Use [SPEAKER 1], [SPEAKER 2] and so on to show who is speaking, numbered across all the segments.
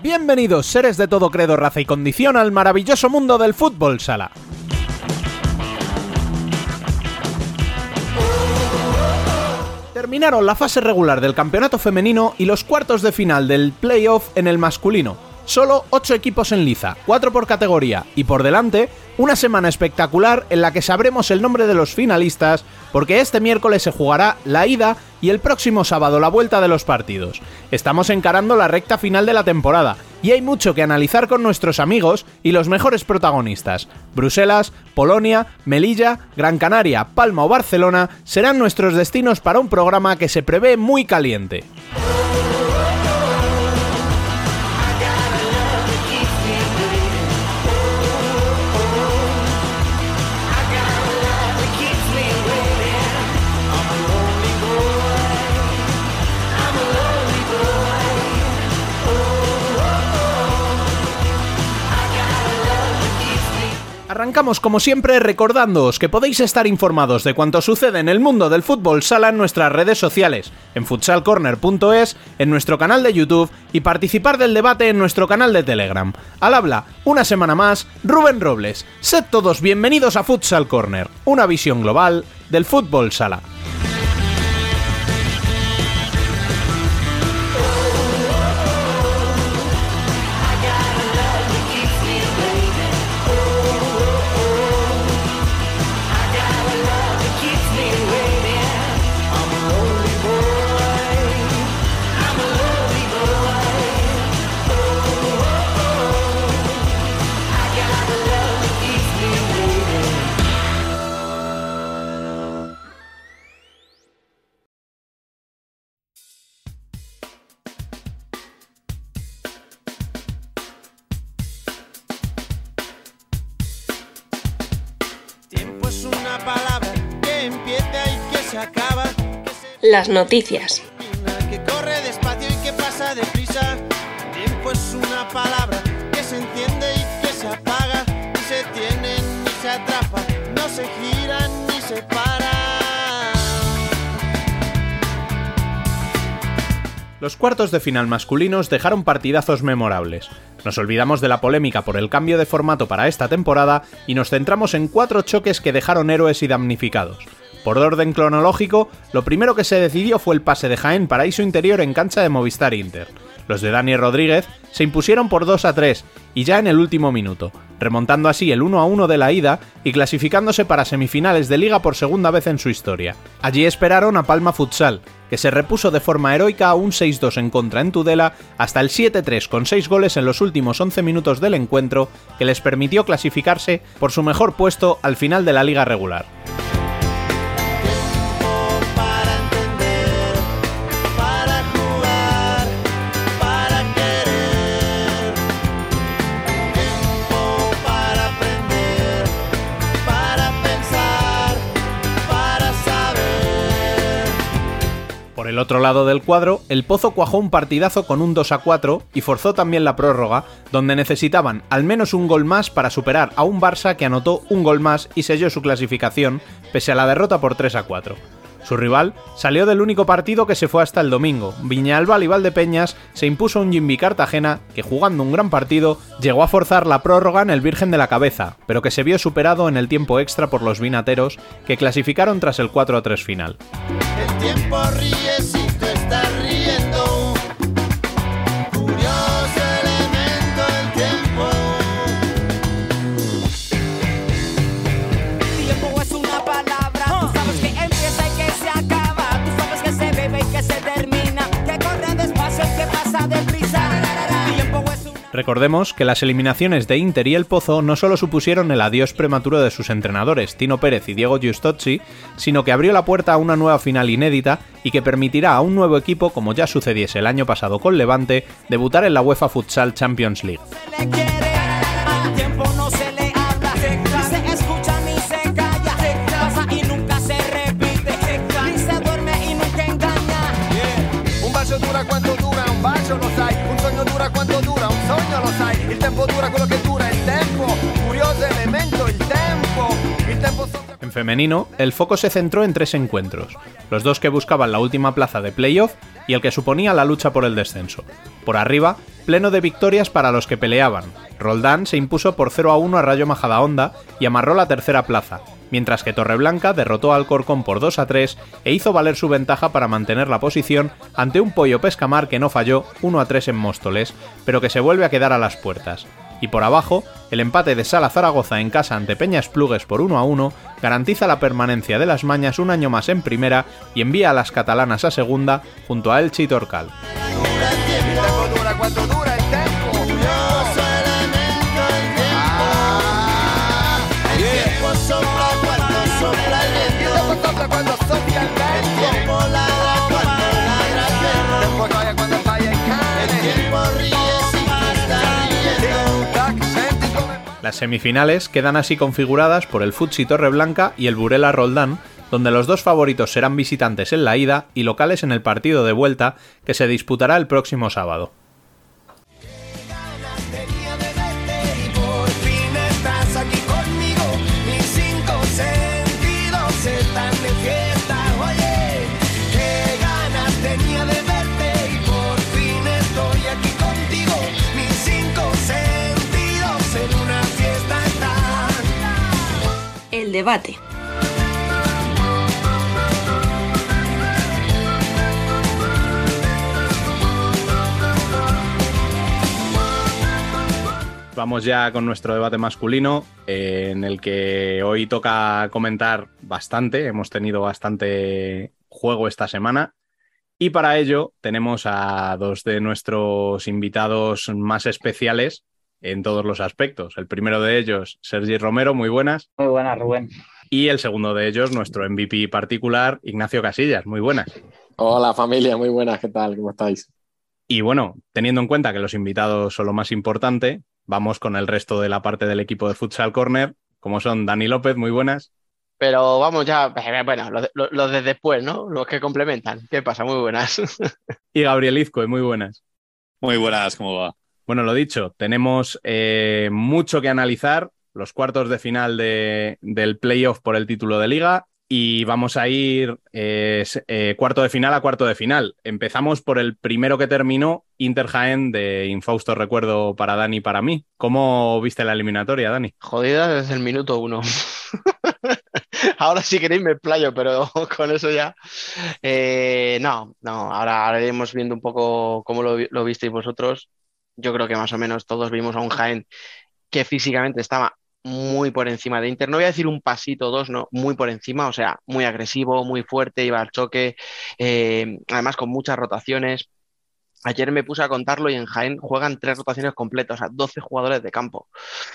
[SPEAKER 1] Bienvenidos, seres de todo credo, raza y condición, al maravilloso mundo del fútbol sala. Terminaron la fase regular del campeonato femenino y los cuartos de final del playoff en el masculino. Solo 8 equipos en liza, 4 por categoría, y por delante, una semana espectacular en la que sabremos el nombre de los finalistas, porque este miércoles se jugará la ida y el próximo sábado la vuelta de los partidos. Estamos encarando la recta final de la temporada, y hay mucho que analizar con nuestros amigos y los mejores protagonistas. Bruselas, Polonia, Melilla, Gran Canaria, Palma o Barcelona serán nuestros destinos para un programa que se prevé muy caliente. Arrancamos como siempre recordándoos que podéis estar informados de cuanto sucede en el mundo del fútbol sala en nuestras redes sociales, en futsalcorner.es, en nuestro canal de YouTube y participar del debate en nuestro canal de Telegram. Al habla, una semana más, Rubén Robles. Sed todos bienvenidos a Futsal Corner, una visión global del fútbol sala.
[SPEAKER 2] Las noticias.
[SPEAKER 3] Que corre despacio y que pasa deprisa. Tiempo es una palabra que se enciende y que se apaga. Ni se tiene ni se atrapa, no se gira ni se para.
[SPEAKER 1] Los cuartos de final masculinos dejaron partidazos memorables. Nos olvidamos de la polémica por el cambio de formato para esta temporada y nos centramos en 4 choques que dejaron héroes y damnificados. Por orden cronológico, lo primero que se decidió fue el pase de Jaén Paraíso Interior en cancha de Movistar Inter. Los de Dani Rodríguez se impusieron por 2-3 y ya en el último minuto, remontando así el 1-1 de la ida y clasificándose para semifinales de Liga por segunda vez en su historia. Allí esperaron a Palma Futsal, que se repuso de forma heroica a un 6-2 en contra en Tudela hasta el 7-3 con 6 goles en los últimos 11 minutos del encuentro, que les permitió clasificarse por su mejor puesto al final de la liga regular. Por el otro lado del cuadro, el Pozo cuajó un partidazo con un 2-4 y forzó también la prórroga, donde necesitaban al menos un gol más para superar a un Barça que anotó un gol más y selló su clasificación, pese a la derrota por 3-4. Su rival salió del único partido que se fue hasta el domingo. Viñalbal y Valdepeñas se impuso a un Jimby Cartagena que, jugando un gran partido, llegó a forzar la prórroga en el Virgen de la Cabeza, pero que se vio superado en el tiempo extra por los vinateros, que clasificaron tras el 4-3 final.
[SPEAKER 3] El tiempo ríe si tú estás riendo. Curioso elemento el tiempo.
[SPEAKER 4] Tiempo es una palabra. Tú sabes que empieza y que se acaba. Tú sabes que se bebe y que se termina. Que corre despacio y que pasa deprisa. Tiempo es una...
[SPEAKER 1] Recordemos que las eliminaciones de Inter y el Pozo no solo supusieron el adiós prematuro de sus entrenadores, Tino Pérez y Diego Giustozzi, sino que abrió la puerta a una nueva final inédita y que permitirá a un nuevo equipo, como ya sucediese el año pasado con Levante, debutar en la UEFA Futsal Champions League.
[SPEAKER 4] Se le quiere, al tiempo no se le habla. Ni se escucha ni se calla. Pasa y nunca se repite. Ni se duerme y nunca engaña.
[SPEAKER 3] Un vaso dura cuanto dura, un vaso lo sai. Un sogno dura quanto dura, un sogno lo sai. Il tempo dura quello che dura il tempo. Curioso elemento il tempo. Il tempo
[SPEAKER 1] En femenino, el foco se centró en 3 encuentros. Los 2 que buscaban la última plaza de playoff, y el que suponía la lucha por el descenso. Por arriba, pleno de victorias para los que peleaban. Roldán se impuso por 0-1 a Rayo Majadahonda y amarró la tercera plaza, mientras que Torreblanca derrotó a Alcorcón por 2-3 e hizo valer su ventaja para mantener la posición ante un Pollo Pescamar que no falló 1-3 en Móstoles, pero que se vuelve a quedar a las puertas. Y por abajo, el empate de Sala Zaragoza en casa ante Peña Esplugues por 1-1 garantiza la permanencia de las Mañas un año más en primera y envía a las catalanas a segunda junto a Elche y Torcal. Las semifinales quedan así configuradas por el Futsi Torreblanca y el Burela Roldán, donde los dos favoritos serán visitantes en la ida y locales en el partido de vuelta que se disputará el próximo sábado.
[SPEAKER 2] El debate.
[SPEAKER 1] Vamos ya con nuestro debate masculino, en el que hoy toca comentar bastante. Hemos tenido bastante juego esta semana. Y para ello tenemos a dos de nuestros invitados más especiales en todos los aspectos. El primero de ellos, Sergi Romero, muy buenas.
[SPEAKER 5] Muy buenas, Rubén.
[SPEAKER 1] Y el segundo de ellos, nuestro MVP particular, Ignacio Casillas, muy buenas.
[SPEAKER 6] Hola familia, muy buenas, ¿qué tal? ¿Cómo estáis?
[SPEAKER 1] Y bueno, teniendo en cuenta que los invitados son lo más importante, vamos con el resto de la parte del equipo de Futsal Corner, como son Dani López, muy buenas.
[SPEAKER 7] Pero vamos ya, bueno, los de después, ¿no? Los que complementan. ¿Qué pasa? Muy buenas.
[SPEAKER 1] Y Gabriel Izcoe, muy buenas.
[SPEAKER 8] Muy buenas, ¿cómo va?
[SPEAKER 1] Bueno, lo dicho, tenemos mucho que analizar, los cuartos de final del playoff por el título de liga, y vamos a ir cuarto de final a cuarto de final. Empezamos por el primero que terminó, Inter Jaén, de infausto recuerdo para Dani y para mí. ¿Cómo viste la eliminatoria, Dani?
[SPEAKER 7] Jodida desde el minuto 1. Ahora si queréis me explayo, pero con eso ya. No, ahora iremos viendo un poco cómo lo visteis vosotros. Yo creo que más o menos todos vimos a un Jaén que físicamente estaba muy por encima de Inter. No voy a decir un pasito o dos, no, muy por encima, o sea, muy agresivo, muy fuerte, iba al choque, además con muchas rotaciones. Ayer me puse a contarlo y en Jaén juegan 3 rotaciones completas, o sea, 12 jugadores de campo.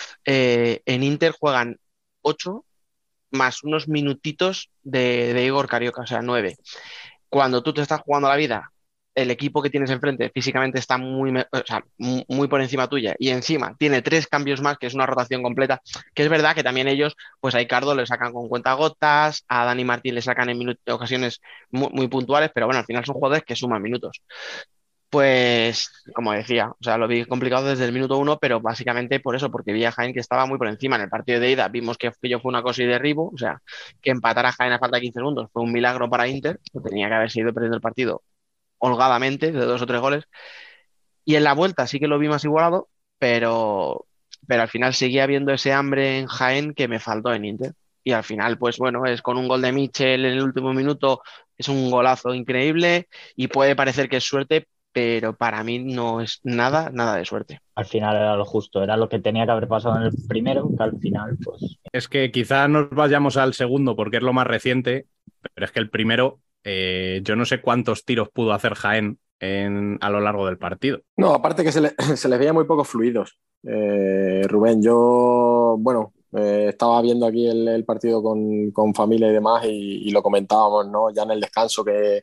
[SPEAKER 7] En Inter juegan 8 más unos minutitos de Igor Carioca, o sea, 9. Cuando tú te estás jugando la vida, el equipo que tienes enfrente físicamente está muy por encima tuya y encima tiene 3 cambios más, que es una rotación completa, que es verdad que también ellos, pues a Icardo le sacan con cuentagotas, a Dani Martín le sacan en ocasiones muy puntuales, pero bueno, al final son jugadores que suman minutos. Pues, como decía, o sea, lo vi complicado desde el minuto 1, pero básicamente por eso, porque vi a Jaén que estaba muy por encima. En el partido de ida vimos que aquello fue una cosa y derribo, o sea, que empatar a Jaén a falta de 15 segundos fue un milagro para Inter, que tenía que haber sido perdiendo el partido holgadamente, de 2 o 3 goles. Y en la vuelta sí que lo vi más igualado, pero al final seguía habiendo ese hambre en Jaén que me faltó en Inter. Y al final, pues bueno, es con un gol de Mitchell en el último minuto, es un golazo increíble y puede parecer que es suerte, pero para mí no es nada de suerte.
[SPEAKER 5] Al final era lo justo, era lo que tenía que haber pasado en el primero, que al final, pues...
[SPEAKER 1] Es que quizá nos vayamos al segundo porque es lo más reciente, pero es que el primero, yo no sé cuántos tiros pudo hacer Jaén a lo largo del partido.
[SPEAKER 6] No, aparte que se les veía muy pocos fluidos. Rubén, yo, bueno, estaba viendo aquí el partido con familia y demás y lo comentábamos, ¿no? Ya en el descanso que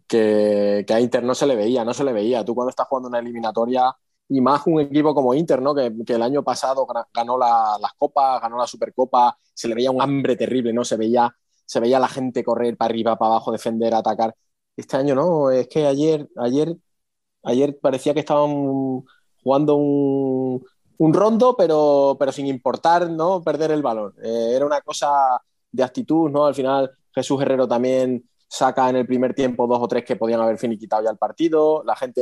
[SPEAKER 6] a Inter no se le veía. Tú cuando estás jugando una eliminatoria y más un equipo como Inter, ¿no? Que el año pasado ganó las copas, ganó la Supercopa, se le veía un hambre terrible, ¿no? Se veía a la gente correr para arriba, para abajo, defender, atacar. Este año no, es que ayer parecía que estaban jugando un rondo, pero sin importar, ¿no? Perder el balón. Era una cosa de actitud, ¿no? Al final Jesús Herrero también saca en el primer tiempo 2 o 3 que podían haber finiquitado ya el partido, la gente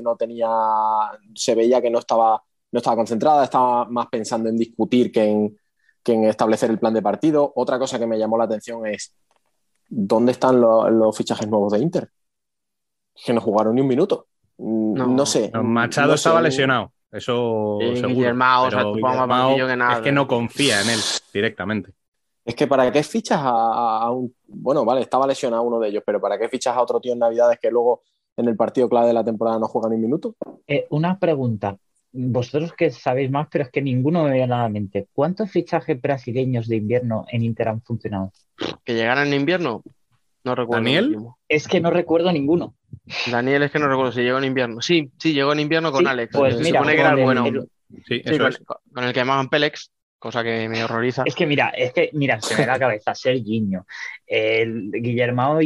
[SPEAKER 6] se veía que no estaba concentrada, estaba más pensando en discutir que en establecer el plan de partido. Otra cosa que me llamó la atención es ¿dónde están los fichajes nuevos de Inter? Que no jugaron ni un minuto. No sé.
[SPEAKER 1] Machado estaba lesionado, eso seguro.
[SPEAKER 7] Guillermo,
[SPEAKER 1] pero
[SPEAKER 7] o sea, Guillermo,
[SPEAKER 1] que nada, es que no confía en él directamente.
[SPEAKER 6] Es que ¿para qué fichas a un... Bueno, vale, estaba lesionado uno de ellos, pero ¿para qué fichas a otro tío en Navidades que luego en el partido clave de la temporada no juega ni un minuto?
[SPEAKER 5] Una pregunta. Vosotros que sabéis más, pero es que ninguno me viene a la mente. ¿Cuántos fichajes brasileños de invierno en Inter han funcionado?
[SPEAKER 7] ¿Que llegaran en invierno? No recuerdo.
[SPEAKER 1] ¿Daniel?
[SPEAKER 5] Es que no recuerdo ninguno.
[SPEAKER 7] Daniel, es que no recuerdo si llegó en invierno. Sí, llegó en invierno con
[SPEAKER 5] Sí,
[SPEAKER 7] Alex.
[SPEAKER 5] pues
[SPEAKER 7] Se
[SPEAKER 5] mira,
[SPEAKER 7] supone que era el bueno.
[SPEAKER 1] Sí,
[SPEAKER 7] Sí,
[SPEAKER 1] eso es.
[SPEAKER 7] con el que llamaban Pélex, cosa que me horroriza.
[SPEAKER 5] Es que mira, se me da la cabeza Serginho, el Guillermo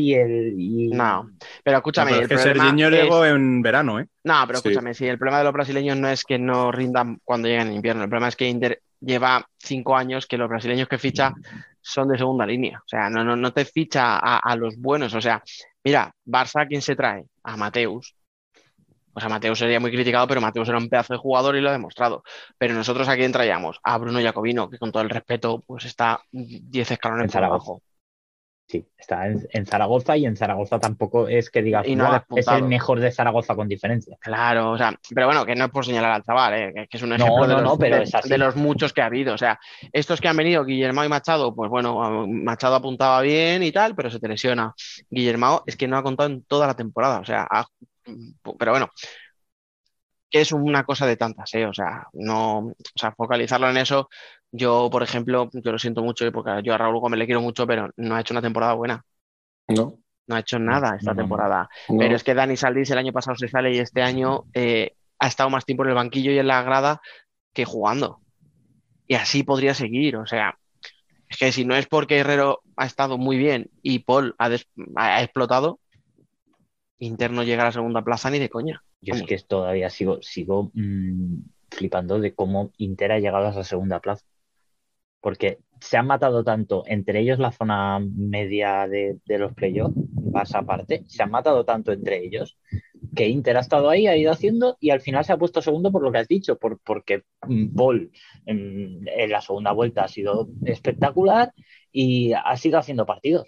[SPEAKER 7] No, pero escúchame,
[SPEAKER 1] No, pero es que Serginho llegó en verano, ¿eh?
[SPEAKER 7] No, pero escúchame, sí, el problema de los brasileños no es que no rindan cuando llegan en invierno. El problema es que Inter lleva 5 años que los brasileños que ficha son de segunda línea. O sea, no te ficha a los buenos. O sea, mira, Barça, ¿quién se trae? A Mateus. O sea, Mateus sería muy criticado, pero Mateus era un pedazo de jugador y lo ha demostrado. Pero nosotros ¿a quién traíamos? A Bruno Jacobino, que con todo el respeto, pues está 10 escalones por abajo.
[SPEAKER 5] Sí, está en Zaragoza, y en Zaragoza tampoco es que digas,
[SPEAKER 7] Y no ha
[SPEAKER 5] es el mejor de Zaragoza con diferencia.
[SPEAKER 7] Claro, o sea, pero bueno, que no es por señalar al chaval, que es un ejemplo de los muchos que ha habido. O sea, estos que han venido, Guillermo y Machado, pues bueno, Machado apuntaba bien y tal, pero se te lesiona. Guillermo es que no ha contado en toda la temporada, o sea, pero bueno, que es una cosa de tantas, o sea, no, o sea, focalizarlo en eso. Yo, por ejemplo, yo lo siento mucho porque yo a Raúl Gómez le quiero mucho, pero no ha hecho una temporada buena. No ha hecho nada esta temporada.
[SPEAKER 6] No.
[SPEAKER 7] Pero es que Dani Saldís el año pasado se sale y este año ha estado más tiempo en el banquillo y en la grada que jugando. Y así podría seguir. O sea, es que si no es porque Herrero ha estado muy bien y Paul ha explotado, Inter no llega a la segunda plaza ni de coña.
[SPEAKER 5] Yo es que todavía sigo flipando de cómo Inter ha llegado a esa segunda plaza. Porque se han matado tanto, entre ellos la zona media de los playoffs, vas aparte, se han matado tanto entre ellos que Inter ha estado ahí, ha ido haciendo y al final se ha puesto segundo por lo que has dicho, porque Paul en la segunda vuelta ha sido espectacular y ha sido haciendo partidos.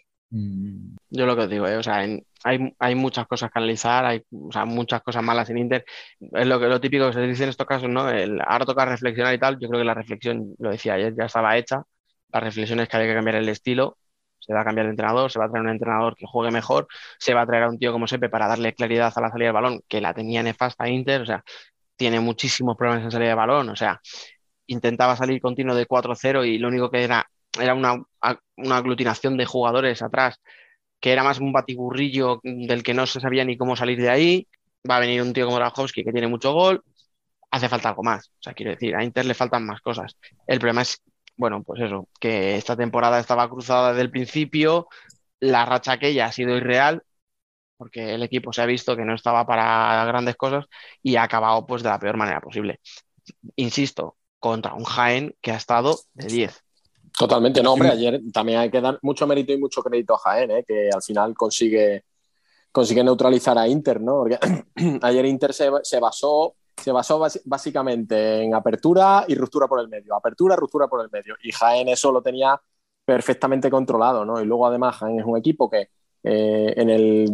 [SPEAKER 7] Yo lo que os digo, o sea, hay muchas cosas que analizar, hay, o sea, muchas cosas malas en Inter. Es lo típico que se dice en estos casos, ¿no? Ahora toca reflexionar y tal. Yo creo que la reflexión, lo decía ayer, ya estaba hecha. La reflexión es que había que cambiar el estilo. Se va a cambiar de entrenador, se va a traer un entrenador que juegue mejor, se va a traer a un tío como Sepe para darle claridad a la salida del balón, que la tenía nefasta Inter, o sea, tiene muchísimos problemas en salida de balón, o sea, intentaba salir continuo de 4-0 y lo único que era una aglutinación de jugadores atrás, que era más un batiburrillo del que no se sabía ni cómo salir de ahí. Va a venir un tío como Rajowski que tiene mucho gol, hace falta algo más. O sea, quiero decir, a Inter le faltan más cosas. El problema es, bueno, pues eso, que esta temporada estaba cruzada desde el principio, la racha aquella ha sido irreal, porque el equipo se ha visto que no estaba para grandes cosas y ha acabado pues de la peor manera posible. Insisto, contra un Jaén que ha estado de 10.
[SPEAKER 6] Totalmente, no, hombre, ayer también hay que dar mucho mérito y mucho crédito a Jaén, que al final consigue neutralizar a Inter, ¿no? Porque ayer Inter se basó básicamente en apertura y ruptura por el medio, ruptura por el medio, y Jaén eso lo tenía perfectamente controlado, ¿no? Y luego además Jaén es un equipo que en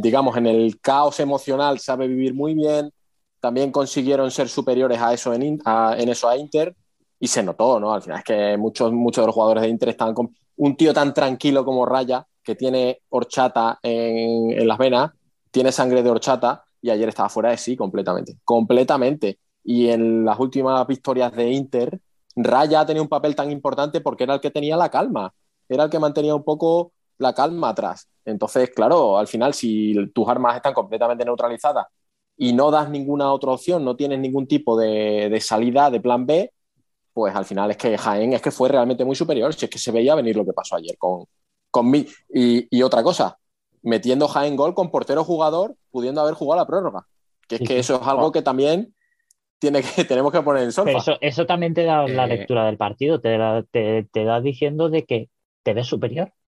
[SPEAKER 6] el caos emocional sabe vivir muy bien, también consiguieron ser superiores a eso en eso a Inter. Y se notó, ¿no? Al final es que muchos de los jugadores de Inter estaban con un tío tan tranquilo como Raya, que tiene horchata en las venas, tiene sangre de horchata, y ayer estaba fuera de sí completamente. Y en las últimas victorias de Inter, Raya tenía un papel tan importante porque era el que tenía la calma, era el que mantenía un poco la calma atrás. Entonces, claro, al final, si tus armas están completamente neutralizadas y no das ninguna otra opción, no tienes ningún tipo de salida, de plan B, pues al final es que Jaén es que fue realmente muy superior. Si es que se veía venir lo que pasó ayer con mí. Y otra cosa, metiendo Jaén gol con portero jugador, pudiendo haber jugado la prórroga. Que es que eso es algo que también tenemos que poner en solfa.
[SPEAKER 5] Pero eso también te da la lectura del partido, te da diciendo de que te ves superior.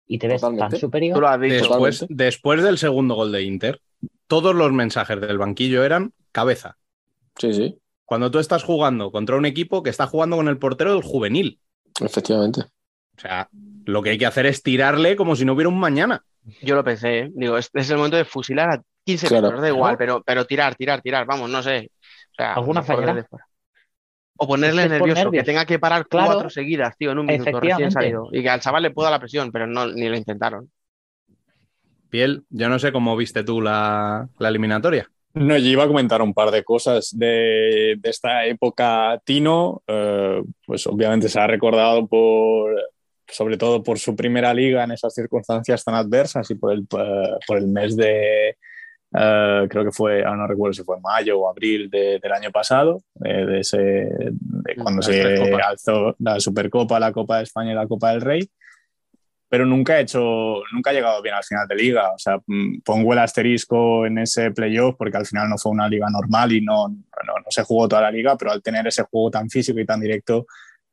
[SPEAKER 5] y te ves tan
[SPEAKER 6] Totalmente.
[SPEAKER 5] superior.
[SPEAKER 7] Tú lo has dicho.
[SPEAKER 1] Después del segundo gol de Inter, todos los mensajes del banquillo eran cabeza.
[SPEAKER 6] Sí, sí,
[SPEAKER 1] Cuando tú estás jugando contra un equipo que está jugando con el portero del juvenil.
[SPEAKER 6] efectivamente.
[SPEAKER 1] O sea, lo que hay que hacer es tirarle como si no hubiera un mañana.
[SPEAKER 7] Yo lo pensé, ¿eh? Digo, es el momento de fusilar a 15
[SPEAKER 6] Claro.
[SPEAKER 7] metros, da igual, pero tirar, vamos, no sé. O sea,
[SPEAKER 5] ¿Alguna
[SPEAKER 7] mejor
[SPEAKER 5] fallará?
[SPEAKER 7] desde fuera. O ponerle
[SPEAKER 5] Es que es por
[SPEAKER 7] nervioso, que
[SPEAKER 5] nervios.
[SPEAKER 7] tenga que parar
[SPEAKER 5] Claro.
[SPEAKER 7] 4 seguidas, tío, en un minuto recién
[SPEAKER 5] Efectivamente.
[SPEAKER 7] salido. Y que al chaval le pueda la presión, pero no, ni lo intentaron.
[SPEAKER 1] Piel, yo no sé cómo viste tú la eliminatoria.
[SPEAKER 8] No, yo iba a comentar un par de cosas de esta época Tino. Pues obviamente se ha recordado sobre todo por su primera liga en esas circunstancias tan adversas y por el mes de, creo que fue, no recuerdo si fue mayo o abril del año pasado, de cuando
[SPEAKER 7] Las tres
[SPEAKER 8] se
[SPEAKER 7] copas.
[SPEAKER 8] alzó la Supercopa, la Copa de España y la Copa del Rey. Pero nunca ha llegado bien al final de liga. O sea, pongo el asterisco en ese playoff porque al final no fue una liga normal y no se jugó toda la liga, pero al tener ese juego tan físico y tan directo,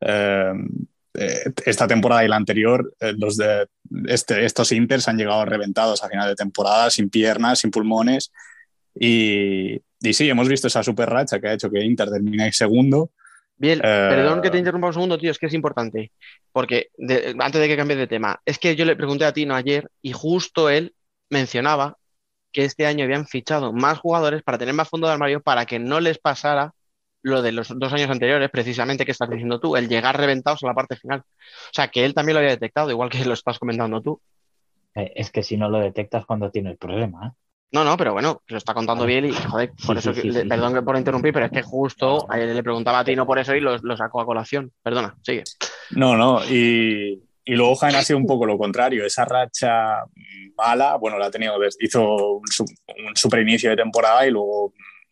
[SPEAKER 8] esta temporada y la anterior, estos Inters han llegado reventados a final de temporada, sin piernas, sin pulmones. Y sí, hemos visto esa super racha que ha hecho que Inter termine segundo.
[SPEAKER 7] Bien, perdón que te interrumpa un segundo, tío, es que es importante. Porque antes de que cambies de tema, es que yo le pregunté a Tino ayer y justo él mencionaba que este año habían fichado más jugadores para tener más fondo de armario para que no les pasara lo de los 2 años anteriores, precisamente que estás diciendo tú, el llegar reventados a la parte final. O sea, que él también lo había detectado, igual que lo estás comentando tú.
[SPEAKER 5] Es que si no lo detectas cuando tiene el problema, ¿eh?
[SPEAKER 7] No, pero bueno, lo está contando
[SPEAKER 5] Vale.
[SPEAKER 7] bien y, joder, por
[SPEAKER 5] Sí,
[SPEAKER 7] eso,
[SPEAKER 5] sí, sí,
[SPEAKER 7] perdón
[SPEAKER 5] sí.
[SPEAKER 7] por interrumpir, pero es que justo
[SPEAKER 5] No.
[SPEAKER 7] le preguntaba a Tino por eso y lo sacó a colación. Perdona, sigue.
[SPEAKER 8] No, y luego Jaén ha sido un poco lo contrario. Esa racha mala, bueno, la ha tenido, hizo un super inicio de temporada y luego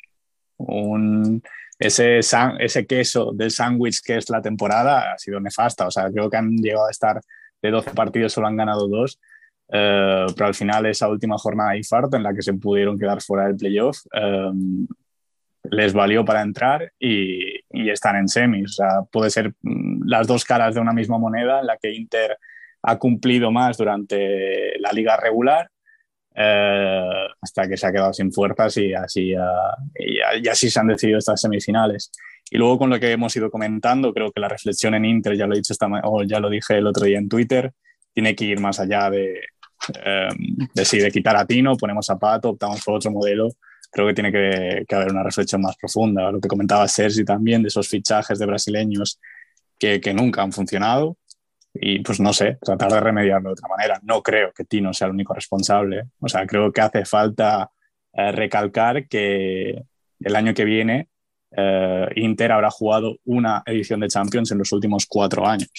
[SPEAKER 8] ese queso del sándwich que es la temporada ha sido nefasta. O sea, creo que han llegado a estar de 12 partidos, solo han ganado 2. Pero al final esa última jornada de infarto en la que se pudieron quedar fuera del playoff les valió para entrar y están en semis. O sea, puede ser las dos caras de una misma moneda en la que Inter ha cumplido más durante la liga regular hasta que se ha quedado sin fuerzas y así se han decidido estas semifinales. Y luego con lo que hemos ido comentando, creo que la reflexión en Inter, ya lo dije el otro día en Twitter, tiene que ir más allá de quitar a Tino, ponemos a Pato, optamos por otro modelo. Creo que tiene que haber una reflexión más profunda. Lo que comentaba Sergi también, de esos fichajes de brasileños que nunca han funcionado. Y pues no sé, tratar de remediarlo de otra manera. No creo que Tino sea el único responsable. O sea, creo que hace falta recalcar que el año que viene Inter habrá jugado una edición de Champions en los últimos 4 años.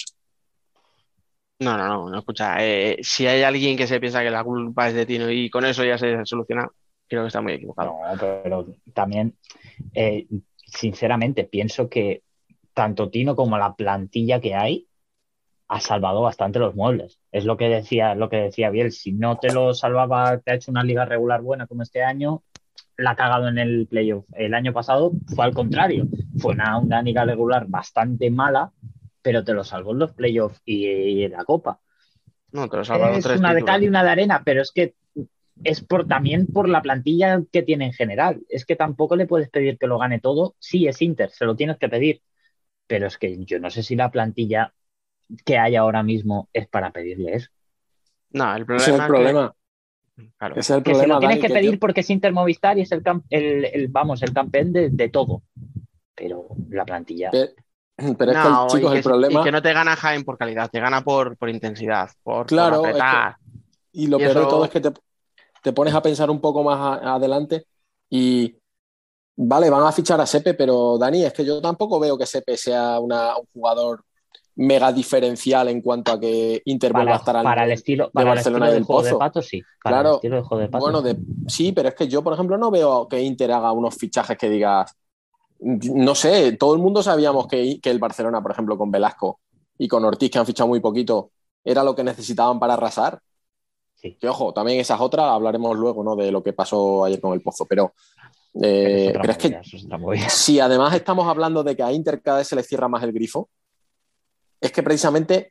[SPEAKER 7] No, escucha, si hay alguien que se piensa que la culpa es de Tino y con eso ya se soluciona, creo que está muy equivocado.
[SPEAKER 5] No, pero también, sinceramente, pienso que tanto Tino como la plantilla que hay ha salvado bastante los muebles. Es lo que decía Biel. Si no te lo salvaba, te ha hecho una liga regular buena como este año, la ha cagado en el playoff. El año pasado fue al contrario. Fue una liga regular bastante mala, pero te lo salvó en los playoffs y en la Copa.
[SPEAKER 7] No, te lo salvaron
[SPEAKER 5] Es
[SPEAKER 7] 3
[SPEAKER 5] una de
[SPEAKER 7] títulos.
[SPEAKER 5] cal y una de arena, pero es que es también por la plantilla que tiene en general. Es que tampoco le puedes pedir que lo gane todo. Sí, es Inter, se lo tienes que pedir. Pero es que yo no sé si la plantilla que hay ahora mismo es para pedirle eso.
[SPEAKER 7] No, el
[SPEAKER 6] Ese es el problema.
[SPEAKER 7] Claro.
[SPEAKER 6] Ese es el
[SPEAKER 5] Que se
[SPEAKER 6] problema,
[SPEAKER 5] lo tienes
[SPEAKER 6] Dani,
[SPEAKER 5] que pedir porque es Inter Movistar y es el campeón de todo. Pero la plantilla...
[SPEAKER 6] Pero es que, chicos, el problema...
[SPEAKER 7] Y que no te gana Jaén por calidad, te gana por intensidad, por
[SPEAKER 6] Claro,
[SPEAKER 7] apretar.
[SPEAKER 6] Y lo peor de todo es que te pones a pensar un poco más adelante y vale, van a fichar a Sepe, pero Dani, es que yo tampoco veo que Sepe sea un jugador mega diferencial en cuanto a que Inter vuelva a estar al
[SPEAKER 5] para el
[SPEAKER 6] nivel
[SPEAKER 5] estilo,
[SPEAKER 6] de Barcelona y del
[SPEAKER 5] juego de
[SPEAKER 6] Pozo.
[SPEAKER 5] Pato, sí. Para
[SPEAKER 6] Claro,
[SPEAKER 5] el estilo de juego de Pato.
[SPEAKER 6] bueno, sí, pero es que yo, por ejemplo, no veo que Inter haga unos fichajes que digas, no sé, todo el mundo sabíamos que el Barcelona, por ejemplo, con Velasco y con Ortiz, que han fichado muy poquito, era lo que necesitaban para arrasar.
[SPEAKER 5] Sí.
[SPEAKER 6] Que ojo, también esa es otra, hablaremos luego, ¿no?, de lo que pasó ayer con el Pozo, pero es que si además estamos hablando de que a Inter cada vez se le cierra más el grifo, es que precisamente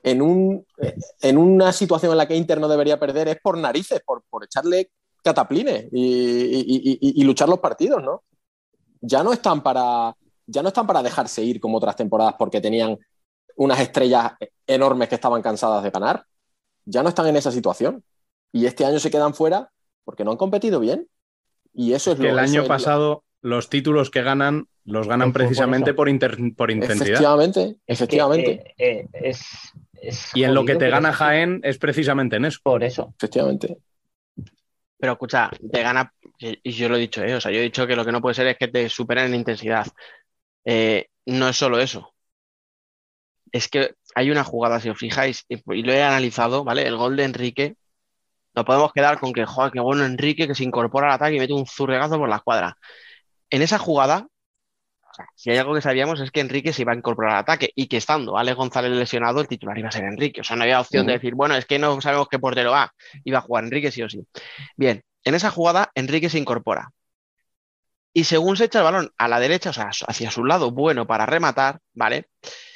[SPEAKER 6] en una situación en la que Inter no debería perder es por narices, por echarle cataplines y luchar los partidos, ¿no? Ya no están para dejarse ir como otras temporadas porque tenían unas estrellas enormes que estaban cansadas de ganar. Ya no están en esa situación. Y este año se quedan fuera porque no han competido bien. Y eso es
[SPEAKER 1] Que
[SPEAKER 6] lo
[SPEAKER 1] el año
[SPEAKER 6] eso es
[SPEAKER 1] pasado los títulos que ganan los ganan
[SPEAKER 5] Fue por
[SPEAKER 1] precisamente
[SPEAKER 5] eso.
[SPEAKER 1] por intensidad.
[SPEAKER 6] Efectivamente,
[SPEAKER 5] Es
[SPEAKER 6] efectivamente,
[SPEAKER 5] que es
[SPEAKER 1] Y en lo que
[SPEAKER 5] jodido,
[SPEAKER 1] te
[SPEAKER 5] pero
[SPEAKER 1] gana
[SPEAKER 5] es así.
[SPEAKER 1] Jaén es precisamente en eso.
[SPEAKER 5] Por eso.
[SPEAKER 6] efectivamente.
[SPEAKER 7] Pero escucha, te gana, y yo lo he dicho, o sea, yo he dicho que lo que no puede ser es que te superen en intensidad. No es solo eso. Es que hay una jugada, si os fijáis, y lo he analizado, ¿vale? El gol de Enrique, nos podemos quedar con que, joder, qué bueno Enrique, que se incorpora al ataque y mete un zurregazo por la escuadra. En esa jugada, o sea, si hay algo que sabíamos es que Enrique se iba a incorporar al ataque y que estando Alex González lesionado, el titular iba a ser Enrique. O sea, no había opción de decir, bueno, es que no sabemos qué portero va. Iba a jugar Enrique sí o sí. Bien, en esa jugada, Enrique se incorpora. Y según se echa el balón a la derecha, o sea, hacia su lado bueno para rematar, ¿vale?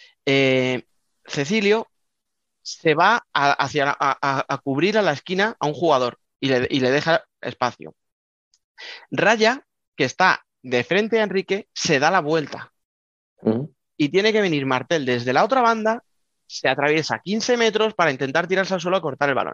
[SPEAKER 7] Cecilio se va a cubrir a la esquina a un jugador y le deja espacio. Raya, que está de frente a Enrique, se da la vuelta y tiene que venir Martel desde la otra banda, se atraviesa 15 metros para intentar tirarse al suelo a cortar el balón.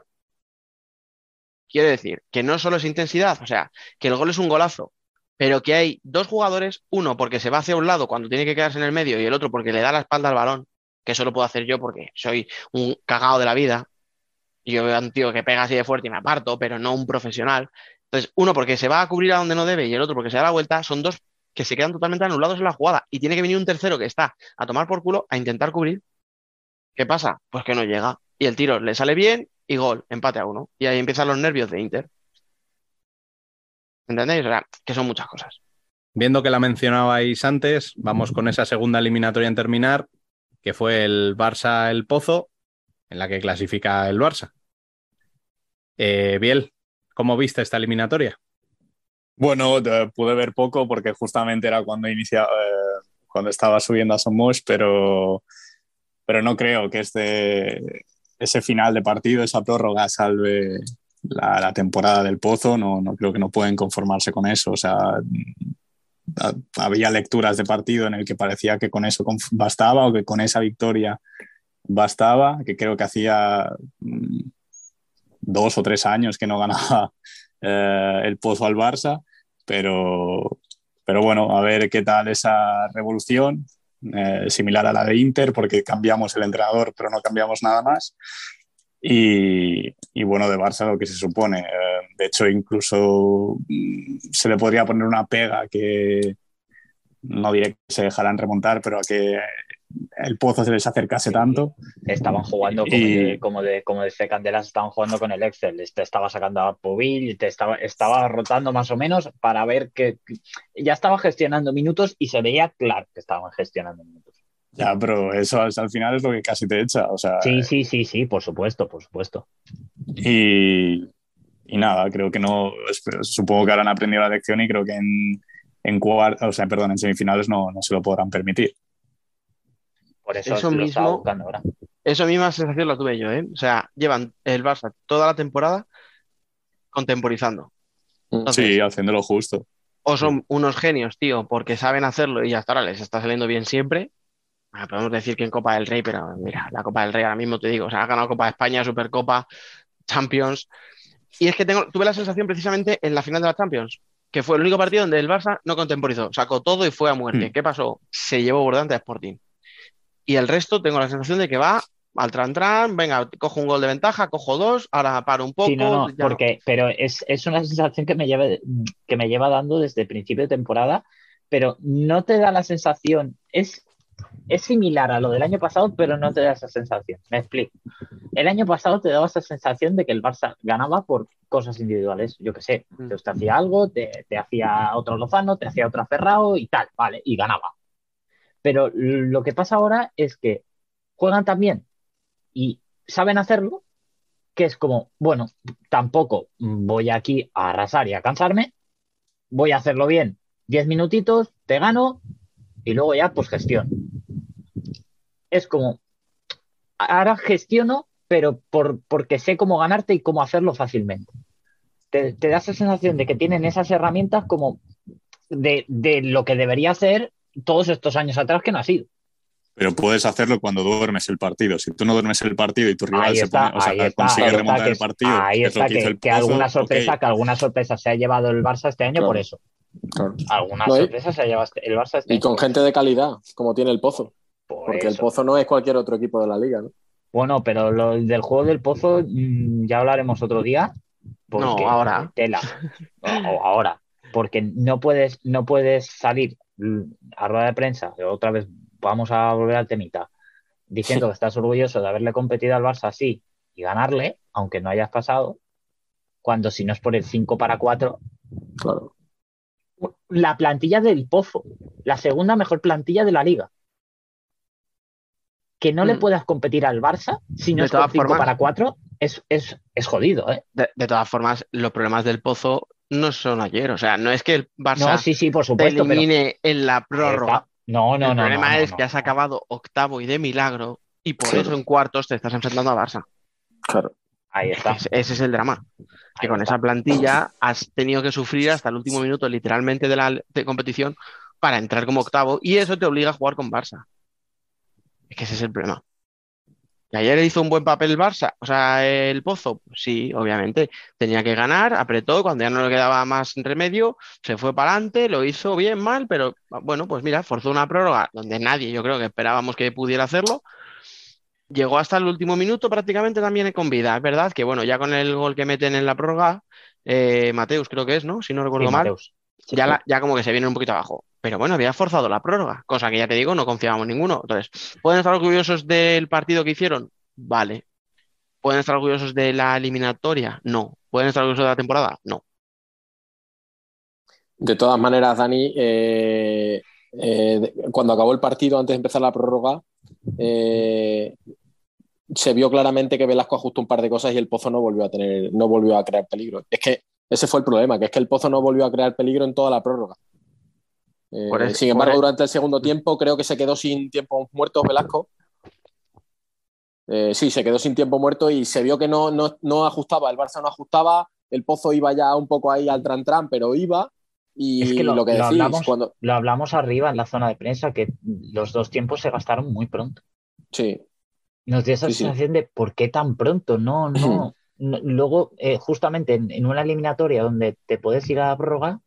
[SPEAKER 7] Quiero decir que no solo es intensidad, o sea, que el gol es un golazo, pero que hay dos jugadores, uno porque se va hacia un lado cuando tiene que quedarse en el medio y el otro porque le da la espalda al balón, que eso lo puedo hacer yo porque soy un cagado de la vida. Yo veo a un tío que pega así de fuerte y me aparto, pero no un profesional. Entonces, uno porque se va a cubrir a donde no debe y el otro porque se da la vuelta, son dos que se quedan totalmente anulados en la jugada y tiene que venir un tercero que está a tomar por culo a intentar cubrir. ¿Qué pasa? Pues que no llega. Y el tiro le sale bien y gol, empate a 1. Y ahí empiezan los nervios de Inter. ¿Entendéis? O sea, que son muchas cosas.
[SPEAKER 1] Viendo que la mencionabais antes, vamos con esa segunda eliminatoria en terminar, que fue el Barça-El Pozo, en la que clasifica el Barça. Biel, ¿cómo viste esta eliminatoria?
[SPEAKER 8] Bueno, pude ver poco porque justamente era cuando cuando estaba subiendo a Somos, pero no creo que ese final de partido, esa prórroga, salve la temporada del Pozo. No creo que no pueden conformarse con eso. O sea, había lecturas de partido en el que parecía que con eso bastaba o que con esa victoria bastaba, que creo que hacía 2 o 3 años que no ganaba el Pozo al Barça, pero bueno, a ver qué tal esa revolución, similar a la de Inter, porque cambiamos el entrenador, pero no cambiamos nada más. Y bueno, de Barça lo que se supone. De hecho, incluso se le podría poner una pega que no diré que se dejarán remontar, pero a que el Pozo se les acercase tanto.
[SPEAKER 5] Estaban jugando como de Candelas, estaban jugando con el Excel. Te estaba sacando a Pubil, estaba rotando más o menos para ver que ya estaba gestionando minutos y se veía claro que estaban gestionando minutos.
[SPEAKER 8] Ya, pero eso al final es lo que casi te echa. O sea,
[SPEAKER 5] Sí, por supuesto.
[SPEAKER 8] Y nada, creo que no. Supongo que habrán aprendido la lección y creo que en semifinales no se lo podrán permitir.
[SPEAKER 5] Por eso
[SPEAKER 7] Eso
[SPEAKER 5] lo estaba
[SPEAKER 7] mismo,
[SPEAKER 5] buscando ahora.
[SPEAKER 7] esa misma sensación la tuve yo, ¿eh? O sea, llevan el Barça toda la temporada contemporizando. Entonces,
[SPEAKER 8] Sí, haciéndolo justo.
[SPEAKER 7] o son unos genios, tío, porque saben hacerlo y hasta ahora les está saliendo bien siempre. Podemos decir que en Copa del Rey, pero mira, la Copa del Rey ahora mismo te digo, o sea, ha ganado Copa de España, Supercopa, Champions. Y es que tuve la sensación precisamente en la final de la Champions, que fue el único partido donde el Barça no contemporizó, sacó todo y fue a muerte. ¿Qué pasó? Se llevó por delante a Sporting. Y el resto tengo la sensación de que va al tran, venga, cojo un gol de ventaja, cojo 2, ahora paro un poco.
[SPEAKER 5] Sí, no, pero es una sensación que me lleva dando desde el principio de temporada, pero no te da la sensación, es similar a lo del año pasado, pero no te da esa sensación. Me explico. El año pasado te daba esa sensación de que el Barça ganaba por cosas individuales. Yo qué sé, te hacía algo, te hacía otro Lozano, te hacía otro Ferrao y tal, vale, y ganaba. Pero lo que pasa ahora es que juegan tan bien y saben hacerlo, que es como, bueno, tampoco voy aquí a arrasar y a cansarme, voy a hacerlo bien, 10 minutitos, te gano y luego ya pues gestión. Es como, ahora gestiono, pero porque sé cómo ganarte y cómo hacerlo fácilmente. Te da esa sensación de que tienen esas herramientas como de lo que debería ser todos estos años atrás que no ha sido.
[SPEAKER 8] Pero puedes hacerlo cuando duermes el partido. Si tú no duermes el partido y tu rival
[SPEAKER 5] Ahí
[SPEAKER 8] se
[SPEAKER 5] está,
[SPEAKER 8] pone, o sea,
[SPEAKER 5] ahí está,
[SPEAKER 8] consigue
[SPEAKER 5] ahí está,
[SPEAKER 8] remontar el partido,
[SPEAKER 5] ahí
[SPEAKER 8] que es lo
[SPEAKER 5] está,
[SPEAKER 8] que hizo el
[SPEAKER 5] que
[SPEAKER 8] Pozo, ok.
[SPEAKER 5] alguna sorpresa se ha llevado el Barça este año por
[SPEAKER 6] Claro,
[SPEAKER 5] eso.
[SPEAKER 6] claro.
[SPEAKER 5] Alguna
[SPEAKER 6] No,
[SPEAKER 5] sorpresa se ha llevado el Barça este
[SPEAKER 6] y
[SPEAKER 5] año
[SPEAKER 6] con
[SPEAKER 5] por
[SPEAKER 6] gente
[SPEAKER 5] eso.
[SPEAKER 6] de calidad, como tiene el Pozo.
[SPEAKER 5] Por
[SPEAKER 6] Porque el
[SPEAKER 5] eso.
[SPEAKER 6] Pozo no es cualquier otro equipo de la liga, ¿no?
[SPEAKER 5] Bueno, pero lo del juego del Pozo ya hablaremos otro día,
[SPEAKER 7] No,
[SPEAKER 5] porque
[SPEAKER 7] ahora.
[SPEAKER 5] tela, o ahora, porque no puedes salir a rueda de prensa, y otra vez vamos a volver al temita, diciendo que estás orgulloso de haberle competido al Barça así y ganarle, aunque no hayas pasado, cuando si no es por el 5-4,
[SPEAKER 6] Claro.
[SPEAKER 5] la plantilla del Pozo, la segunda mejor plantilla de la liga. Que no le
[SPEAKER 7] Mm.
[SPEAKER 5] puedas competir al Barça si no
[SPEAKER 7] De
[SPEAKER 5] es por
[SPEAKER 7] todas
[SPEAKER 5] 5
[SPEAKER 7] formas,
[SPEAKER 5] para 4 es jodido, ¿eh?
[SPEAKER 7] de todas formas, los problemas del Pozo no son ayer. O sea, no es que el
[SPEAKER 5] No,
[SPEAKER 7] Barça
[SPEAKER 5] sí, sí, por
[SPEAKER 7] te
[SPEAKER 5] supuesto, pero
[SPEAKER 7] elimine en la
[SPEAKER 5] ahí
[SPEAKER 7] prórroga.
[SPEAKER 5] está. No, no,
[SPEAKER 7] El
[SPEAKER 5] no, no,
[SPEAKER 7] problema
[SPEAKER 5] no,
[SPEAKER 7] es que
[SPEAKER 5] no,
[SPEAKER 7] has
[SPEAKER 5] no.
[SPEAKER 7] acabado octavo y de milagro, y por eso
[SPEAKER 6] Claro,
[SPEAKER 7] en cuartos te estás enfrentando a Barça.
[SPEAKER 6] claro.
[SPEAKER 5] Ahí
[SPEAKER 7] Es que
[SPEAKER 5] está,
[SPEAKER 7] ese es el drama. Que
[SPEAKER 5] ahí
[SPEAKER 7] con esa
[SPEAKER 5] está.
[SPEAKER 7] plantilla has tenido que sufrir hasta el último minuto, literalmente, de competición para entrar como octavo, y eso te obliga a jugar con Barça. Es que ese es el problema. ¿Y ayer hizo un buen papel el Barça? O sea, el Pozo, pues sí, obviamente. Tenía que ganar, apretó, cuando ya no le quedaba más remedio, se fue para adelante, lo hizo bien, mal, pero bueno, pues mira, forzó una prórroga donde nadie, yo creo que esperábamos que pudiera hacerlo. Llegó hasta el último minuto prácticamente también con vida. Es verdad que, bueno, ya con el gol que meten en la prórroga, Mateus creo que es, ¿no? Si no
[SPEAKER 5] Sí,
[SPEAKER 7] recuerdo mal,
[SPEAKER 5] Mateus. Sí.
[SPEAKER 7] ya como que se viene un poquito abajo. Pero bueno, había forzado la prórroga, cosa que ya te digo, no confiábamos ninguno. Entonces, ¿pueden estar orgullosos del partido que hicieron? Vale. ¿Pueden estar orgullosos de la eliminatoria? No. ¿Pueden estar orgullosos de la temporada? No.
[SPEAKER 6] De todas maneras, Dani, cuando acabó el partido, antes de empezar la prórroga, eh, se vio claramente que Velasco ajustó un par de cosas y el Pozo no volvió a crear peligro. Es que ese fue el problema, que es que el Pozo no volvió a crear peligro en toda la prórroga.
[SPEAKER 7] Por eso,
[SPEAKER 6] Sin embargo, durante el segundo tiempo creo que se quedó sin tiempos muertos Velasco. Sí, se quedó sin tiempo muerto y se vio que no ajustaba, el Barça no ajustaba, el Pozo iba ya un poco ahí al tran-tran, pero iba.
[SPEAKER 5] Es que
[SPEAKER 6] Y lo que decís,
[SPEAKER 5] lo hablamos arriba en la zona de prensa, que los dos tiempos se gastaron muy pronto.
[SPEAKER 6] Sí,
[SPEAKER 5] Nos dio esa
[SPEAKER 6] sí, sí.
[SPEAKER 5] sensación de ¿por qué tan pronto? No. Luego, justamente en una eliminatoria donde te puedes ir a la prórroga,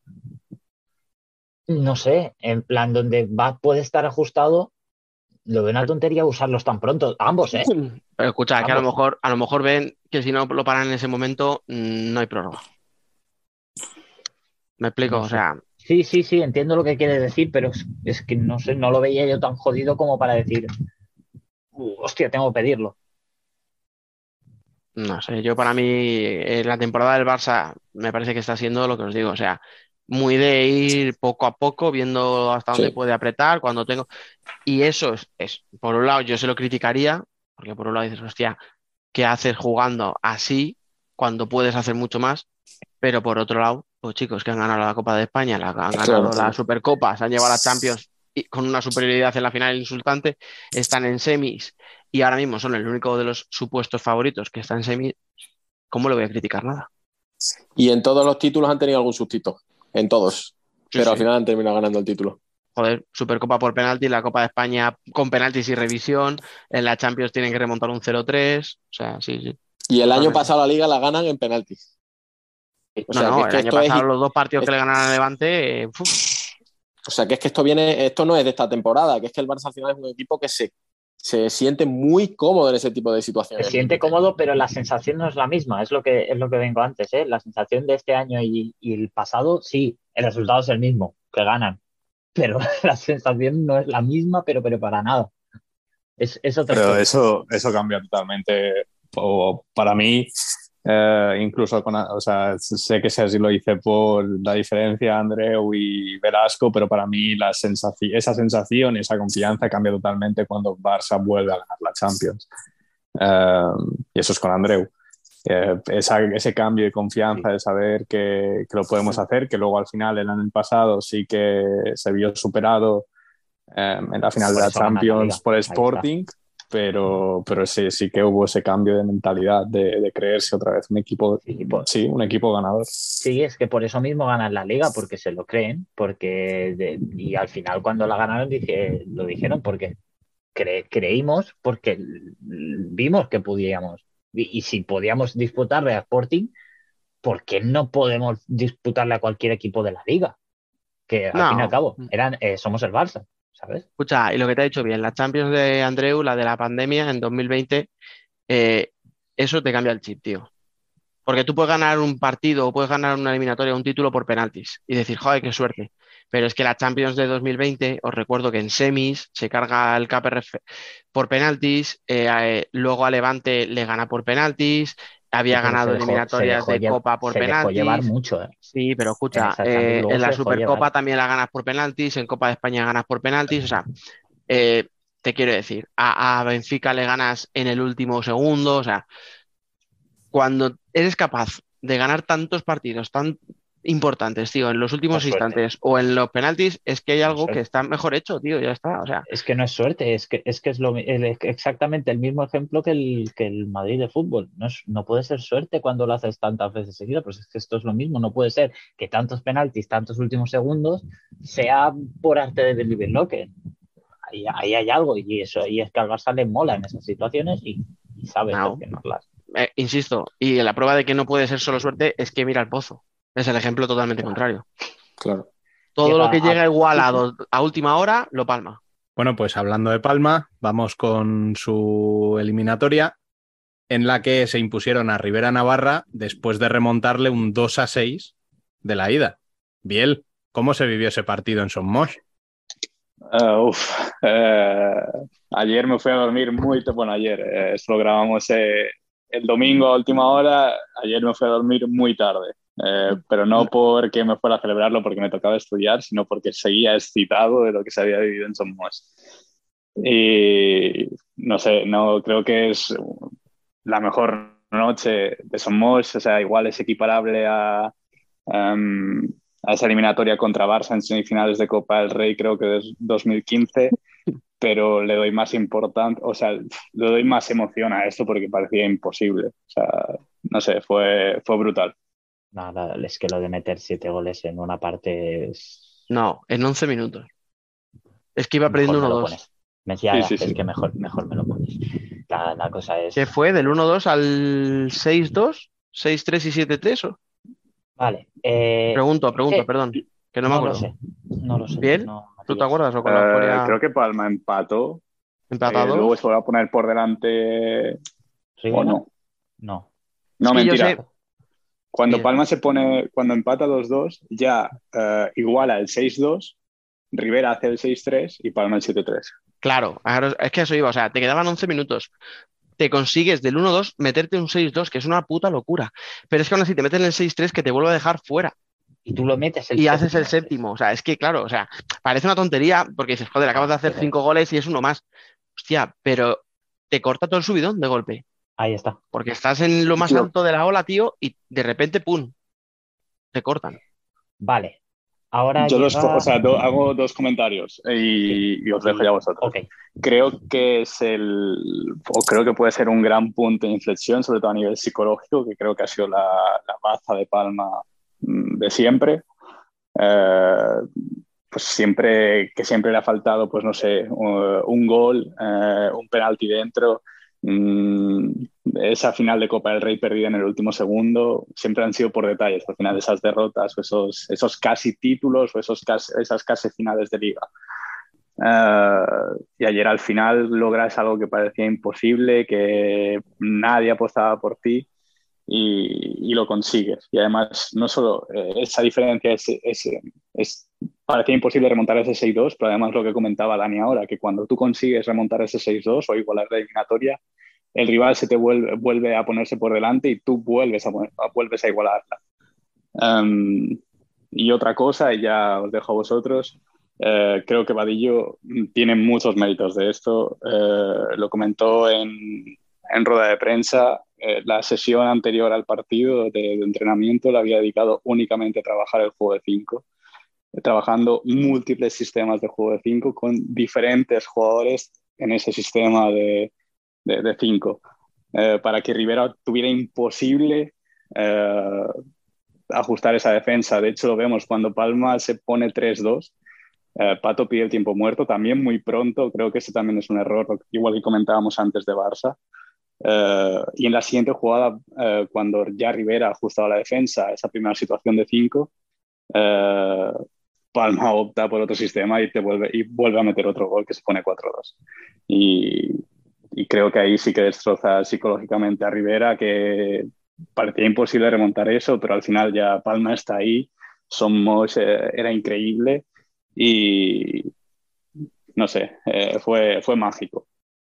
[SPEAKER 5] no sé, en plan donde puede estar ajustado, lo veo una tontería usarlos tan pronto. Ambos, ¿eh?
[SPEAKER 7] Pero escucha, que
[SPEAKER 5] Ambos.
[SPEAKER 7] a lo mejor ven que si no lo paran en ese momento, no hay prórroga. ¿Me explico?
[SPEAKER 5] No
[SPEAKER 7] O
[SPEAKER 5] sé.
[SPEAKER 7] sea,
[SPEAKER 5] Sí, entiendo lo que quiere decir, pero es que no sé, no lo veía yo tan jodido como para decir, hostia, tengo que pedirlo.
[SPEAKER 7] no sé, yo para mí la temporada del Barça me parece que está siendo lo que os digo, o sea, muy de ir poco a poco, viendo hasta dónde
[SPEAKER 6] Sí.
[SPEAKER 7] puede apretar, cuando tengo... Y eso por un lado, yo se lo criticaría, porque por un lado dices, hostia, ¿qué haces jugando así cuando puedes hacer mucho más? Pero por otro lado, pues chicos, que han ganado la Copa de España, han
[SPEAKER 6] Claro.
[SPEAKER 7] ganado la Supercopa, se han llevado a la Champions y con una superioridad en la final insultante, están en semis y ahora mismo son el único de los supuestos favoritos que está en semis. ¿Cómo le voy a criticar nada?
[SPEAKER 6] Y en todos los títulos han tenido algún sustituto, en todos,
[SPEAKER 7] Sí,
[SPEAKER 6] pero al
[SPEAKER 7] sí.
[SPEAKER 6] final han terminado ganando el título.
[SPEAKER 7] Joder, Supercopa por penalti, la Copa de España con penaltis y revisión, en la Champions tienen que remontar un 0-3, o sea, sí, sí.
[SPEAKER 6] Y el año
[SPEAKER 7] Totalmente.
[SPEAKER 6] pasado la Liga la ganan en penaltis. O sea, que es
[SPEAKER 7] El
[SPEAKER 6] que
[SPEAKER 7] año
[SPEAKER 6] esto
[SPEAKER 7] pasado los dos partidos que le ganaron a Levante,
[SPEAKER 6] o sea, que es que esto no es de esta temporada, que es que el Barça al final es un equipo que se siente muy cómodo en ese tipo de
[SPEAKER 5] Se
[SPEAKER 6] situaciones.
[SPEAKER 5] siente cómodo, pero la sensación no es la misma, es lo que vengo antes, ¿eh? La sensación de este año y el pasado, sí, el resultado es el mismo, que ganan, pero la sensación no es la misma, pero para nada. Es otra
[SPEAKER 8] Pero
[SPEAKER 5] historia.
[SPEAKER 8] eso cambia totalmente. O para mí, incluso o sea, sé que Sergi lo hice por la diferencia Andreu y Velasco, pero para mí esa sensación y esa confianza cambia totalmente cuando Barça vuelve a ganar la Champions. Y eso es con Andreu. Ese cambio de confianza, de saber que lo podemos hacer, que luego al final el año pasado sí que se vio superado en la final
[SPEAKER 5] Por
[SPEAKER 8] de la
[SPEAKER 5] eso ganan la
[SPEAKER 8] Champions
[SPEAKER 5] Liga.
[SPEAKER 8] por
[SPEAKER 5] Ahí está.
[SPEAKER 8] Sporting, pero sí que hubo ese cambio de mentalidad de creerse otra vez un equipo, un equipo ganador.
[SPEAKER 5] Sí, es que por eso mismo ganan la liga, porque se lo creen, y al final cuando la ganaron lo dijeron porque creímos, porque vimos que podíamos. Y si podíamos disputarle a Sporting, ¿por qué no podemos disputarle a cualquier equipo de la liga? Que al fin y al
[SPEAKER 7] No.
[SPEAKER 5] cabo somos el Barça, ¿sabes?
[SPEAKER 7] Escucha, y lo que te ha dicho bien, la Champions de Andreu, la de la pandemia en 2020, eso te cambia el chip, tío. Porque tú puedes ganar un partido o puedes ganar una eliminatoria, un título por penaltis y decir, joder, qué suerte. Pero es que la Champions de 2020, os recuerdo que en semis se carga el KPRF por penaltis, luego a Levante le gana por penaltis, había
[SPEAKER 5] Pero
[SPEAKER 7] ganado eliminatorias de Copa por
[SPEAKER 5] se dejó llevar
[SPEAKER 7] penaltis.
[SPEAKER 5] mucho, ¿eh?
[SPEAKER 7] Sí, pero
[SPEAKER 5] En
[SPEAKER 7] escucha,
[SPEAKER 5] esa Champions luego
[SPEAKER 7] en
[SPEAKER 5] se
[SPEAKER 7] la
[SPEAKER 5] dejó llevar.
[SPEAKER 7] Supercopa también la ganas por penaltis, en Copa de España ganas por penaltis, o sea, te quiero decir, a Benfica le ganas en el último segundo, o sea, cuando eres capaz de ganar tantos partidos tan importantes, tío, en los últimos instantes o en los penaltis, es que hay algo que está mejor hecho, tío, ya está, o sea.
[SPEAKER 5] Es que no es suerte, es que es exactamente el mismo ejemplo que el Madrid de fútbol. No puede ser suerte cuando lo haces tantas veces seguidas, pues es que esto es lo mismo, no puede ser que tantos penaltis, tantos últimos segundos, sea por arte de Liverloque. Ahí hay algo, y es que al Barça le mola en esas situaciones y sabe gestionarlas.
[SPEAKER 7] Insisto, y la prueba de que no puede ser solo suerte es que mira el Pozo. Es el ejemplo totalmente contrario.
[SPEAKER 6] Claro.
[SPEAKER 7] Todo lo que llega igualado a última hora, lo palma.
[SPEAKER 1] Bueno, pues hablando de Palma, vamos con su eliminatoria, en la que se impusieron a Rivera Navarra después de remontarle un 2-6 de la ida. Biel, ¿cómo se vivió ese partido en Son Moix?
[SPEAKER 8] Ayer me fui a dormir ayer, esto lo grabamos el domingo a última hora, ayer me fui a dormir muy tarde, pero no porque me fuera a celebrarlo porque me tocaba estudiar, sino porque seguía excitado de lo que se había vivido en Son Moix. Y no sé, no creo que es la mejor noche de Son Moix, o sea, igual es equiparable a esa eliminatoria contra Barça en semifinales de Copa del Rey, creo que es 2015, pero le doy más importancia, o sea, le doy más emoción a esto porque parecía imposible. O sea, no sé, fue brutal.
[SPEAKER 5] Nada, es que lo de meter 7 goles en una parte es...
[SPEAKER 7] No, en 11 minutos. Es que iba perdiendo 1-2.
[SPEAKER 5] Sí. Es que mejor me lo pones. La cosa es...
[SPEAKER 7] ¿Qué fue? ¿Del 1-2 al 6-2? ¿6-3 y 7-3? ¿O?
[SPEAKER 5] Vale.
[SPEAKER 7] Pregunto, perdón, que no me acuerdo.
[SPEAKER 5] No lo sé.
[SPEAKER 7] ¿Bien? ¿Tú te acuerdas? ¿O con la euforia?
[SPEAKER 8] Creo que Palma empató.
[SPEAKER 7] ¿Empatado?
[SPEAKER 8] Luego se va a poner por delante... ¿O no?
[SPEAKER 5] No.
[SPEAKER 8] No, mentira.
[SPEAKER 7] Sé...
[SPEAKER 8] Cuando Palma cuando empata 2-2, ya iguala el 6-2, Rivera hace el 6-3 y Palma el 7-3.
[SPEAKER 7] Claro, es que eso iba, o sea, te quedaban 11 minutos. Te consigues del 1-2 meterte un 6-2, que es una puta locura. Pero es que aún así te meten el 6-3 que te vuelve a dejar fuera.
[SPEAKER 5] Y tú lo metes
[SPEAKER 7] y haces el séptimo. O sea, es que claro, o sea, parece una tontería porque dices, joder, acabas de hacer 5 goles y es uno más. Hostia, pero te corta todo el subidón de golpe.
[SPEAKER 5] Ahí está.
[SPEAKER 7] Porque estás en lo más alto de la ola, tío, y de repente, ¡pum!, te cortan.
[SPEAKER 5] Vale. Ahora
[SPEAKER 8] yo hago 2 comentarios y os dejo ya a vosotros.
[SPEAKER 5] Okay.
[SPEAKER 8] Creo que creo que puede ser un gran punto de inflexión, sobre todo a nivel psicológico, que creo que ha sido la baza de Palma de siempre. Pues siempre le ha faltado, pues no sé, un gol, un penalti dentro. Esa final de Copa del Rey perdida en el último segundo siempre han sido por detalles al final de esas derrotas o esos casi títulos o esas casi finales de liga. Y ayer al final logras algo que parecía imposible, que nadie apostaba por ti y lo consigues. Y además no solo esa diferencia parecía imposible remontar ese 6-2, pero además lo que comentaba Dani ahora, que cuando tú consigues remontar ese 6-2 o igualar la eliminatoria, el rival se te vuelve a ponerse por delante y tú vuelves a igualarla. Y otra cosa, y ya os dejo a vosotros, creo que Vadillo tiene muchos méritos de esto. Lo comentó en rueda de prensa. La sesión anterior al partido de entrenamiento la había dedicado únicamente a trabajar el juego de 5, trabajando múltiples sistemas de juego de 5 con diferentes jugadores en ese sistema de de 5, para que Rivera tuviera imposible ajustar esa defensa. De hecho, lo vemos cuando Palma se pone 3-2. Pato pide el tiempo muerto también muy pronto. Creo que ese también es un error, igual que comentábamos antes de Barça. Y en la siguiente jugada, cuando ya Rivera ha ajustado la defensa, esa primera situación de 5, Palma opta por otro sistema y vuelve a meter otro gol que se pone 4-2. Y creo que ahí sí que destroza psicológicamente a Rivera, que parecía imposible remontar eso, pero al final ya Palma está ahí. Era increíble y no sé, fue mágico.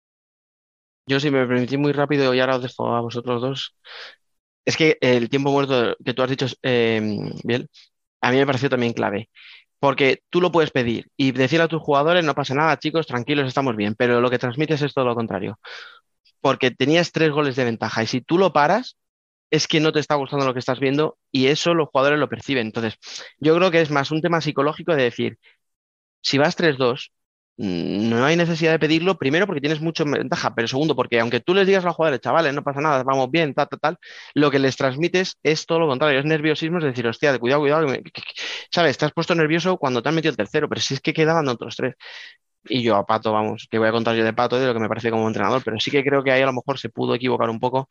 [SPEAKER 7] Yo, si me permitís muy rápido, y ahora os dejo a vosotros dos. Es que el tiempo muerto que tú has dicho, Biel, a mí me pareció también clave. Porque tú lo puedes pedir y decir a tus jugadores, no pasa nada, chicos, tranquilos, estamos bien, pero lo que transmites es todo lo contrario. Porque tenías 3 goles de ventaja y si tú lo paras, es que no te está gustando lo que estás viendo y eso los jugadores lo perciben. Entonces, yo creo que es más un tema psicológico de decir, si vas 3-2, no hay necesidad de pedirlo, primero porque tienes mucha ventaja, pero segundo porque aunque tú les digas a los jugadores, chavales, no pasa nada, vamos bien, tal, lo que les transmites es todo lo contrario, es nerviosismo, es decir, hostia, cuidado, ¿sabes? Te has puesto nervioso cuando te han metido el tercero, pero si es que quedaban otros 3. Y yo a Pato, vamos, que voy a contar yo de Pato y de lo que me parece como entrenador, pero sí que creo que ahí a lo mejor se pudo equivocar un poco.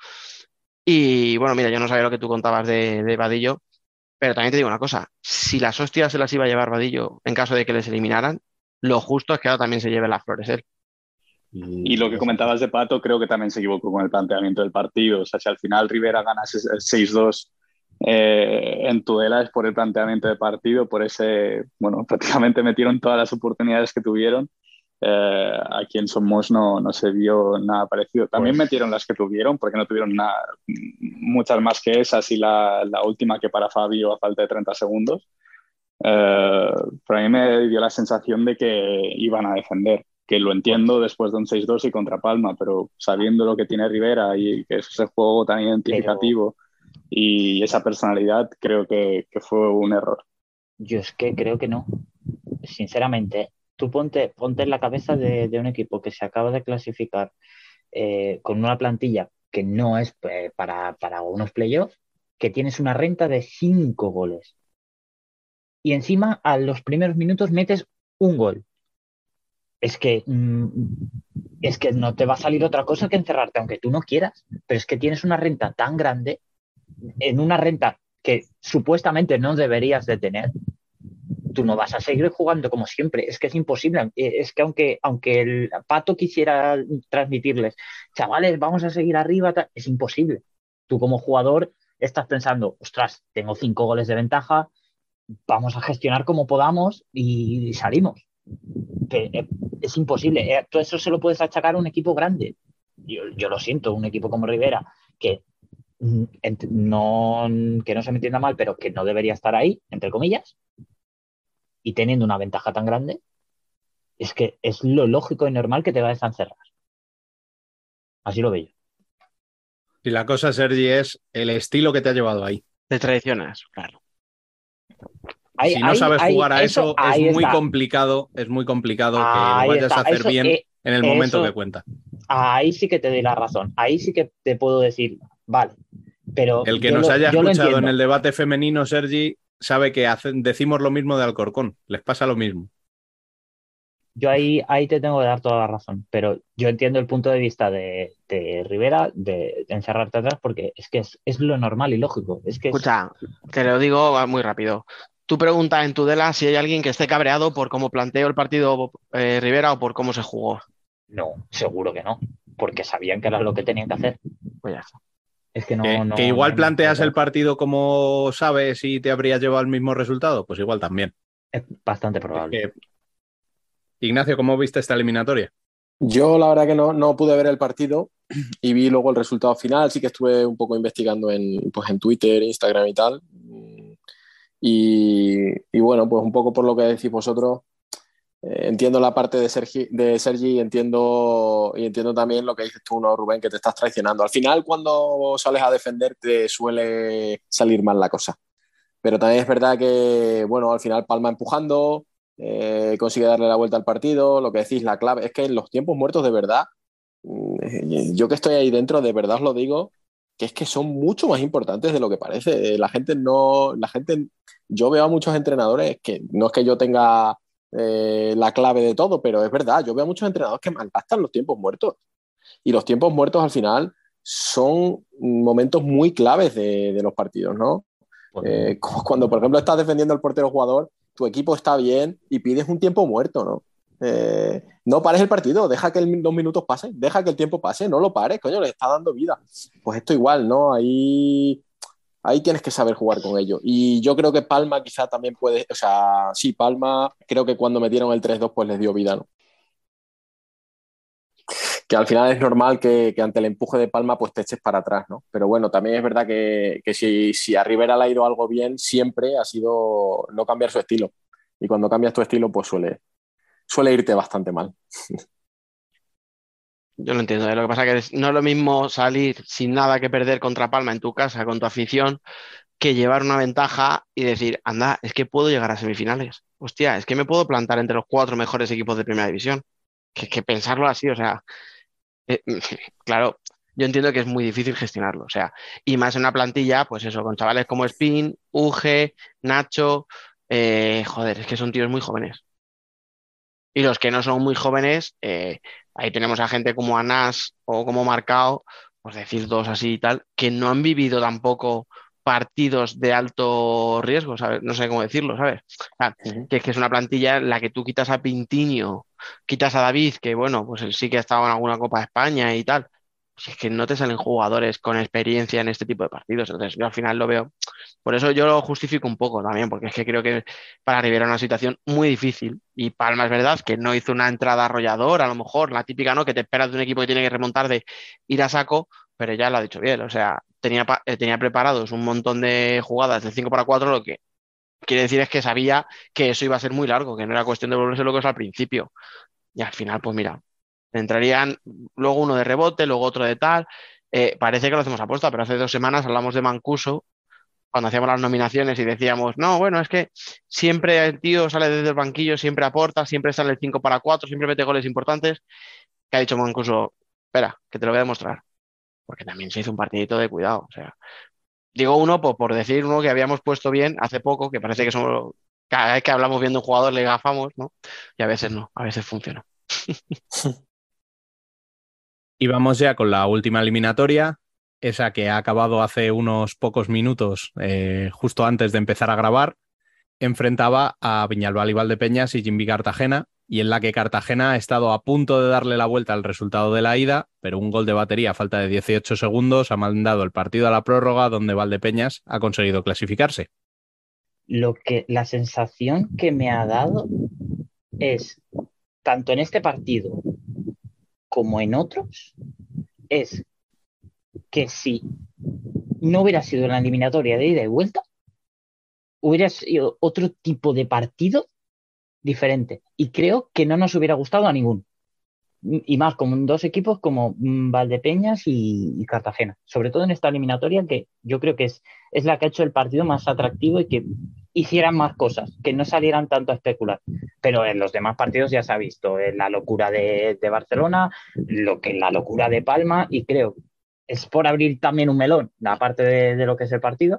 [SPEAKER 7] Y bueno, mira, yo no sabía lo que tú contabas de Vadillo, pero también te digo una cosa, si las hostias se las iba a llevar Vadillo en caso de que les eliminaran, lo justo es que ahora también se lleve las flores él.
[SPEAKER 8] Y lo que comentabas de Pato, creo que también se equivocó con el planteamiento del partido. O sea, si al final Rivera gana 6-2 en Tudela es por el planteamiento de partido, por ese, bueno, prácticamente metieron todas las oportunidades que tuvieron. Aquí en Somos no se vio nada parecido. También metieron las que tuvieron, porque no tuvieron muchas más que esas y la última que para Fabio a falta de 30 segundos. Pero a mí me dio la sensación de que iban a defender, que lo entiendo después de un 6-2 y contra Palma, pero sabiendo lo que tiene Rivera y que es ese juego tan identificativo y esa personalidad, creo que fue un error.
[SPEAKER 5] Yo es que creo que no. Sinceramente, tú ponte en la cabeza de un equipo que se acaba de clasificar con una plantilla que no es para unos playoffs, que tienes una renta de 5 goles. Y encima a los primeros minutos metes un gol. Es que no te va a salir otra cosa que encerrarte, aunque tú no quieras. Pero es que tienes una renta tan grande, en una renta que supuestamente no deberías de tener, tú no vas a seguir jugando como siempre. Es que es imposible. Es que aunque el Pato quisiera transmitirles, chavales, vamos a seguir arriba, es imposible. Tú como jugador estás pensando, ostras, tengo 5 goles de ventaja, vamos a gestionar como podamos y salimos. Es imposible. Todo eso se lo puedes achacar a un equipo grande. Yo lo siento, un equipo como Rivera, que no se me entienda mal, pero que no debería estar ahí, entre comillas, y teniendo una ventaja tan grande, es que es lo lógico y normal que te vayas a encerrar. Así lo veo yo.
[SPEAKER 1] Y la cosa, Sergi, es el estilo que te ha llevado ahí.
[SPEAKER 7] De tradiciones, claro.
[SPEAKER 1] Si no sabes jugar a eso, es muy complicado que lo vayas a hacer bien en el momento que cuenta.
[SPEAKER 5] Ahí sí que te doy la razón. Ahí sí que te puedo decir, vale, pero
[SPEAKER 1] el que nos haya escuchado en el debate femenino, Sergi, sabe que decimos lo mismo de Alcorcón. Les pasa lo mismo.
[SPEAKER 5] Yo ahí te tengo que dar toda la razón, pero yo entiendo el punto de vista de Rivera de encerrarte atrás, porque es que es lo normal y lógico.
[SPEAKER 7] Escucha, te lo digo muy rápido. Tú preguntas en Tudela si hay alguien que esté cabreado por cómo planteó el partido Rivera o por cómo se jugó.
[SPEAKER 5] No, seguro que no, porque sabían que era lo que tenían que hacer.
[SPEAKER 7] Pues ya está.
[SPEAKER 5] Es que
[SPEAKER 1] que igual planteas el partido como sabes y te habría llevado al mismo resultado, pues igual también.
[SPEAKER 5] Es bastante probable.
[SPEAKER 1] Ignacio, ¿cómo viste esta eliminatoria?
[SPEAKER 6] Yo la verdad que no pude ver el partido y vi luego el resultado final. Sí que estuve un poco investigando en Twitter, Instagram y tal. Y bueno, pues un poco por lo que decís vosotros, entiendo la parte de Sergi y entiendo también lo que dices tú, ¿no, Rubén? Que te estás traicionando. Al final, cuando sales a defender, te suele salir mal la cosa. Pero también es verdad que, bueno, al final Palma empujando, consigue darle la vuelta al partido. Lo que decís, la clave es que en los tiempos muertos de verdad yo que estoy ahí dentro, de verdad os lo digo, que es que son mucho más importantes de lo que parece. Yo veo a muchos entrenadores que no es que yo tenga la clave de todo, pero es verdad, yo veo a muchos entrenadores que malgastan los tiempos muertos. Y los tiempos muertos al final son momentos muy claves de los partidos, ¿no? Cuando, por ejemplo, estás defendiendo al portero jugador, tu equipo está bien y pides un tiempo muerto, ¿no? No pares el partido, deja que los minutos pasen, deja que el tiempo pase, no lo pares, coño, le está dando vida. Pues esto igual, ¿no? Ahí tienes que saber jugar con ello. Y yo creo que Palma quizá también puede, o sea, sí, Palma creo que cuando metieron el 3-2 pues les dio vida, ¿no? Que al final es normal que ante el empuje de Palma pues te eches para atrás, ¿no? Pero bueno, también es verdad que si a Rivera le ha ido algo bien, siempre ha sido no cambiar su estilo. Y cuando cambias tu estilo, pues suele irte bastante mal.
[SPEAKER 7] Yo lo entiendo, lo que pasa es que no es lo mismo salir sin nada que perder contra Palma en tu casa con tu afición que llevar una ventaja y decir, anda, es que puedo llegar a semifinales. Hostia, es que me puedo plantar entre los 4 mejores equipos de primera división. Que pensarlo así, o sea, claro, yo entiendo que es muy difícil gestionarlo, o sea, y más en una plantilla, pues eso, con chavales como Spin, Uge, Nacho, joder, es que son tíos muy jóvenes. Y los que no son muy jóvenes, ahí tenemos a gente como Anas o como Marcao, pues decir dos así y tal, que no han vivido tampoco partidos de alto riesgo, ¿sabes? No sé cómo decirlo, ¿sabes? O sea, que es una plantilla en la que tú quitas a Pintiño, quitas a David, que bueno, pues él sí que ha estado en alguna Copa de España y tal. Pues es que no te salen jugadores con experiencia en este tipo de partidos. Entonces, yo al final lo veo. Por eso yo lo justifico un poco también, porque es que creo que para Rivera es una situación muy difícil. Y Palma es verdad que no hizo una entrada arrolladora, a lo mejor, la típica, ¿no? Que te esperas de un equipo que tiene que remontar de ir a saco, pero ya lo ha dicho bien. O sea, tenía preparados un montón de jugadas de 5 para 4, lo que quiere decir es que sabía que eso iba a ser muy largo, que no era cuestión de volverse locos al principio. Y al final, pues mira, entrarían luego uno de rebote, luego otro de tal. Parece que lo hacemos aposta, pero hace 2 semanas hablamos de Mancuso cuando hacíamos las nominaciones y decíamos, no, bueno, es que siempre el tío sale desde el banquillo, siempre aporta, siempre sale el 5 para 4, siempre mete goles importantes. Que ha dicho Mancuso, espera, que te lo voy a demostrar. Porque también se hizo un partidito de cuidado. O sea, digo uno por decir uno que habíamos puesto bien hace poco, que parece que somos, cada vez que hablamos viendo un jugador le gafamos, ¿no? Y a veces no, a veces funciona.
[SPEAKER 1] Y vamos ya con la última eliminatoria, esa que ha acabado hace unos pocos minutos, justo antes de empezar a grabar. Enfrentaba a Viñalbal y Valdepeñas y Jimby Cartagena, y en la que Cartagena ha estado a punto de darle la vuelta al resultado de la ida, pero un gol de batería a falta de 18 segundos ha mandado el partido a la prórroga, donde Valdepeñas ha conseguido clasificarse.
[SPEAKER 9] La sensación que me ha dado es, tanto en este partido como en otros, es que si no hubiera sido la eliminatoria de ida y vuelta, hubiera sido otro tipo de partido diferente. Y creo que no nos hubiera gustado a ninguno. Y más con 2 equipos como Valdepeñas y Cartagena. Sobre todo en esta eliminatoria, que yo creo que es la que ha hecho el partido más atractivo y que hicieran más cosas, que no salieran tanto a especular. Pero en los demás partidos ya se ha visto la locura de Barcelona, la locura de Palma, y creo, es por abrir también un melón, aparte de lo que es el partido.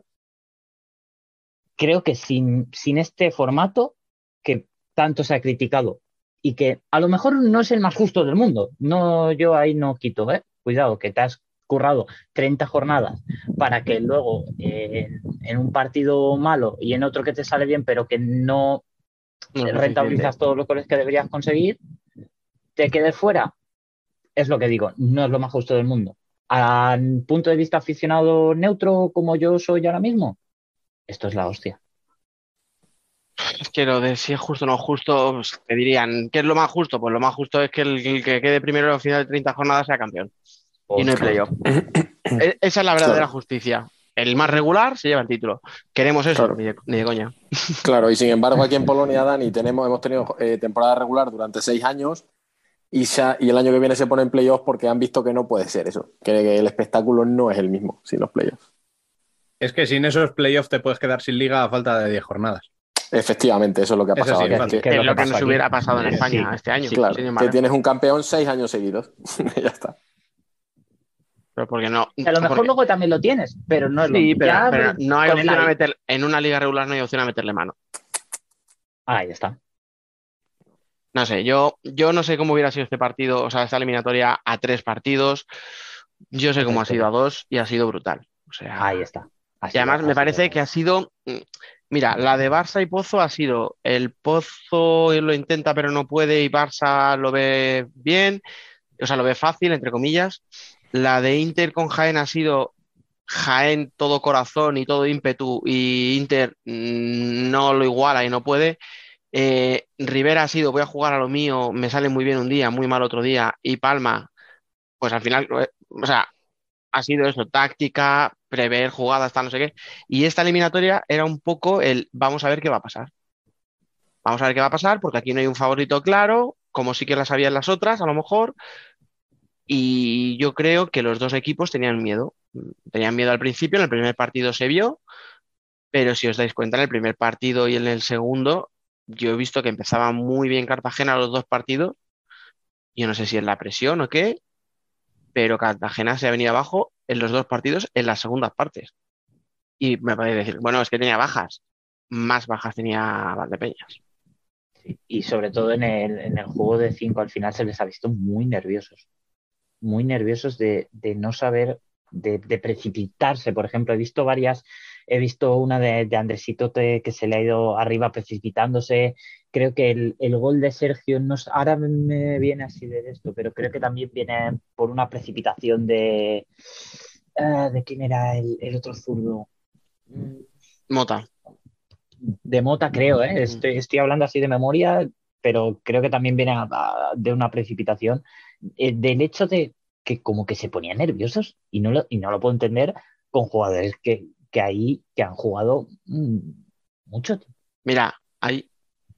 [SPEAKER 9] Creo que sin este formato que tanto se ha criticado y que a lo mejor no es el más justo del mundo, no, yo ahí no quito, cuidado, que te has currado 30 jornadas para que luego en un partido malo y en otro que te sale bien, pero que no rentabilizas todos los goles que deberías conseguir, te quedes fuera. Es lo que digo, no es lo más justo del mundo. A punto de vista aficionado neutro como yo soy ahora mismo, esto es la hostia.
[SPEAKER 7] Es que lo de si es justo o no justo, pues te dirían, ¿qué es lo más justo? Pues lo más justo es que el que quede primero al final de 30 jornadas sea campeón. Y no hay playoff. Esa es la verdadera justicia. El más regular se lleva el título. Queremos eso, ni de coña.
[SPEAKER 6] Claro, y sin embargo aquí en Polonia, Dani, hemos tenido temporada regular durante 6 años y el año que viene se pone en playoffs porque han visto que no puede ser eso, que el espectáculo no es el mismo sin los playoffs.
[SPEAKER 1] Es que sin esos playoffs te puedes quedar sin liga a falta de 10 jornadas.
[SPEAKER 6] Efectivamente, eso es lo que ha pasado aquí.
[SPEAKER 7] Que es lo que nos hubiera pasado en España este año.
[SPEAKER 6] Claro, que tienes un campeón 6 años seguidos. Ya está.
[SPEAKER 7] Pero porque no.
[SPEAKER 9] A lo mejor
[SPEAKER 7] porque-
[SPEAKER 9] luego también lo tienes, pero no es lo
[SPEAKER 7] Sí,
[SPEAKER 9] mismo.
[SPEAKER 7] pero,
[SPEAKER 9] Ya
[SPEAKER 7] pero no hay
[SPEAKER 9] con el
[SPEAKER 7] opción a
[SPEAKER 9] aire.
[SPEAKER 7] meter. En una liga regular no hay opción a meterle mano.
[SPEAKER 9] Ahí está.
[SPEAKER 7] No sé, yo no sé cómo hubiera sido este partido, o sea, esta eliminatoria a 3 partidos. Yo sé
[SPEAKER 9] Otra
[SPEAKER 7] cómo ha sido
[SPEAKER 9] historia.
[SPEAKER 7] a 2 y ha sido brutal. O sea,
[SPEAKER 9] Ahí está.
[SPEAKER 7] y además me parece que ha sido. Mira, la de Barça y Pozo ha sido. El Pozo lo intenta pero no puede y Barça lo ve bien, o sea, lo ve fácil, entre comillas. La de Inter con Jaén ha sido Jaén todo corazón y todo ímpetu y Inter no lo iguala y no puede. Rivera ha sido voy a jugar a lo mío, me sale muy bien un día, muy mal otro día. Y Palma, pues al final, o sea, ha sido eso, táctica, prever jugadas, tal, no sé qué. Y esta eliminatoria era un poco el vamos a ver qué va a pasar. Vamos a ver qué va a pasar, porque aquí no hay un favorito claro, como sí que las había en las otras, a lo mejor. Y yo creo que los dos equipos tenían miedo. Tenían miedo al principio, en el primer partido se vio, pero si os dais cuenta, en el primer partido y en el segundo, yo he visto que empezaba muy bien Cartagena los dos partidos. Yo no sé si es la presión o qué, pero Cartagena se ha venido abajo en los dos partidos en las segundas partes. Y me podéis decir, bueno, es que tenía bajas. Más bajas tenía Valdepeñas.
[SPEAKER 9] Y sobre todo en el juego de 5 al final se les ha visto muy nerviosos de no saber, de precipitarse. Por ejemplo, he visto una de Andresito que se le ha ido arriba precipitándose. Creo que el gol de Sergio, no, ahora me viene así de esto, pero creo que también viene por una precipitación ¿de quién era el otro zurdo?
[SPEAKER 7] Mota.
[SPEAKER 9] De Mota, creo, ¿eh? Estoy hablando así de memoria, pero creo que también viene de una precipitación. Del hecho de que como que se ponían nerviosos y no lo puedo entender con jugadores que han jugado mucho.
[SPEAKER 7] Mira, hay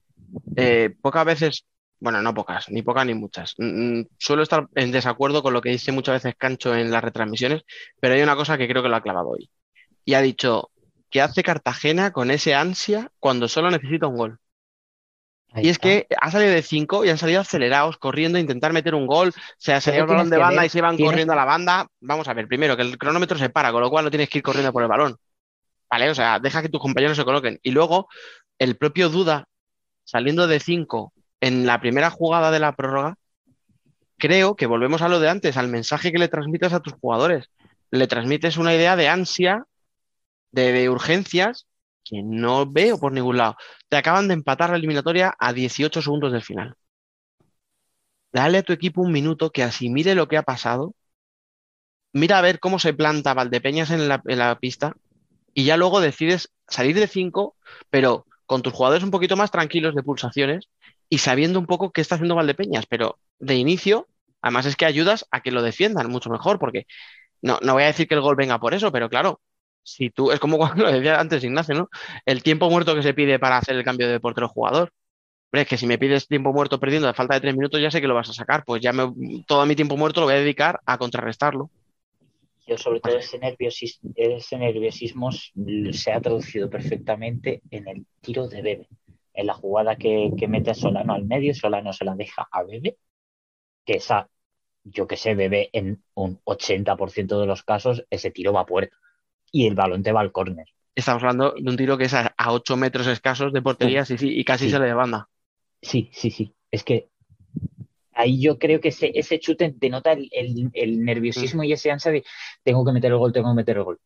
[SPEAKER 7] pocas veces, bueno, no pocas, ni pocas ni muchas. Suelo estar en desacuerdo con lo que dice muchas veces Cancho en las retransmisiones, pero hay una cosa que creo que lo ha clavado hoy. Y ha dicho, ¿qué hace Cartagena con ese ansia cuando solo necesita un gol?
[SPEAKER 9] Ahí
[SPEAKER 7] Y es
[SPEAKER 9] está.
[SPEAKER 7] que ha salido de 5 y han salido acelerados, corriendo a intentar meter un gol. Se ha salido
[SPEAKER 9] Solo
[SPEAKER 7] el balón
[SPEAKER 9] tienes
[SPEAKER 7] de
[SPEAKER 9] que
[SPEAKER 7] banda y
[SPEAKER 9] ver,
[SPEAKER 7] se van corriendo a la banda. Vamos a ver, primero, que el cronómetro se para, con lo cual no tienes que ir corriendo por el balón. ¿Vale? O sea, deja que tus compañeros se coloquen. Y luego, el propio Duda, saliendo de 5 en la primera jugada de la prórroga, creo que volvemos a lo de antes, al mensaje que le transmites a tus jugadores. Le transmites una idea de ansia, de urgencias, que no veo por ningún lado. Te acaban de empatar la eliminatoria a 18 segundos del final. Dale a tu equipo un minuto que asimile lo que ha pasado. Mira a ver cómo se planta Valdepeñas en la pista y ya luego decides salir de 5, pero con tus jugadores un poquito más tranquilos de pulsaciones y sabiendo un poco qué está haciendo Valdepeñas. Pero de inicio, además es que ayudas a que lo defiendan mucho mejor, porque no voy a decir que el gol venga por eso, pero claro, si tú, es como cuando lo decía antes Ignacio, ¿no? El tiempo muerto que se pide para hacer el cambio de portero jugador. Hombre, es que si me pides tiempo muerto perdiendo a falta de 3 minutos, ya sé que lo vas a sacar. Pues todo mi tiempo muerto lo voy a dedicar a contrarrestarlo.
[SPEAKER 9] yo sobre
[SPEAKER 7] Pues,
[SPEAKER 9] todo ese nerviosismo se ha traducido perfectamente en el tiro de Bebe. En la jugada que mete a Solano al medio, Solano se la deja a Bebe, que esa, yo que sé, Bebe en un 80% de los casos, ese tiro va a puerta y el balón te va al córner.
[SPEAKER 7] estamos hablando de un tiro que es a 8 metros escasos de portería, sí, sí, y casi
[SPEAKER 9] Sí,
[SPEAKER 7] se le de banda.
[SPEAKER 9] sí. Es que ahí yo creo que ese chute denota el
[SPEAKER 7] Mm.
[SPEAKER 9] nerviosismo y ese ansia de tengo que meter el gol, tengo que meter el gol.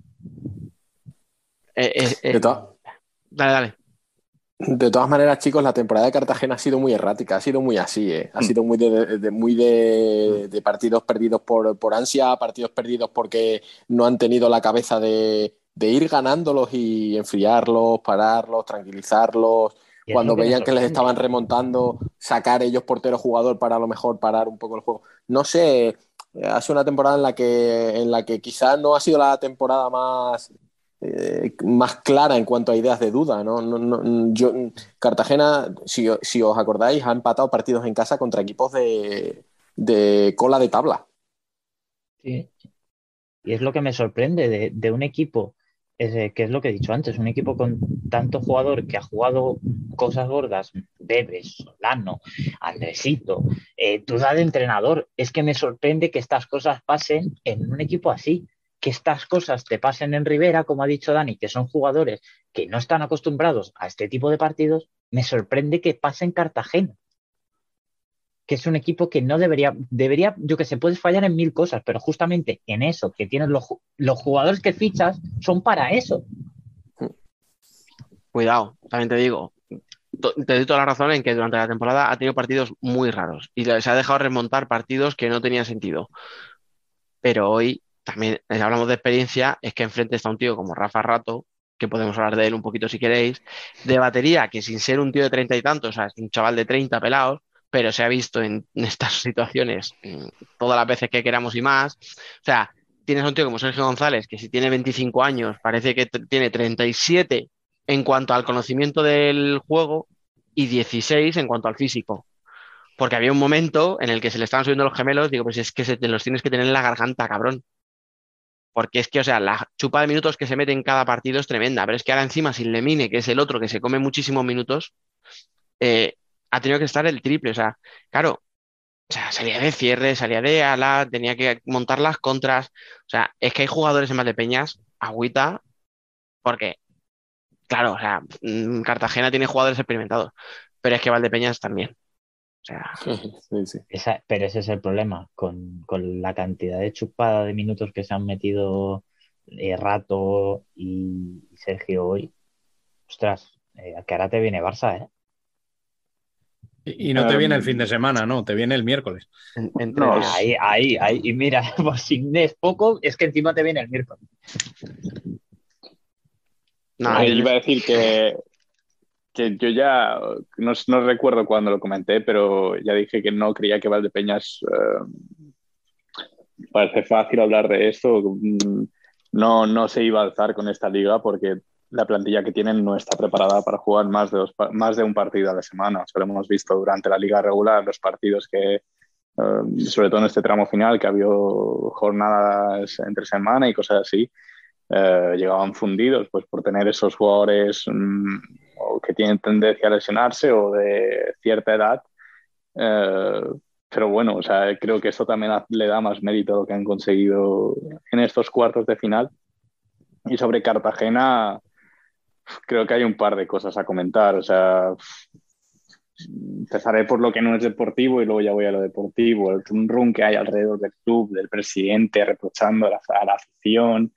[SPEAKER 6] De, to-
[SPEAKER 7] Dale, dale.
[SPEAKER 6] de todas maneras, chicos, la temporada de Cartagena ha sido muy errática, ha sido muy así, ¿eh? Ha sido muy de partidos perdidos por ansia, partidos perdidos porque no han tenido la cabeza de ir ganándolos y enfriarlos, pararlos, tranquilizarlos.
[SPEAKER 9] Y es lo
[SPEAKER 6] Cuando
[SPEAKER 9] que me
[SPEAKER 6] veían que les
[SPEAKER 9] sorprende.
[SPEAKER 6] estaban remontando, sacar ellos portero jugador para a lo mejor parar un poco el juego. No sé, ha sido una temporada en la que quizás no ha sido la temporada más clara en cuanto a ideas de duda, ¿no? Cartagena, si os acordáis, ha empatado partidos en casa contra equipos de cola de tabla.
[SPEAKER 9] Sí. Y es lo que me sorprende de un equipo que es lo que he dicho antes, un equipo con tanto jugador que ha jugado cosas gordas, Bebes, Solano, Andresito, duda de entrenador. Es que me sorprende que estas cosas pasen en un equipo así, que estas cosas te pasen en Rivera, como ha dicho Dani, que son jugadores que no están acostumbrados a este tipo de partidos. Me sorprende que pase en Cartagena, que es un equipo que no debería, yo que sé, puedes fallar en 1000 cosas, pero justamente en eso, que tienes los jugadores que fichas, son para eso.
[SPEAKER 7] Cuidado, también te digo, te doy toda la razón en que durante la temporada ha tenido partidos muy raros y se ha dejado remontar partidos que no tenían sentido. Pero hoy también hablamos de experiencia, es que enfrente está un tío como Rafa Rato, que podemos hablar de él un poquito si queréis, de batería, que sin ser un tío de 30 y tantos, o sea, es un chaval de 30 pelados, pero se ha visto en estas situaciones todas las veces que queramos y más. O sea, tienes a un tío como Sergio González, que si tiene 25 años, parece que tiene 37 en cuanto al conocimiento del juego y 16 en cuanto al físico. Porque había un momento en el que se le estaban subiendo los gemelos, digo, pues es que te los tienes que tener en la garganta, cabrón. Porque es que, o sea, la chupa de minutos que se mete en cada partido es tremenda, pero es que ahora encima sin Lemine, que es el otro que se come muchísimos minutos, ha tenido que estar el triple, o sea, claro, o sea, salía de cierre, salía de ala, tenía que montar las contras, o sea, es que hay jugadores en Valdepeñas, agüita, porque, claro, o sea, Cartagena tiene jugadores experimentados, pero es que Valdepeñas también, o sea,
[SPEAKER 6] Sí, sí.
[SPEAKER 9] Pero ese es el problema, con la cantidad de chupada de minutos que se han metido Rato y Sergio hoy. Ostras, que ahora te viene Barça, ¿eh?
[SPEAKER 1] Y no te viene el fin de semana, no, te viene el miércoles.
[SPEAKER 7] entre
[SPEAKER 8] No,
[SPEAKER 7] días.
[SPEAKER 9] Ahí. Y mira, pues si es poco, es que encima te viene el miércoles.
[SPEAKER 7] No,
[SPEAKER 8] iba a decir que yo ya no recuerdo cuándo lo comenté, pero ya dije que no creía que Valdepeñas parece fácil hablar de esto. No se iba a alzar con esta liga porque la plantilla que tienen no está preparada para jugar más de un partido a la semana. O sea, lo hemos visto durante la liga regular, los partidos que, sobre todo en este tramo final, que había jornadas entre semana y cosas así, llegaban fundidos pues por tener esos jugadores o que tienen tendencia a lesionarse o de cierta edad. Eh, pero bueno, o sea, creo que eso también le da más mérito a lo que han conseguido en estos cuartos de final. Y sobre Cartagena, creo que hay un par de cosas a comentar. O sea, empezaré por lo que no es deportivo y luego ya voy a lo deportivo. El run que hay alrededor del club, del presidente reprochando a la afición,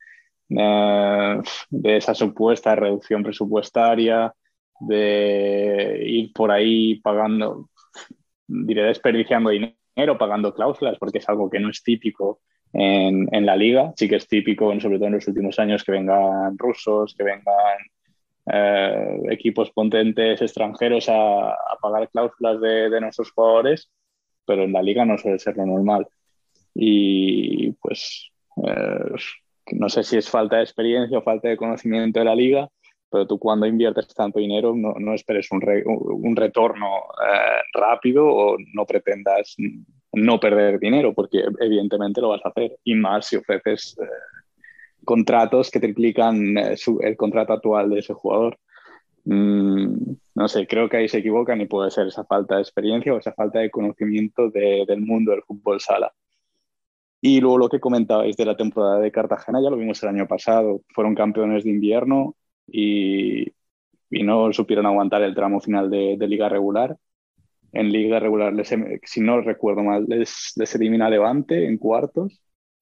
[SPEAKER 8] de esa supuesta reducción presupuestaria, de ir por ahí pagando, diré desperdiciando dinero, pagando cláusulas, porque es algo que no es típico en la liga. Sí que es típico, sobre todo en los últimos años, que vengan rusos, que vengan equipos potentes extranjeros a pagar cláusulas de nuestros jugadores, pero en la liga no suele ser lo normal. Y pues no sé si es falta de experiencia o falta de conocimiento de la liga, pero tú cuando inviertes tanto dinero no esperes un retorno rápido o no pretendas no perder dinero, porque evidentemente lo vas a hacer, y más si ofreces contratos que triplican el contrato actual de ese jugador. No sé, creo que ahí se equivocan y puede ser esa falta de experiencia o esa falta de conocimiento del mundo del fútbol sala. Y luego lo que comentabais de la temporada de Cartagena, ya lo vimos el año pasado. Fueron campeones de invierno y no supieron aguantar el tramo final de liga regular. En liga regular, si no recuerdo mal, les elimina Levante en cuartos.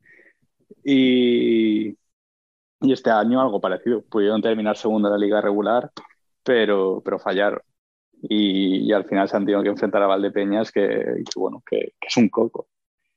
[SPEAKER 8] Y este año algo parecido. Pudieron terminar segundo en la liga regular, pero fallaron. Y al final se han tenido que enfrentar a Valdepeñas, que es un coco.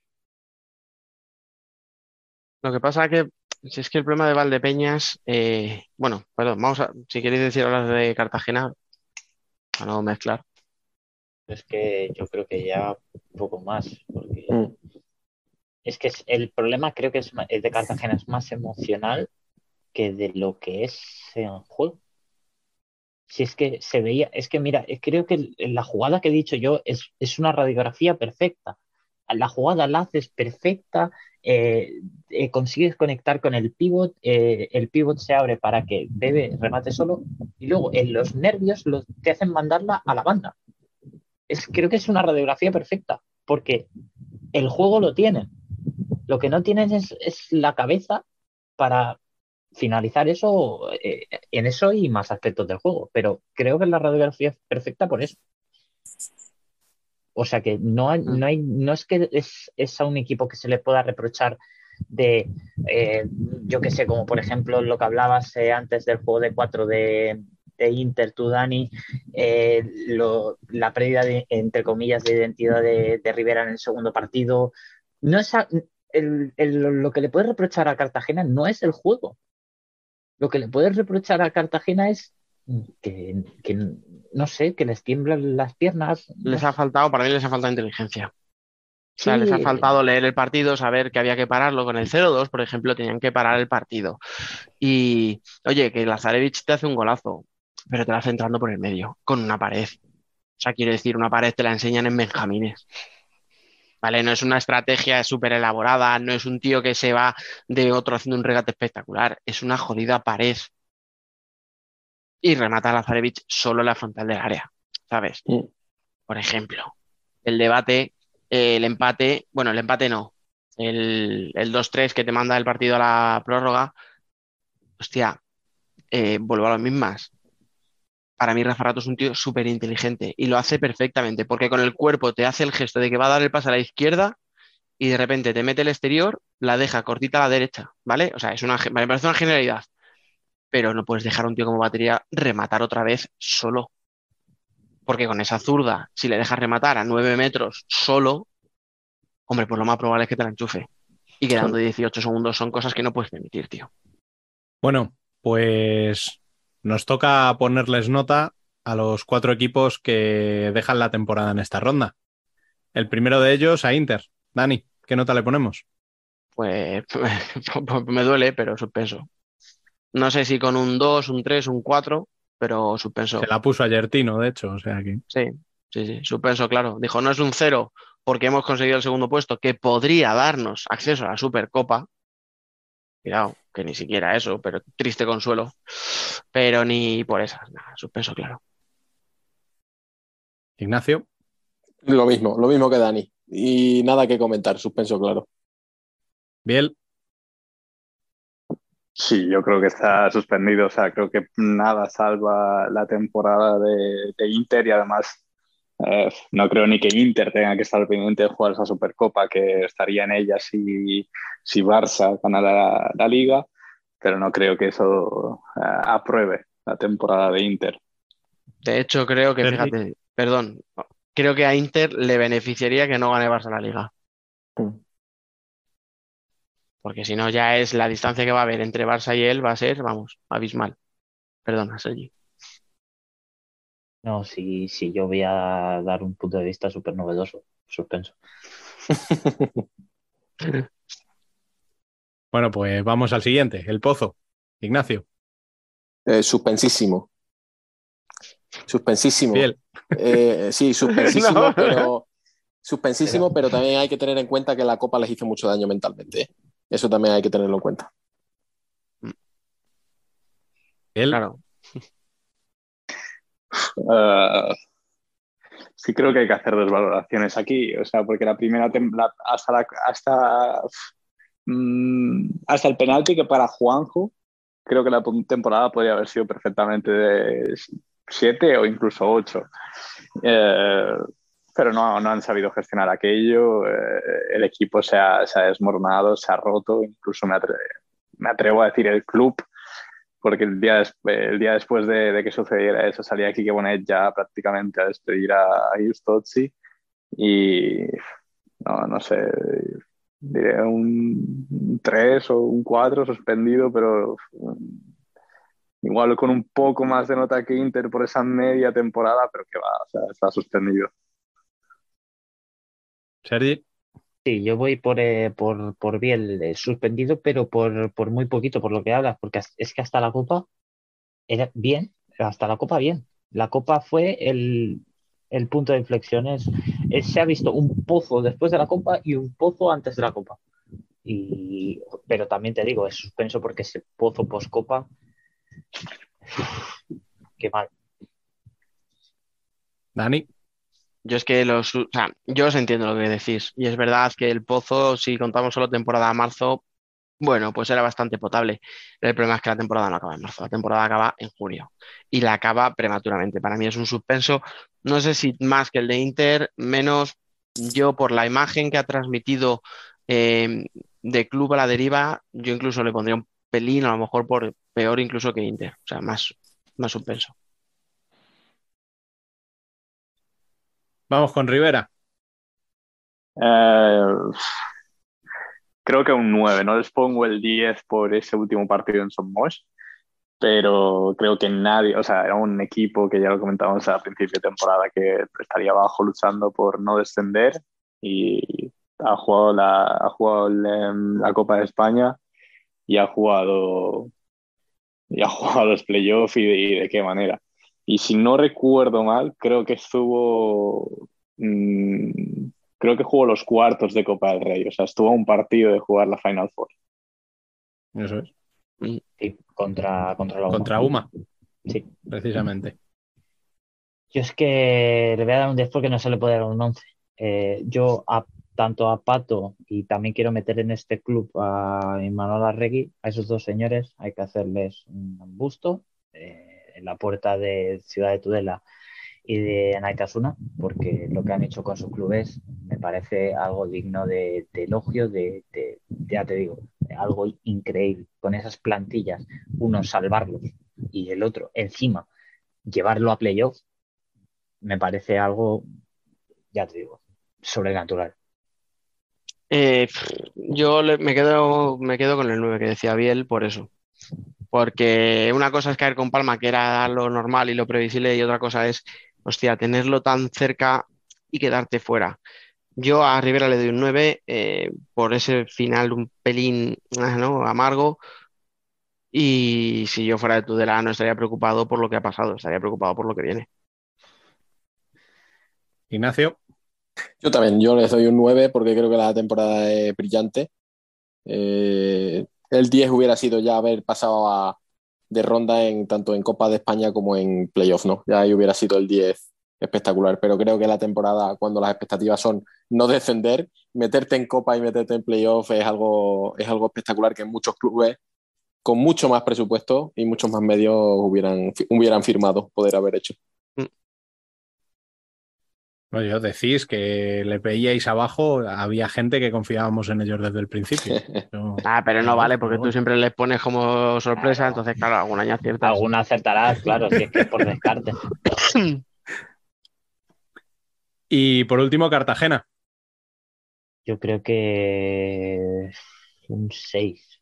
[SPEAKER 7] Lo que pasa que, si es que el problema de Valdepeñas, bueno, perdón, si queréis decir hablar de Cartagena, para no mezclar.
[SPEAKER 9] Es que yo creo que ya un poco más, porque es que el problema creo que es de Cartagena es más emocional que de lo que es en juego. Si es que se veía, es que mira, creo que la jugada que he dicho yo es una radiografía perfecta. la jugada la haces perfecta, consigues conectar con el pivot se abre para que Bebe remate solo y luego en los nervios te hacen mandarla a la banda. Creo que es una radiografía perfecta porque el juego lo tienen. Lo que no tienen es la cabeza para finalizar eso en eso y más aspectos del juego. Pero creo que la radiografía es perfecta por eso. O sea que no es que es a un equipo que se le pueda reprochar de, yo que sé, como por ejemplo lo que hablabas antes del juego de 4 de Inter, tú, Dani, la pérdida, entre comillas, de identidad de Rivera en el segundo partido. No es lo que le puedes reprochar a Cartagena no es el juego. Lo que le puedes reprochar a Cartagena es que no sé, que les tiemblan las piernas.
[SPEAKER 7] Para mí les ha faltado inteligencia. O sea,
[SPEAKER 9] Sí.
[SPEAKER 7] les ha faltado leer el partido, saber que había que pararlo. Con el 0-2, por ejemplo, tenían que parar el partido. Y, oye, que Lazarevich te hace un golazo, pero te la hace entrando por el medio, con una pared. O sea, quiero decir, una pared te la enseñan en Benjamines. ¿Vale? No es una estrategia súper elaborada, no es un tío que se va de otro haciendo un regate espectacular, es una jodida pared. Y remata a Lazarevich solo en la frontal del área, ¿sabes? Por ejemplo, el debate, el empate no, el 2-3 que te manda el partido a la prórroga, hostia, vuelvo a las mismas. Para mí Rafa Rato es un tío súper inteligente y lo hace perfectamente, porque con el cuerpo te hace el gesto de que va a dar el pase a la izquierda y de repente te mete el exterior, la deja cortita a la derecha, ¿vale? O sea, me parece una genialidad, pero no puedes dejar a un tío como batería rematar otra vez solo. Porque con esa zurda, si le dejas rematar a 9 metros solo, hombre, pues lo más probable es que te la enchufe. Y quedando 18 segundos son cosas que no puedes permitir, tío.
[SPEAKER 1] Bueno, pues nos toca ponerles nota a los 4 equipos que dejan la temporada en esta ronda. El primero de ellos a Inter. Dani, ¿qué nota le ponemos?
[SPEAKER 7] Pues me duele, pero suspenso. No sé si con un 2, un 3, un 4, pero suspenso.
[SPEAKER 1] Se la puso ayer Tino, de hecho, o sea que...
[SPEAKER 7] Sí, suspenso, claro. Dijo, no es un 0 porque hemos conseguido el segundo puesto, que podría darnos acceso a la Supercopa. Cuidado, que ni siquiera eso, pero triste consuelo. Pero ni por esas, nada, suspenso, claro.
[SPEAKER 1] Ignacio.
[SPEAKER 6] Lo mismo que Dani. Y nada que comentar, suspenso, claro.
[SPEAKER 1] Biel.
[SPEAKER 8] Sí, yo creo que está suspendido. O sea, creo que nada salva la temporada de Inter y además no creo ni que Inter tenga que estar pendiente de jugar esa Supercopa, que estaría en ella si Barça gana la Liga, pero no creo que eso apruebe la temporada de Inter.
[SPEAKER 7] De hecho, creo que, fíjate, perdón, creo que a Inter le beneficiaría que no gane Barça la Liga. Porque si no, ya es la distancia que va a haber entre Barça y él va a ser, vamos, abismal. Perdona, Sergi.
[SPEAKER 9] No, sí, yo voy a dar un punto de vista súper novedoso, suspenso.
[SPEAKER 1] Bueno, pues vamos al siguiente, el Pozo. Ignacio.
[SPEAKER 6] Suspensísimo.
[SPEAKER 1] Biel.
[SPEAKER 6] Sí, suspensísimo,
[SPEAKER 7] No.
[SPEAKER 6] pero suspensísimo, pero también hay que tener en cuenta que la Copa les hizo mucho daño mentalmente. Eso también hay que tenerlo en cuenta.
[SPEAKER 1] Biel.
[SPEAKER 7] Claro.
[SPEAKER 8] Sí creo que hay que hacer dos valoraciones aquí, o sea, porque la primera hasta el penalti que para Juanjo, creo que la temporada podría haber sido perfectamente de 7 o incluso 8. Pero no han sabido gestionar aquello, el equipo se ha desmoronado, se ha roto, incluso me atrevo a decir el club, porque el día después de que sucediera eso salía Quique Bonet ya prácticamente a despedir a Giustozzi y no sé, diré un 3 o un 4 suspendido, pero igual con un poco más de nota que Inter por esa media temporada, pero que va, o sea, está suspendido.
[SPEAKER 1] Sergi.
[SPEAKER 9] Sí, yo voy por Biel suspendido, pero por muy poquito, por lo que hablas, porque es que hasta la Copa era bien, hasta la Copa bien. La Copa fue el punto de inflexión, Se ha visto un pozo después de la Copa y un pozo antes de la Copa. Pero también te digo, es suspenso porque ese pozo post-Copa, qué mal.
[SPEAKER 1] Dani.
[SPEAKER 7] Yo es que o sea, yo os entiendo lo que decís. Y es verdad que el Pozo, si contamos solo temporada a marzo, bueno, pues era bastante potable. Pero el problema es que la temporada no acaba en marzo, la temporada acaba en junio. Y la acaba prematuramente. Para mí es un suspenso, no sé si más que el de Inter, menos yo por la imagen que ha transmitido de club a la deriva, yo incluso le pondría un pelín, a lo mejor por peor incluso que Inter. O sea, más suspenso.
[SPEAKER 1] Vamos con Rivera.
[SPEAKER 8] Eh, Creo que un 9. No les pongo el 10 por ese último partido en Son Moix, pero creo que nadie, o sea, era un equipo que ya lo comentábamos a principio de temporada que estaría abajo luchando por no descender y ha jugado la Copa de España y ha jugado los playoffs y de qué manera. Y si no recuerdo mal, creo que jugó los cuartos de Copa del Rey, o sea, estuvo a un partido de jugar la Final Four.
[SPEAKER 1] Eso es.
[SPEAKER 9] Sí, contra la UMA.
[SPEAKER 1] Contra UMA.
[SPEAKER 9] Sí.
[SPEAKER 1] Precisamente.
[SPEAKER 9] Yo es que le voy a dar un 10 porque no se le puede dar un 11. Tanto a Pato y también quiero meter en este club a Imanol Arregui, a esos dos señores hay que hacerles un busto en la puerta de Ciudad de Tudela y de Naitasuna, porque lo que han hecho con sus clubes me parece algo digno de elogio, ya te digo, algo increíble. Con esas plantillas, uno salvarlos y el otro encima llevarlo a playoff, me parece algo, ya te digo, sobrenatural.
[SPEAKER 7] Yo me quedo con el 9 que decía Biel por eso. Porque una cosa es caer con Palma, que era lo normal y lo previsible, y otra cosa es, hostia, tenerlo tan cerca y quedarte fuera. Yo a Rivera le doy un 9 por ese final un pelín, ¿no?, amargo. Y si yo fuera de Tudela no estaría preocupado por lo que ha pasado, estaría preocupado por lo que viene.
[SPEAKER 1] Ignacio.
[SPEAKER 6] Yo les doy un 9 porque creo que la temporada es brillante. El 10 hubiera sido ya haber pasado de ronda tanto en Copa de España como en playoff, ¿no? Ya ahí hubiera sido el 10 espectacular, pero creo que la temporada, cuando las expectativas son no descender, meterte en Copa y meterte en playoff es algo espectacular que muchos clubes con mucho más presupuesto y muchos más medios hubieran firmado poder haber hecho.
[SPEAKER 1] Oye, os decís que le veíais abajo, había gente que confiábamos en ellos desde el principio.
[SPEAKER 7] Pero no vale, porque tú siempre les pones como sorpresa, claro. Entonces, claro, alguna ya aciertas.
[SPEAKER 9] Alguna acertarás, claro, si es que es por descarte.
[SPEAKER 1] Y por último, Cartagena.
[SPEAKER 9] Yo creo que un 6.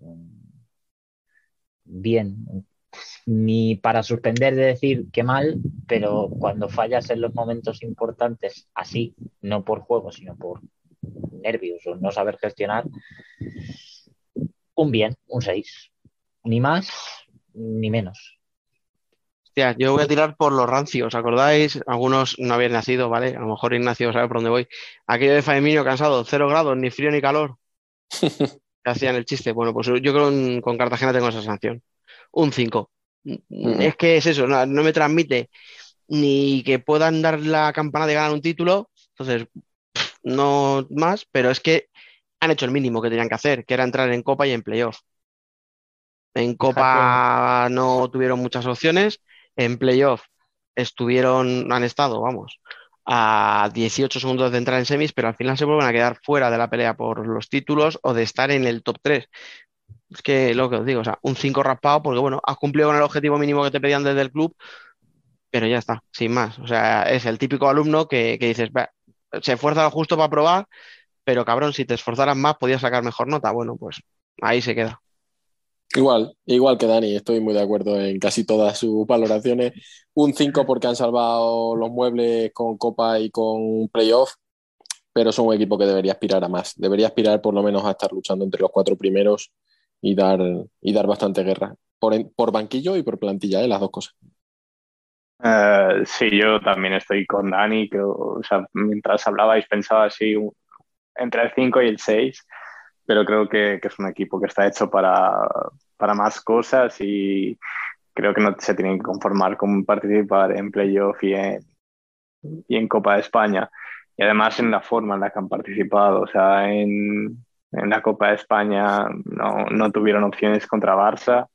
[SPEAKER 9] Bien. Ni para suspender de decir qué mal, pero cuando fallas en los momentos importantes, así, no por juego, sino por nervios o no saber gestionar, un 6. Ni más ni menos.
[SPEAKER 7] Hostia, yo voy a tirar por los rancios, ¿os acordáis? Algunos no habían nacido, ¿vale? A lo mejor Ignacio sabe por dónde voy. Aquello de Faeminio cansado, 0 grados, ni frío ni calor. Que hacían el chiste. Bueno, pues yo con Cartagena tengo esa sanción. Un 5. Es que es eso, no me transmite ni que puedan dar la campana de ganar un título, entonces no más, pero es que han hecho el mínimo que tenían que hacer, que era entrar en Copa y en playoff. En Copa no tuvieron muchas opciones, en playoff han estado, vamos, a 18 segundos de entrar en semis, pero al final se vuelven a quedar fuera de la pelea por los títulos o de estar en el top 3. Es que lo que os digo, o sea, un 5 raspado porque, bueno, has cumplido con el objetivo mínimo que te pedían desde el club, pero ya está, sin más. O sea, es el típico alumno que dices, se esfuerza lo justo para probar, pero cabrón, si te esforzaras más podías sacar mejor nota. Bueno, pues ahí se queda.
[SPEAKER 6] Igual que Dani, estoy muy de acuerdo en casi todas sus valoraciones. Un 5 porque han salvado los muebles con Copa y con Playoff, pero son un equipo que debería aspirar a más. Debería aspirar por lo menos a estar luchando entre los 4 primeros y dar bastante guerra. Por banquillo y por plantilla, las dos cosas.
[SPEAKER 8] Sí, yo también estoy con Dani, que, o sea, mientras hablabais pensaba así entre el 5 y el 6, pero creo que es un equipo que está hecho para más cosas y creo que no se tienen que conformar con participar en playoff y en Copa de España. Y además en la forma en la que han participado, o sea, en la Copa de España no tuvieron opciones contra Barça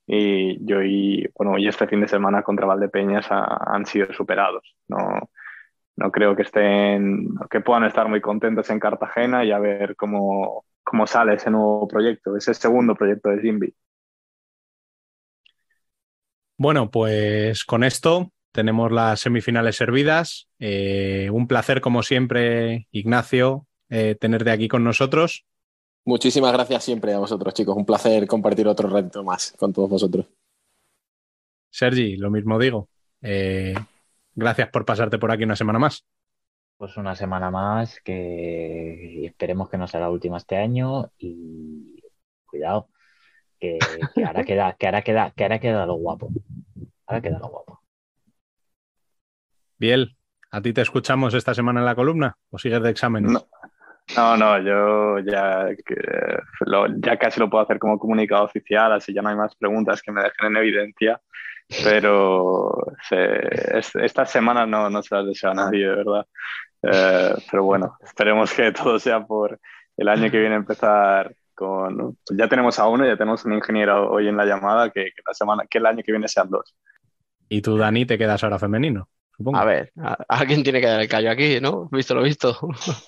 [SPEAKER 8] y este fin de semana contra Valdepeñas han sido superados. No creo que puedan estar muy contentos en Cartagena y a ver cómo sale ese nuevo proyecto, ese segundo proyecto de Simbi.
[SPEAKER 1] Bueno, pues con esto tenemos las semifinales servidas. Un placer, como siempre, Ignacio, tenerte aquí con nosotros.
[SPEAKER 6] Muchísimas gracias siempre a vosotros, chicos. Un placer compartir otro reto más con todos vosotros.
[SPEAKER 1] Sergi, lo mismo digo. Gracias por pasarte por aquí una semana más.
[SPEAKER 5] Pues una semana más que esperemos que no sea la última este año y cuidado, que ahora queda lo guapo. Ahora queda lo guapo.
[SPEAKER 1] Biel, ¿a ti te escuchamos esta semana en la columna o sigues de exámenes?
[SPEAKER 8] No, yo ya casi lo puedo hacer como comunicado oficial, así ya no hay más preguntas que me dejen en evidencia, pero esta semana no se las deseo a nadie, de verdad. Pero bueno, esperemos que todo sea por el año que viene empezar con... Ya tenemos a uno, ya tenemos un ingeniero hoy en la llamada, que el año que viene sean 2.
[SPEAKER 1] Y tú, Dani, te quedas ahora femenino, supongo.
[SPEAKER 7] A ver, alguien tiene que dar el callo aquí, ¿no? Visto lo visto.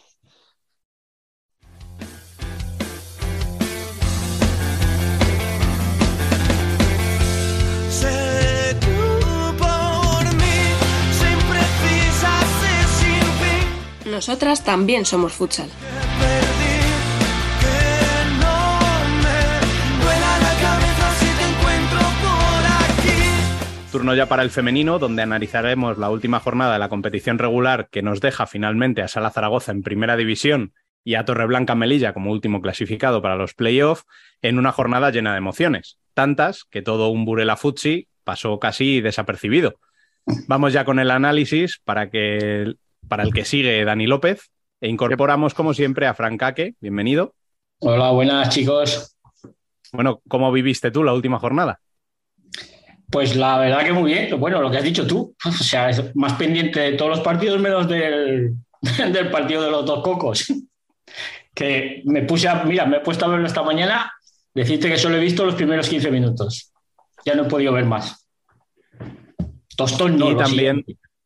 [SPEAKER 3] Sé tú por mí, sin precisas ser sin fin.
[SPEAKER 2] Nosotras también somos futsal.
[SPEAKER 3] Perdí, que no me duela la cabeza si te encuentro por aquí.
[SPEAKER 1] Turno ya para el femenino, donde analizaremos la última jornada de la competición regular que nos deja finalmente a Sala Zaragoza en primera división y a Torreblanca Melilla como último clasificado para los playoffs en una jornada llena de emociones, tantas que todo un Burela Futsi pasó casi desapercibido. Vamos ya con el análisis para el que sigue Dani López e incorporamos como siempre a Fran Caque. Bienvenido.
[SPEAKER 10] Hola, buenas chicos.
[SPEAKER 1] Bueno, ¿cómo viviste tú la última jornada?
[SPEAKER 10] Pues la verdad que muy bien. Bueno, lo que has dicho tú, o sea, es más pendiente de todos los partidos menos del partido de los dos cocos. Que me he puesto a verlo esta mañana, decirte que solo he visto los primeros 15 minutos. Ya no he podido ver más. Tostón no,
[SPEAKER 1] y también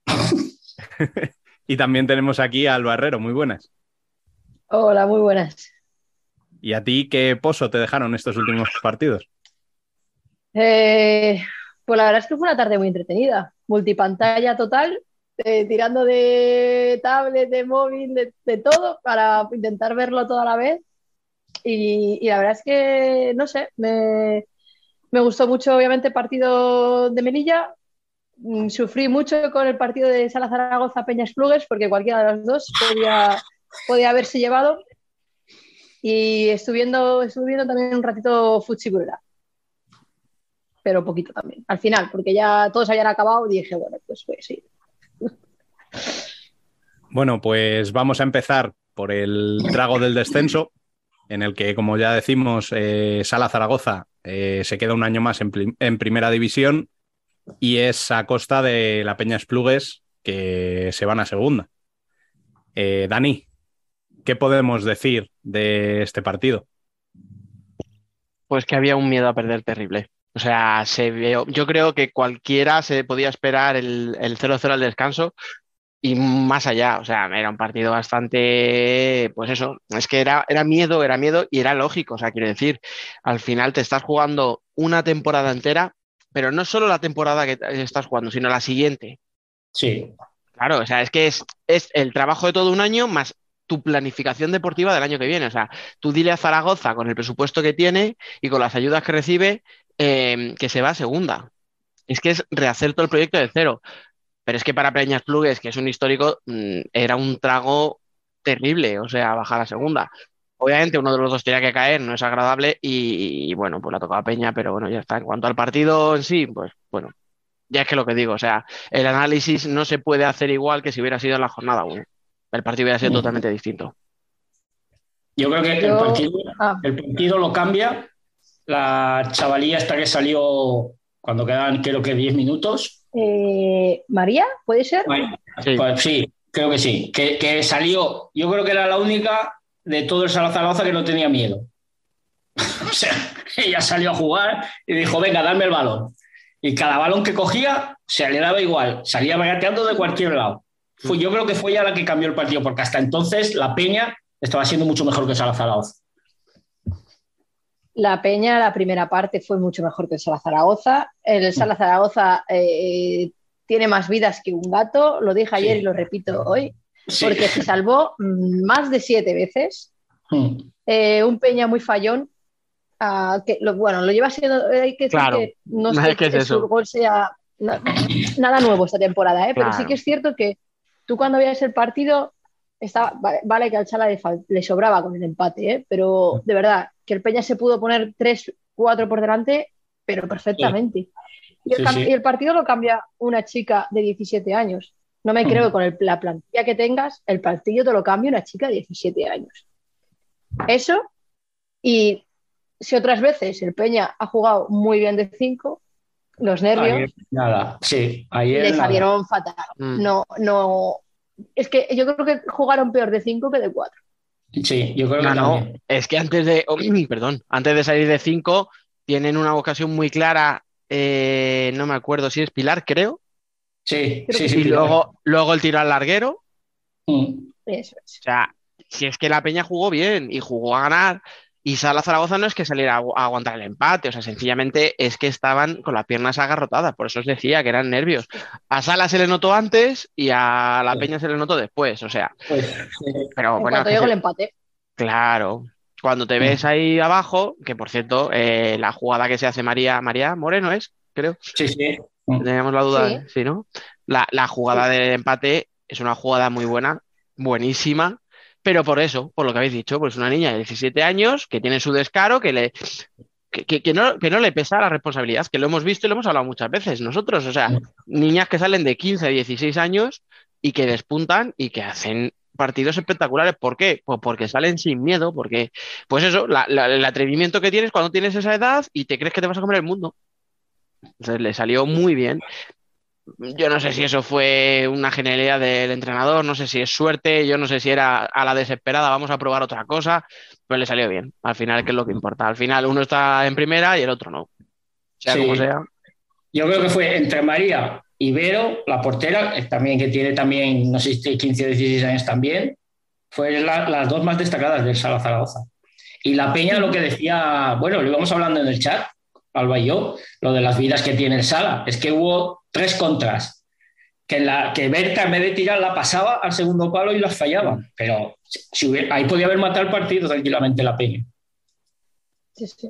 [SPEAKER 1] y también tenemos aquí a Alba Herrero. Muy buenas.
[SPEAKER 11] Hola, muy buenas.
[SPEAKER 1] ¿Y a ti qué pozo te dejaron estos últimos partidos?
[SPEAKER 11] Pues la verdad es que fue una tarde muy entretenida. Multipantalla total, tirando de tablet, de móvil, de todo, para intentar verlo todo a la vez. Y la verdad es que, no sé, me gustó mucho, obviamente, el partido de Melilla. Sufrí mucho con el partido de Sala Zaragoza Peñas Plugues, porque cualquiera de los dos podía haberse llevado. Y estuve viendo también un ratito Futsi Burela, pero poquito también. Al final, porque ya todos habían acabado y dije, bueno, pues sí.
[SPEAKER 1] Bueno, pues vamos a empezar por el trago del descenso, en el que, como ya decimos, Sala Zaragoza se queda un año más en primera división y es a costa de la Peñas Plugues, que se van a segunda. Dani, ¿qué podemos decir de este partido?
[SPEAKER 7] Pues que había un miedo a perder terrible. O sea, yo creo que cualquiera se podía esperar el 0-0 al descanso y más allá. O sea, era un partido bastante, pues eso, es que era miedo y era lógico. O sea, quiero decir, al final te estás jugando una temporada entera, pero no solo la temporada que estás jugando, sino la siguiente.
[SPEAKER 10] Sí.
[SPEAKER 7] Claro, o sea, es que es el trabajo de todo un año más tu planificación deportiva del año que viene. O sea, tú dile a Zaragoza con el presupuesto que tiene y con las ayudas que recibe que se va a segunda. Es que es rehacer todo el proyecto de cero. Pero es que para Peñas Plugues, que es un histórico, era un trago terrible, o sea, bajar a segunda. Obviamente uno de los dos tenía que caer, no es agradable y bueno, pues la tocaba Peña, pero bueno, ya está. En cuanto al partido en sí, pues bueno, Ya es que lo que digo, o sea, el análisis no se puede hacer igual que si hubiera sido en la jornada 1. El partido hubiera sido totalmente distinto.
[SPEAKER 10] Yo creo que el partido lo cambia. La chavalilla esta que salió cuando quedan, creo que 10 minutos.
[SPEAKER 11] ¿María? ¿Puede ser?
[SPEAKER 10] Sí, pues sí, creo que sí. Que salió, yo creo que era la única de todo el Zaragoza que no tenía miedo. O sea, ella salió a jugar y dijo, venga, dame el balón. Y cada balón que cogía, se le daba igual. Salía regateando de cualquier lado. Yo creo que fue ella la que cambió el partido, porque hasta entonces la Peña estaba siendo mucho mejor que el Zaragoza.
[SPEAKER 11] La Peña, la primera parte, fue mucho mejor que el Zaragoza. El Zaragoza tiene más vidas que un gato, lo dije ayer y lo repito hoy, porque se salvó más de 7 veces. Un Peña muy fallón, que lo lleva siendo, hay que decir que no es que su gol sea nada nuevo esta temporada, pero sí que es cierto que tú cuando veías el partido, vale que al Chala le sobraba con el empate, pero de verdad, que el Peña se pudo poner 3-4 por delante, pero perfectamente. Y el partido lo cambia una chica de 17 años. No me creo que con la plantilla que tengas, el partido te lo cambia una chica de 17 años. Eso, y si otras veces el Peña ha jugado muy bien de 5, los nervios
[SPEAKER 10] ayer
[SPEAKER 11] le salieron fatal. No, es que yo creo que jugaron peor de 5 que de 4.
[SPEAKER 10] Sí, yo creo que también.
[SPEAKER 7] Es que antes de salir de 5 tienen una ocasión muy clara, no me acuerdo si es Pilar, creo.
[SPEAKER 10] Sí.
[SPEAKER 7] Y luego el tiro al larguero.
[SPEAKER 11] Eso es.
[SPEAKER 7] O sea, si es que la Peña jugó bien y jugó a ganar, y Zaragoza no es que saliera a aguantar el empate, o sea, sencillamente es que estaban con las piernas agarrotadas, por eso os decía que eran nervios. A Sala se le notó antes y a la Peña se le notó después, o sea. Pero bueno,
[SPEAKER 11] cuando llegó el empate.
[SPEAKER 7] Claro, cuando te ves ahí abajo, que por cierto, la jugada que se hace María Moreno es, creo.
[SPEAKER 10] Sí.
[SPEAKER 7] Teníamos la duda, sí, ¿no? La jugada del empate es una jugada muy buena, buenísima. Pero por eso, por lo que habéis dicho, pues una niña de 17 años que tiene su descaro, que no le pesa la responsabilidad, que lo hemos visto y lo hemos hablado muchas veces nosotros. O sea, niñas que salen de 15 a 16 años y que despuntan y que hacen partidos espectaculares. ¿Por qué? Pues porque salen sin miedo, porque, pues eso, el atrevimiento que tienes cuando tienes esa edad y te crees que te vas a comer el mundo. Entonces le salió muy bien. Yo no sé si eso fue una genialidad del entrenador, no sé si es suerte, yo no sé si era a la desesperada, vamos a probar otra cosa, pero le salió bien. Al final, ¿qué es lo que importa? Al final uno está en primera y el otro no. Sea como sea.
[SPEAKER 10] Yo creo que fue entre María y Vero, la portera, también que tiene también, no sé si 15 o 16 años también, fue las dos más destacadas del Zaragoza. Y la Peña, lo que decía, bueno, lo íbamos hablando en el chat, Alba y yo, lo de las vidas que tiene el Sala, es que hubo 3 contras, que Berta en vez de tirar la pasaba al segundo palo y las fallaba, pero ahí podía haber matado el partido tranquilamente la Peña.
[SPEAKER 11] Sí.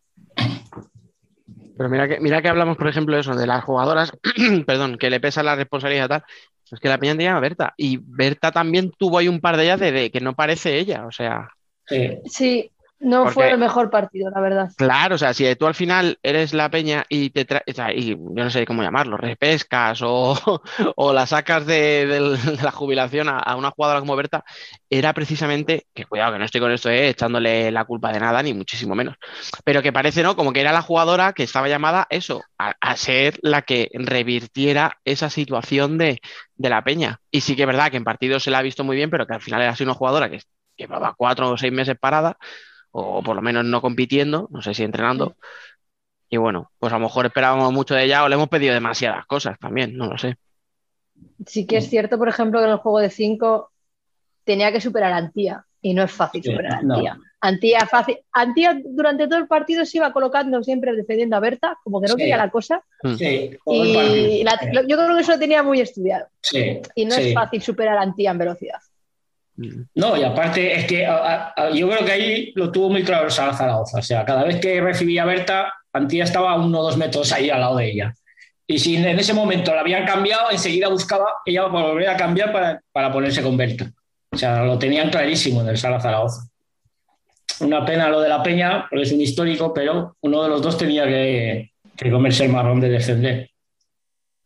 [SPEAKER 7] Pero mira que hablamos, por ejemplo, eso, de las jugadoras, perdón, que le pesa la responsabilidad y tal, es que la Peña tenía a Berta, y Berta también tuvo ahí un par de ellas de que no parece ella, o sea.
[SPEAKER 11] Sí. No fue el mejor partido, la verdad.
[SPEAKER 7] Claro, o sea, si tú al final eres la Peña y y yo no sé cómo llamarlo, repescas o la sacas de la jubilación a una jugadora como Berta, era precisamente, que cuidado que no estoy con esto echándole la culpa de nada, ni muchísimo menos, pero que parece, ¿no? Como que era la jugadora que estaba llamada a ser la que revirtiera esa situación de la Peña. Y sí que es verdad que en partidos se la ha visto muy bien, pero que al final era así una jugadora que llevaba 4 o 6 meses parada, o por lo menos no compitiendo, no sé si entrenando. Y bueno, pues a lo mejor esperábamos mucho de ella o le hemos pedido demasiadas cosas también, no lo sé.
[SPEAKER 11] Sí que es cierto, por ejemplo, que en el juego de 5 tenía que superar a Antía y no es fácil superar a Antía. Antía durante todo el partido se iba colocando siempre defendiendo a Berta, como que no quería la cosa.
[SPEAKER 10] Sí,
[SPEAKER 11] y yo creo que eso lo tenía muy estudiado.
[SPEAKER 10] Sí,
[SPEAKER 11] y no es fácil superar a Antía en velocidad.
[SPEAKER 10] No, y aparte es que yo creo que ahí lo tuvo muy claro el Zaragoza. O sea, cada vez que recibía a Berta, Antía estaba a 1 o 2 metros ahí al lado de ella. Y si en ese momento la habían cambiado, enseguida buscaba ella para volver a cambiar para ponerse con Berta. O sea, lo tenían clarísimo en el Zaragoza. Una pena lo de la Peña, porque es un histórico, pero uno de los dos tenía que comerse el marrón de descender.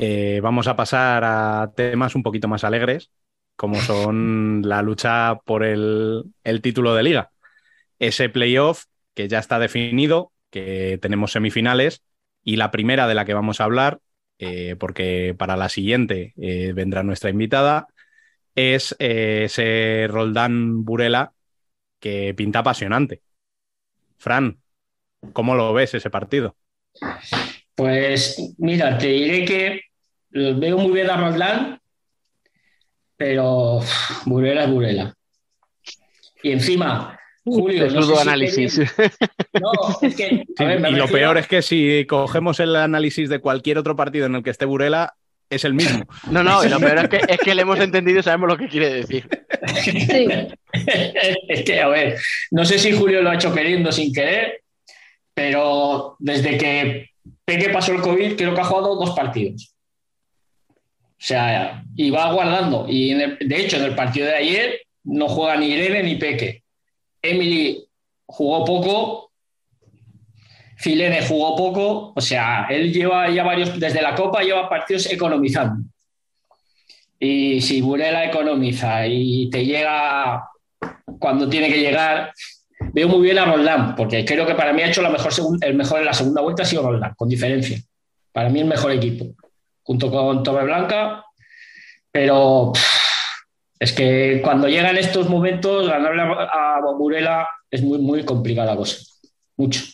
[SPEAKER 1] vamos a pasar a temas un poquito más alegres, como son la lucha por el título de liga. Ese playoff que ya está definido, que tenemos semifinales, y la primera de la que vamos a hablar, porque para la siguiente vendrá nuestra invitada, es ese Roldán Burela que pinta apasionante. Fran, ¿cómo lo ves ese partido?
[SPEAKER 10] Pues mira, te diré que veo muy bien a Roldán, pero Burela es Burela. Y encima, Julio, no sé si
[SPEAKER 7] análisis.
[SPEAKER 10] No, es que,
[SPEAKER 1] sí,
[SPEAKER 10] ver,
[SPEAKER 1] y lo peor es que si cogemos el análisis de cualquier otro partido en el que esté Burela, es el mismo.
[SPEAKER 7] No, y lo peor es que le hemos entendido y sabemos lo que quiere decir.
[SPEAKER 11] Sí.
[SPEAKER 10] Es que, a ver, no sé si Julio lo ha hecho queriendo o sin querer, pero desde que Peque pasó el COVID, creo que ha jugado 2 partidos. O sea, y va guardando. Y de hecho, en el partido de ayer no juega ni Irene ni Peque. Emily jugó poco, Filene jugó poco, o sea, él lleva ya varios, desde la Copa lleva partidos economizando. Y si Burela economiza y te llega cuando tiene que llegar, veo muy bien a Roldán, porque creo que para mí ha hecho el mejor en la segunda vuelta ha sido Roldán, con diferencia. Para mí el mejor equipo, junto con Torreblanca, pero es que cuando llegan estos momentos, ganarle a Burela es muy, muy complicada la cosa. Mucho.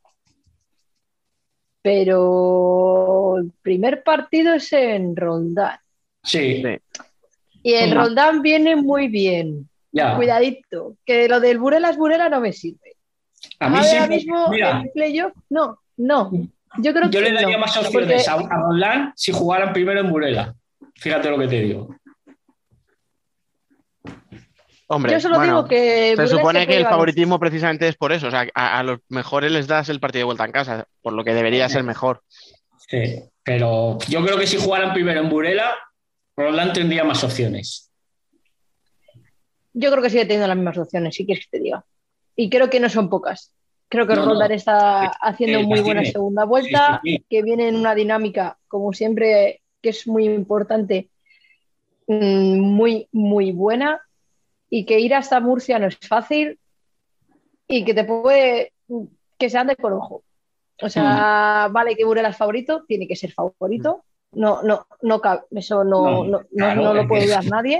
[SPEAKER 11] Pero el primer partido es en Roldán.
[SPEAKER 10] Sí.
[SPEAKER 11] Y el Roldán viene muy bien.
[SPEAKER 10] Ya.
[SPEAKER 11] Cuidadito, que lo del Burela es Burela no me sirve.
[SPEAKER 10] A mí
[SPEAKER 11] ahora mismo
[SPEAKER 10] mira,
[SPEAKER 11] el playoff, no. Yo creo que
[SPEAKER 10] le daría
[SPEAKER 11] no,
[SPEAKER 10] más opciones a Roldán si jugaran primero en Burela. Fíjate lo que te digo.
[SPEAKER 7] Hombre,
[SPEAKER 11] yo solo digo que
[SPEAKER 7] se supone que el favoritismo precisamente es por eso. O sea, a los mejores les das el partido de vuelta en casa, por lo que debería ser mejor.
[SPEAKER 10] Sí, pero yo creo que si jugaran primero en Burela, Roldán tendría más opciones.
[SPEAKER 11] Yo creo que sigue teniendo las mismas opciones, si quieres que te diga. Y creo que no son pocas. Creo que Roldán está haciendo muy buena segunda vuelta, que viene en una dinámica, como siempre, que es muy importante, muy, muy buena. Y que ir hasta Murcia no es fácil y que te puede que se ande con ojo. O sea, vale que Burela es favorito, tiene que ser favorito. No, eso no lo puede dudar nadie.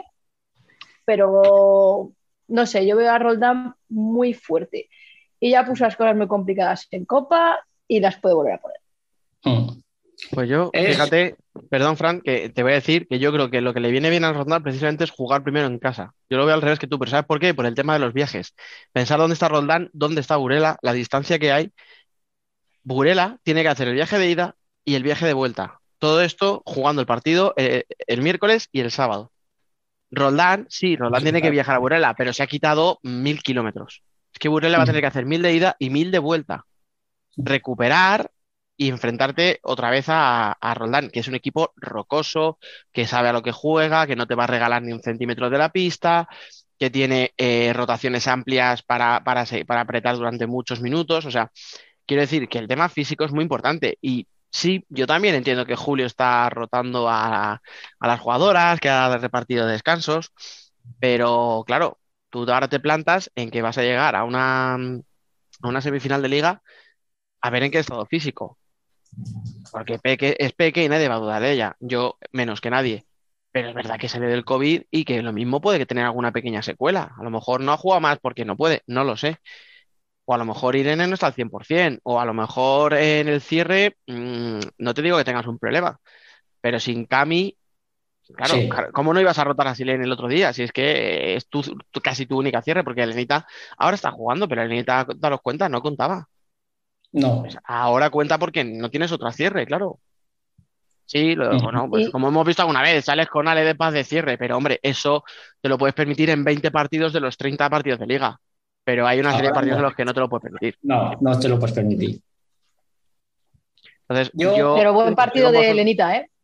[SPEAKER 11] Pero no sé, yo veo a Roldán muy fuerte. Y ya puso las cosas muy complicadas en Copa y las puede volver a poner.
[SPEAKER 7] Pues yo, fíjate, perdón, Fran, que te voy a decir que yo creo que lo que le viene bien al Roldán precisamente es jugar primero en casa. Yo lo veo al revés que tú, pero ¿sabes por qué? Por el tema de los viajes. Pensar dónde está Roldán, dónde está Burela, la distancia que hay. Burela tiene que hacer el viaje de ida y el viaje de vuelta. Todo esto jugando el partido el miércoles y el sábado. Roldán tiene que viajar a Burela, pero se ha quitado 1000 kilómetros. Es que Burela va a tener que hacer 1000 de ida y 1000 de vuelta. Recuperar y enfrentarte otra vez a Roldán, que es un equipo rocoso, que sabe a lo que juega, que no te va a regalar ni un centímetro de la pista, que tiene rotaciones amplias para apretar durante muchos minutos. O sea, quiero decir que el tema físico es muy importante. Y sí, yo también entiendo que Julio está rotando a las jugadoras, que ha repartido descansos, pero claro, tú ahora te plantas en que vas a llegar a una semifinal de liga a ver en qué estado físico. Porque Peque es Peque y nadie va a dudar de ella, yo menos que nadie. Pero es verdad que salió del COVID y que lo mismo puede tener alguna pequeña secuela. A lo mejor no ha jugado más porque no puede, no lo sé. O a lo mejor Irene no está al 100%, o a lo mejor en el cierre, no te digo que tengas un problema, pero sin Cami, claro, sí. ¿Cómo no ibas a rotar a Silene el otro día? Si es que es casi tu única cierre, porque Elenita ahora está jugando, pero Elenita, daros cuenta, no contaba.
[SPEAKER 10] No.
[SPEAKER 7] Pues ahora cuenta porque no tienes otra cierre, claro. Sí, bueno, pues como hemos visto alguna vez, sales con Ale de Paz de cierre, pero hombre, eso te lo puedes permitir en 20 partidos de los 30 partidos de liga. Pero hay una serie de partidos en los que no te lo puedes permitir.
[SPEAKER 10] No te lo puedes permitir.
[SPEAKER 7] Entonces,
[SPEAKER 11] pero buen partido de Elenita, ¿eh?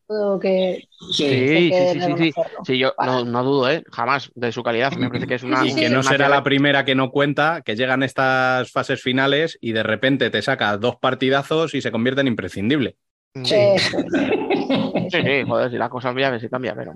[SPEAKER 7] Sí, yo no dudo, jamás de su calidad. Me parece que es una.
[SPEAKER 1] Y que no será la primera que no cuenta, que llegan estas fases finales y de repente te saca 2 partidazos y se convierte en imprescindible.
[SPEAKER 11] Sí.
[SPEAKER 7] sí, joder, si la cosa cambia, a ver si cambia, pero...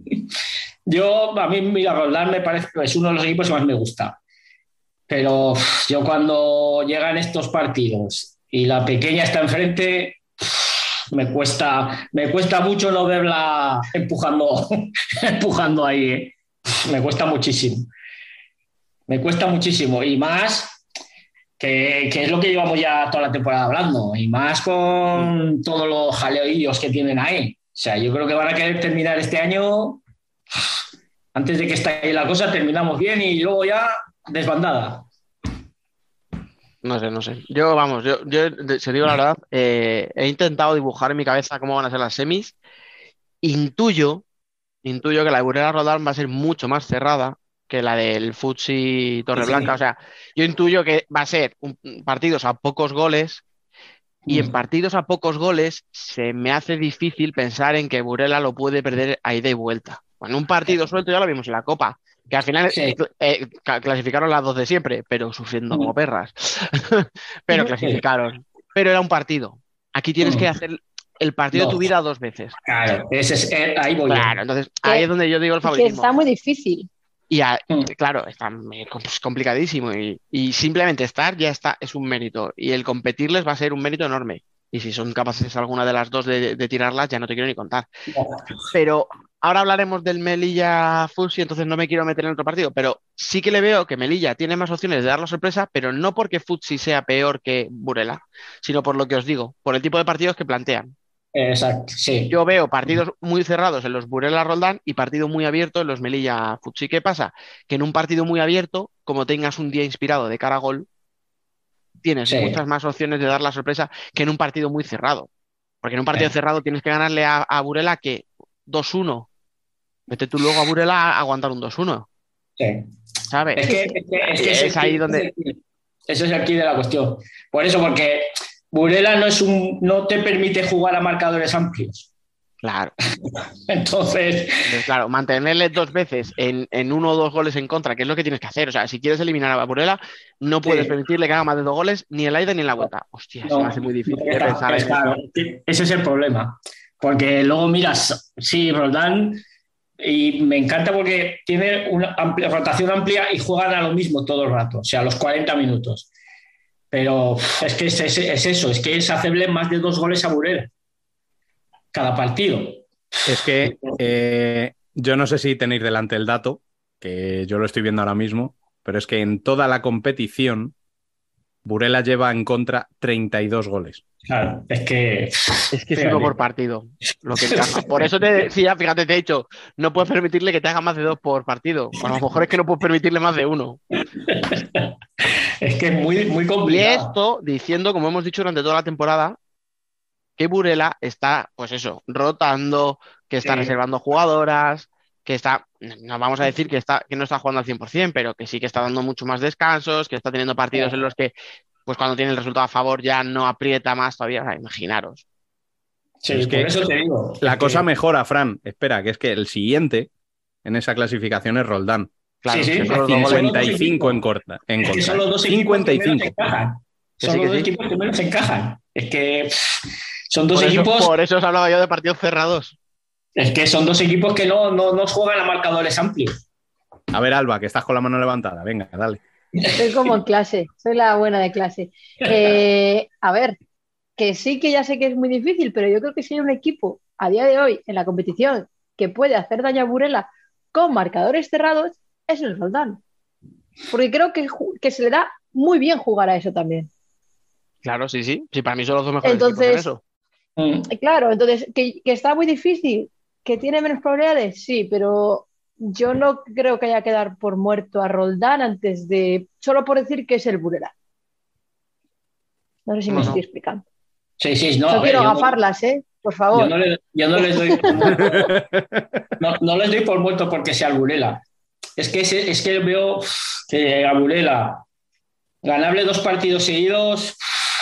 [SPEAKER 10] A mí, mira, Roldán me parece que es uno de los equipos que más me gusta. Pero yo cuando llegan estos partidos y la pequeña está enfrente, me cuesta mucho no verla empujando, empujando ahí, ¿eh? Me cuesta muchísimo. Me cuesta muchísimo. Y más que es lo que llevamos ya toda la temporada hablando. Y más con todos los jaleillos que tienen ahí. O sea, yo creo que van a querer terminar este año. Antes de que esté ahí la cosa, terminamos bien y luego ya desbandada.
[SPEAKER 7] No sé. Yo si os digo la verdad, he intentado dibujar en mi cabeza cómo van a ser las semis. Intuyo que la de Burela Roldán va a ser mucho más cerrada que la del Futsi Torreblanca. O sea, yo intuyo que va a ser partidos a pocos goles y en partidos a pocos goles se me hace difícil pensar en que Burela lo puede perder a ida y vuelta. Bueno, un partido suelto ya lo vimos en la Copa, que al final clasificaron las dos de siempre, pero sufriendo como perras. Pero clasificaron. Pero era un partido. Aquí tienes que hacer el partido de tu vida 2 veces.
[SPEAKER 10] Claro, ahí voy.
[SPEAKER 7] Claro, entonces ahí es donde yo digo el favoritismo.
[SPEAKER 11] Que está muy difícil.
[SPEAKER 7] Y claro, está complicadísimo y simplemente estar ya está, es un mérito. Y el competirles va a ser un mérito enorme. Y si son capaces alguna de las dos de tirarlas, ya no te quiero ni contar. Pero ahora hablaremos del Melilla Futsi, entonces no me quiero meter en otro partido. Pero sí que le veo que Melilla tiene más opciones de dar la sorpresa, pero no porque Futsi sea peor que Burela, sino por lo que os digo, por el tipo de partidos que plantean.
[SPEAKER 10] Exacto, sí.
[SPEAKER 7] Yo veo partidos muy cerrados en los Burela Roldán y partido muy abierto en los Melilla Futsi. ¿Qué pasa? Que en un partido muy abierto, como tengas un día inspirado de cara a gol, tienes muchas más opciones de dar la sorpresa que en un partido muy cerrado. Porque en un partido cerrado tienes que ganarle a Burela que 2-1. Vete tú luego a Burela a aguantar un 2-1.
[SPEAKER 10] Sí.
[SPEAKER 7] ¿Sabes?
[SPEAKER 10] Es ahí donde... Eso es aquí de la cuestión. Por eso, porque Burela no te permite jugar a marcadores amplios.
[SPEAKER 7] Claro.
[SPEAKER 10] Entonces,
[SPEAKER 7] claro, mantenerle 2 veces en 1 o 2 goles en contra, que es lo que tienes que hacer. O sea, si quieres eliminar a Burela, no puedes permitirle que haga más de 2 goles ni en la ida ni en la vuelta. Hostia, se me hace muy difícil de pensar en
[SPEAKER 10] claro, ese es el problema. Porque luego miras, Roldán, y me encanta porque tiene una rotación amplia y juegan a lo mismo todo el rato, o sea, a los 40 minutos. Pero es que es eso, es que es hacerle más de 2 goles a Burela cada partido.
[SPEAKER 1] Es que yo no sé si tenéis delante el dato, que yo lo estoy viendo ahora mismo, pero es que en toda la competición Burela lleva en contra 32 goles.
[SPEAKER 10] Claro, es que
[SPEAKER 7] es uno por partido lo que encaja. Por eso te decía, fíjate, te he dicho, no puedes permitirle que te haga más de 2 por partido. A lo mejor es que no puedes permitirle más de 1.
[SPEAKER 10] Es que es muy, muy complicado.
[SPEAKER 7] Y esto diciendo, como hemos dicho durante toda la temporada, que Burela está, pues eso, rotando, que está reservando jugadoras, que está, no vamos a decir que no está jugando al 100%, pero que sí que está dando mucho más descansos, que está teniendo partidos en los que, pues cuando tiene el resultado a favor ya no aprieta más todavía. O sea, imaginaros.
[SPEAKER 10] Sí, es que por eso te digo.
[SPEAKER 1] La cosa mejora, Fran. Espera, que es que el siguiente en esa clasificación es Roldán.
[SPEAKER 7] Claro,
[SPEAKER 10] sí,
[SPEAKER 1] 55 en corta.
[SPEAKER 10] Es que son los dos 55. Son los dos equipos que menos encajan. Es que son dos equipos.
[SPEAKER 7] Por eso os hablaba yo de partidos cerrados.
[SPEAKER 10] Es que son 2 equipos que no juegan a marcadores amplios.
[SPEAKER 1] A ver, Alba, que estás con la mano levantada. Venga, dale.
[SPEAKER 11] Soy como en clase, soy la buena de clase. A ver, que sí que ya sé que es muy difícil, pero yo creo que si hay un equipo a día de hoy en la competición que puede hacer daño a Burela con marcadores cerrados, es el Roldán. Porque creo que se le da muy bien jugar a eso también.
[SPEAKER 7] Claro, sí. Sí, para mí son los 2 mejores
[SPEAKER 11] entonces,
[SPEAKER 7] equipos en eso.
[SPEAKER 11] Claro, entonces, que está muy difícil, que tiene menos probabilidades, sí, pero yo no creo que haya que dar por muerto a Roldán antes de, solo por decir que es el Burela. No sé si me estoy explicando.
[SPEAKER 10] Sí,
[SPEAKER 11] no quiero gafarlas, por favor.
[SPEAKER 10] Yo no les doy no les doy por muerto porque sea el Burela. Es que veo que a Burela ganarle 2 partidos seguidos.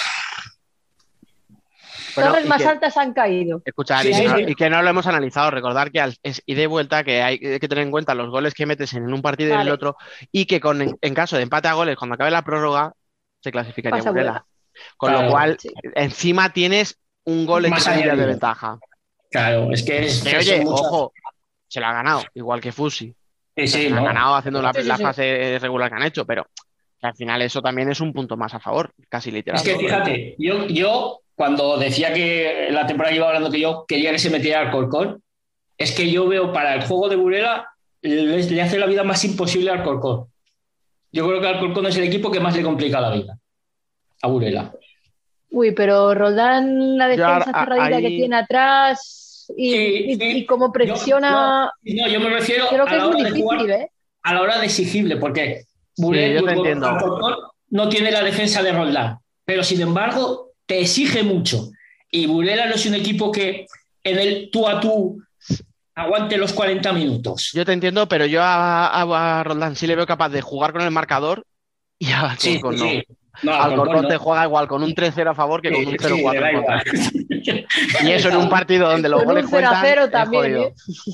[SPEAKER 11] Torres más altas han caído.
[SPEAKER 7] Escuchad, y que no lo hemos analizado. Recordar que es ida y vuelta, que hay que tener en cuenta los goles que metes en un partido y en el otro, y que en caso de empate a goles, cuando acabe la prórroga, se clasificaría Burela. Con lo cual, encima tienes un gol de ventaja.
[SPEAKER 10] Claro, es que es.
[SPEAKER 7] Pero oye, ojo, se lo ha ganado, igual que Fusi.
[SPEAKER 10] Sí,
[SPEAKER 7] Se lo ha
[SPEAKER 10] no.
[SPEAKER 7] ganado haciendo la
[SPEAKER 11] Sí.
[SPEAKER 7] fase regular que han hecho, pero que al final eso también es un punto más a favor, casi literal.
[SPEAKER 10] Es que fíjate, yo cuando decía que la temporada que iba hablando que yo quería que se metiera Alcorcón, es que yo veo para el juego de Burela le hace la vida más imposible al Alcorcón. Yo creo que Alcorcón es el equipo que más le complica la vida a Burela.
[SPEAKER 11] Uy, pero Roldán, la defensa cerradita que tiene atrás y cómo presiona.
[SPEAKER 10] Yo me refiero
[SPEAKER 11] creo que
[SPEAKER 10] a
[SPEAKER 11] es
[SPEAKER 10] la
[SPEAKER 11] muy
[SPEAKER 10] hora de
[SPEAKER 11] difícil,
[SPEAKER 10] jugar, a la hora de exigible, porque Burela
[SPEAKER 7] yo te entiendo.
[SPEAKER 10] Alcorcón no tiene la defensa de Roldán, pero sin embargo te exige mucho. Y Burela no es un equipo que en el tú a tú aguante los 40 minutos.
[SPEAKER 7] Yo te entiendo, pero yo a Roldán sí le veo capaz de jugar con el marcador y a Alcorcón no.
[SPEAKER 10] No,
[SPEAKER 7] Alcorcón te juega igual con un 3-0 a favor que con un 0-4 en contra. Y eso en un partido donde los goles cuentan,
[SPEAKER 11] 0-0 también,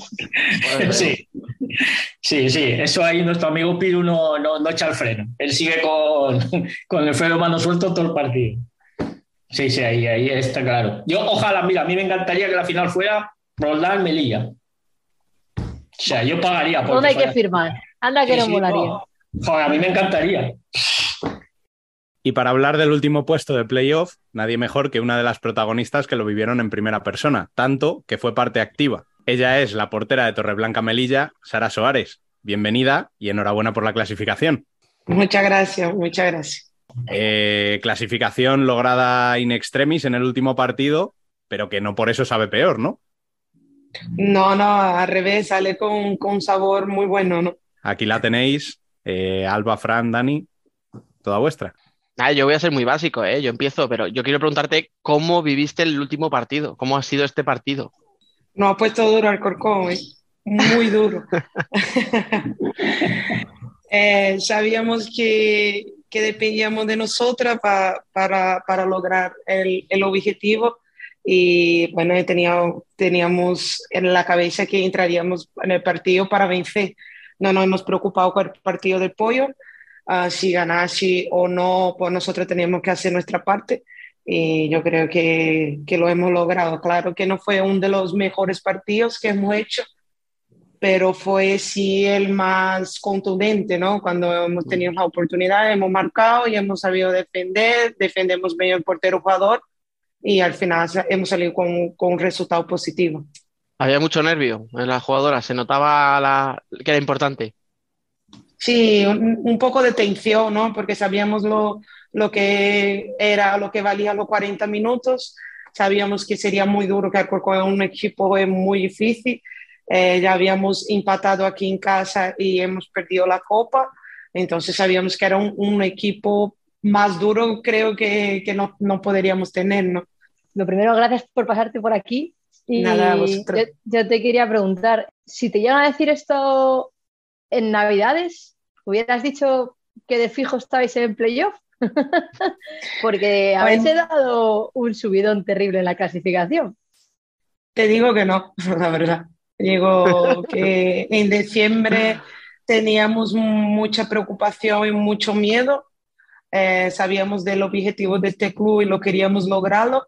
[SPEAKER 10] Sí, eso ahí nuestro amigo Piru no echa el freno. Él sigue con el freno de mano suelto todo el partido. Sí, ahí está claro. Yo, ojalá, mira, a mí me encantaría que la final fuera Roldán-Melilla. O sea, yo pagaría.
[SPEAKER 11] ¿Dónde hay que firmar? Anda que no molaría.
[SPEAKER 10] No. Joder, a mí me encantaría.
[SPEAKER 1] Y para hablar del último puesto de playoff, nadie mejor que una de las protagonistas que lo vivieron en primera persona, tanto que fue parte activa. Ella es la portera de Torreblanca Melilla, Sara Soares. Bienvenida y enhorabuena por la clasificación.
[SPEAKER 12] Muchas gracias.
[SPEAKER 1] Clasificación lograda in extremis en el último partido, pero que no por eso sabe peor, ¿no?
[SPEAKER 12] No, al revés, sale con sabor muy bueno, ¿no?
[SPEAKER 1] Aquí la tenéis, Alba, Fran, Dani, toda vuestra.
[SPEAKER 7] Yo voy a ser muy básico, yo empiezo, pero yo quiero preguntarte cómo viviste el último partido, cómo ha sido este partido.
[SPEAKER 12] Nos ha puesto duro Alcorcón, muy duro. Sabíamos que dependíamos de nosotras para lograr el objetivo y bueno, teníamos en la cabeza que entraríamos en el partido para vencer. No nos hemos preocupado con el partido del Pollo. Si ganase o no, pues nosotros teníamos que hacer nuestra parte y yo creo que lo hemos logrado. Claro que no fue uno de los mejores partidos que hemos hecho, pero fue sí el más contundente, ¿no? Cuando hemos tenido la oportunidad, hemos marcado y hemos sabido defendemos bien el portero jugador y al final hemos salido con un resultado positivo.
[SPEAKER 7] Había mucho nervio en las jugadoras, se notaba que era importante.
[SPEAKER 12] Sí, un poco de tensión, ¿no? Porque sabíamos lo que valía los 40 minutos, sabíamos que sería muy duro, que Alcorcón es un equipo muy difícil, ya habíamos empatado aquí en casa y hemos perdido la Copa, entonces sabíamos que era un equipo más duro, creo que no podríamos tener, ¿no?
[SPEAKER 11] Lo primero, gracias por pasarte por aquí. Y
[SPEAKER 12] nada, vosotros.
[SPEAKER 11] Yo te quería preguntar, si te llegan a decir esto en Navidades, ¿hubieras dicho que de fijo estabais en playoff? Porque habéis dado un subidón terrible en la clasificación.
[SPEAKER 12] Te digo que no, la verdad. Digo que en diciembre teníamos mucha preocupación y mucho miedo. Sabíamos del objetivo de este club y lo queríamos lograrlo.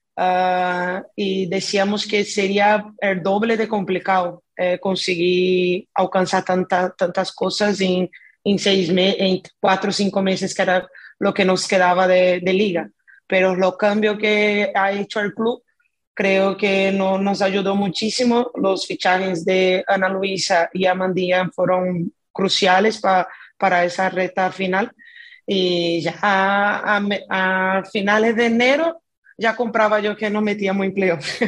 [SPEAKER 12] Y decíamos que sería el doble de complicado conseguir alcanzar tantas cosas en 4 o 5 meses, que era lo que nos quedaba de liga. Pero los cambios que ha hecho el club creo que nos ayudó muchísimo. Los fichajes de Ana Luisa y Amandía fueron cruciales para esa recta final. Y ya a finales de enero ya compraba yo que nos metíamos en playoff.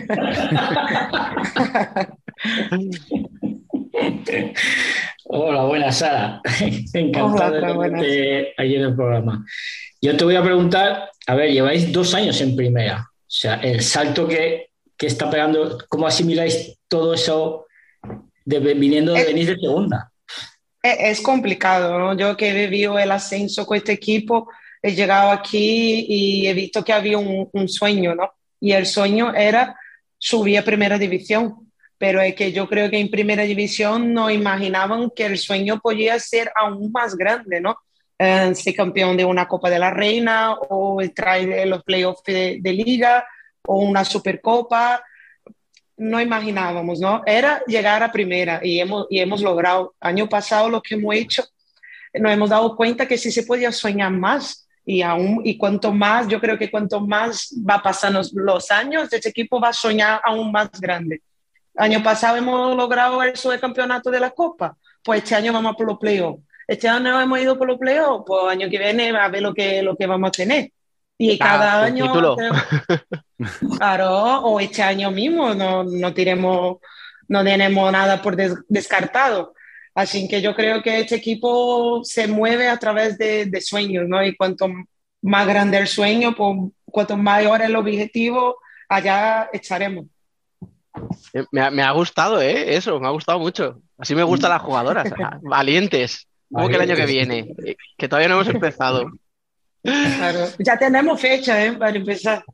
[SPEAKER 10] Hola, buenas, Sara. Encantado de tenerte ahí en el programa. Yo te voy a preguntar, a ver, lleváis 2 años en primera. O sea, el salto que está pegando, ¿cómo asimiláis todo eso venís de segunda?
[SPEAKER 12] Es complicado, ¿no? Yo que he vivido el ascenso con este equipo, he llegado aquí y he visto que había un sueño, ¿no? Y el sueño era subir a primera división, pero es que yo creo que en primera división no imaginaban que el sueño podía ser aún más grande, ¿no? Ser campeón de una Copa de la Reina o entrar en los playoffs de liga o una Supercopa. no imaginábamos, ¿no? Era llegar a primera y hemos logrado. Año pasado lo que hemos hecho, nos hemos dado cuenta que sí se podía soñar más y cuanto más, yo creo que cuanto más va pasando los años, este equipo va a soñar aún más grande. Año pasado hemos logrado el subcampeonato de la Copa, pues este año vamos por los playoffs. Este año hemos ido por los playoffs, pues año que viene a ver lo que vamos a tener. Y cada año...
[SPEAKER 7] Título.
[SPEAKER 12] Claro, o este año mismo no tenemos nada por descartado. Así que yo creo que este equipo se mueve a través de sueños, ¿no? Y cuanto más grande el sueño, pues, cuanto mayor el objetivo, allá estaremos.
[SPEAKER 7] Me ha gustado, eso, me ha gustado mucho. Así me gustan las jugadoras, valientes. Como que el año que viene, que todavía no hemos empezado.
[SPEAKER 12] Claro, ya tenemos fecha, para empezar.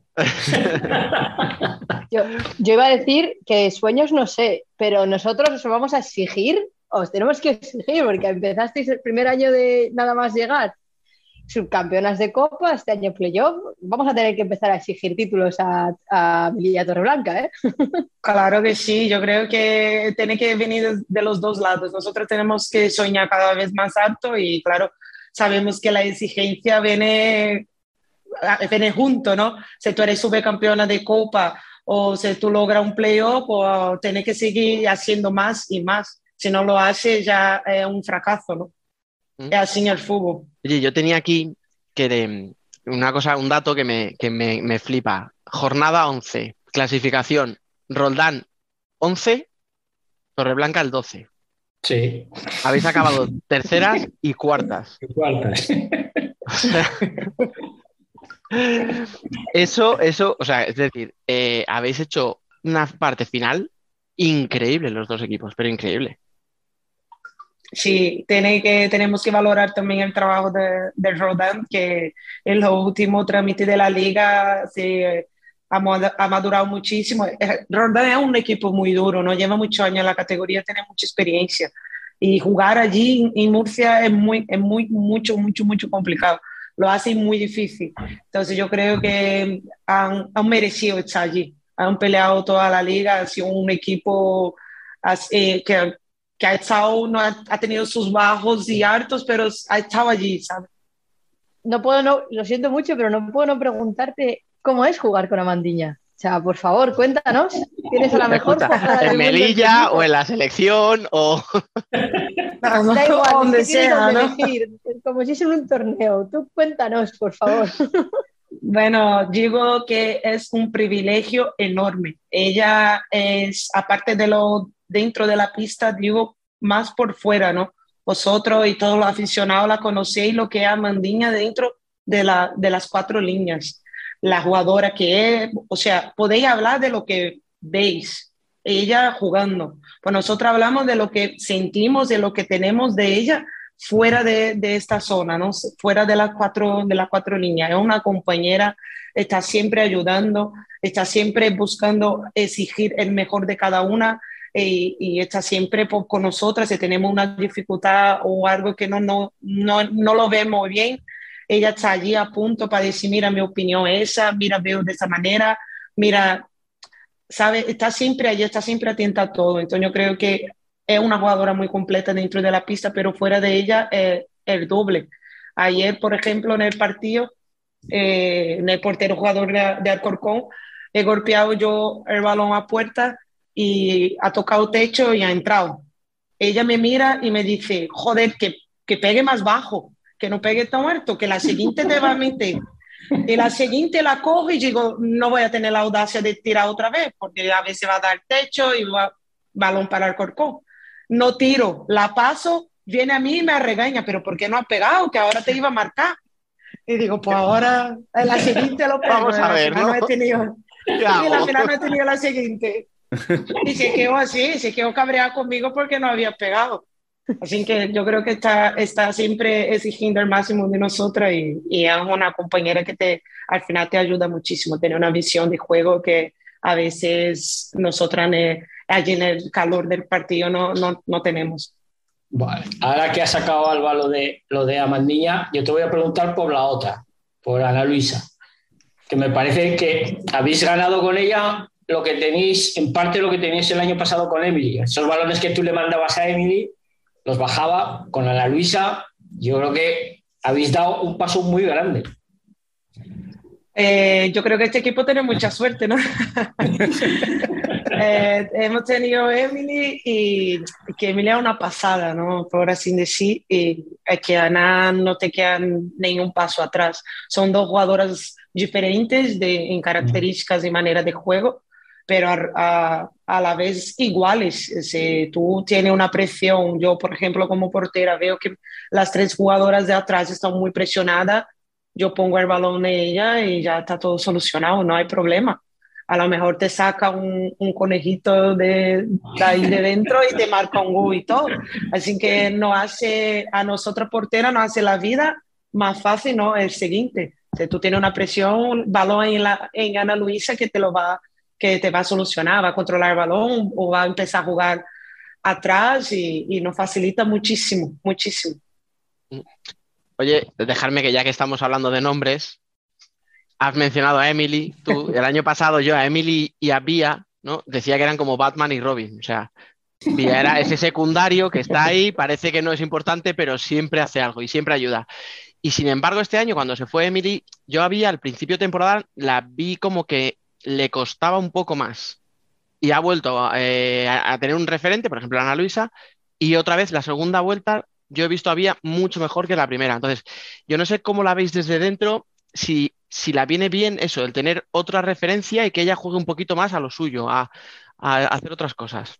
[SPEAKER 11] Yo iba a decir que sueños no sé, pero nosotros os vamos a exigir, os tenemos que exigir, porque empezasteis el primer año de nada más llegar, subcampeonas de Copa, este año playoff, vamos a tener que empezar a exigir títulos a Melilla Torreblanca, ¿eh?
[SPEAKER 12] Claro que sí, yo creo que tiene que venir de los dos lados. Nosotros tenemos que soñar cada vez más alto y claro, sabemos que la exigencia viene junto, ¿no? Si tú eres subcampeona de Copa o si tú logras un playoff, pues tienes que seguir haciendo más y más. Si no lo haces ya es un fracaso, ¿no? Es así en el fútbol.
[SPEAKER 7] Oye, yo tenía aquí un dato que me flipa. Jornada 11, clasificación. Roldán 11, Torreblanca el 12.
[SPEAKER 10] Sí.
[SPEAKER 7] Habéis acabado terceras y cuartas. Eso, o sea, es decir, habéis hecho una parte final increíble los dos equipos, pero increíble.
[SPEAKER 12] Sí, tenemos que valorar también el trabajo de Roldán, que en los últimos trámites de la liga ha madurado muchísimo. Roldán es un equipo muy duro, ¿no? Lleva muchos años en la categoría, tiene mucha experiencia. Y jugar allí en Murcia es mucho complicado. Lo hace muy difícil. Entonces yo creo que han merecido estar allí. Han peleado toda la liga, ha sido un equipo que ha estado, ha tenido sus bajos y altos, pero ha estado allí, ¿sabes?
[SPEAKER 11] Lo siento mucho, pero no puedo no preguntarte cómo es jugar con Amandiña. O sea, por favor, cuéntanos. ¿Tienes a la mejor jugadora
[SPEAKER 7] en Melilla o en la selección o...?
[SPEAKER 11] Da igual, donde sea, ¿no? Elegir, como si es en un torneo. Tú cuéntanos, por favor.
[SPEAKER 12] Bueno, digo que es un privilegio enorme. Ella es, aparte de lo dentro de la pista, digo, más por fuera, ¿no? Vosotros y todos los aficionados la conocéis lo que es Amandiña dentro de las cuatro líneas. La jugadora que es, o sea, podéis hablar de lo que veis, ella jugando. Pues nosotros hablamos de lo que sentimos, de lo que tenemos de ella fuera de esta zona, ¿no? Fuera de las cuatro líneas. Es una compañera, está siempre ayudando, está siempre buscando exigir el mejor de cada una y está siempre con nosotras. Si tenemos una dificultad o algo que no lo vemos bien, ella está allí a punto para decir, mira, mi opinión es esa, mira, veo de esa manera, mira, ¿sabe? Está siempre allí, está siempre atenta a todo. Entonces yo creo que es una jugadora muy completa dentro de la pista, pero fuera de ella el doble. Ayer, por ejemplo, en el partido, en el portero jugador de Alcorcón, he golpeado yo el balón a puerta y ha tocado techo y ha entrado. Ella me mira y me dice, joder, que pegue más bajo, que no pegue tan alto, que la siguiente te va a meter. Y la siguiente la cojo y digo, no voy a tener la audacia de tirar otra vez, porque a veces va a dar techo y va balón para el Alcorcón. No tiro, la paso, viene a mí y me regaña, pero ¿por qué no has pegado? Que ahora te iba a marcar. Y digo, pues ahora en la siguiente lo pego.
[SPEAKER 7] Vamos a ver, ¿no?
[SPEAKER 12] No he tenido, y en la final no he tenido la siguiente. Y se quedó así, se quedó cabreada conmigo porque no había pegado. Así que yo creo que está siempre exigiendo el máximo de nosotras y es una compañera que al final te ayuda muchísimo, tener una visión de juego que a veces nosotras allí en el calor del partido no tenemos.
[SPEAKER 10] Vale, ahora que has sacado, Alba, lo de Amandiña, yo te voy a preguntar por la otra, por Ana Luisa, que me parece que habéis ganado con ella lo que tenéis, en parte lo que tenéis el año pasado con Emily. Esos balones que tú le mandabas a Emily, los bajaba con Ana Luisa. Yo creo que habéis dado un paso muy grande.
[SPEAKER 12] Yo creo que este equipo tiene mucha suerte, ¿no? Hemos tenido Emily y que Emily es una pasada, ¿no? Por así decir, y es que Ana no te quedan ningún paso atrás. Son dos jugadoras diferentes en características y manera de juego, pero a la vez iguales. Si tú tienes una presión, yo por ejemplo como portera veo que las tres jugadoras de atrás están muy presionadas, yo pongo el balón en ella y ya está todo solucionado, no hay problema. A lo mejor te saca un conejito de ahí de dentro y te marca un gol y todo. Así que no hace, a nosotros portera nos hace la vida más fácil, ¿no? El siguiente. Si tú tienes una presión, balón en Ana Luisa que te va a solucionar, va a controlar el balón o va a empezar a jugar atrás y nos facilita muchísimo, muchísimo.
[SPEAKER 7] Oye, dejarme que ya que estamos hablando de nombres, has mencionado a Emily, tú, el año pasado yo a Emily y a Bia, ¿no? Decía que eran como Batman y Robin, o sea, Bia era ese secundario que está ahí, parece que no es importante, pero siempre hace algo y siempre ayuda. Y sin embargo, este año cuando se fue Emily, yo a Bia al principio de temporada la vi como que le costaba un poco más y ha vuelto a tener un referente, por ejemplo, Ana Luisa, y otra vez la segunda vuelta yo he visto a Bia mucho mejor que la primera. Entonces, yo no sé cómo la veis desde dentro, si la viene bien eso, el tener otra referencia y que ella juegue un poquito más a lo suyo, a hacer otras cosas.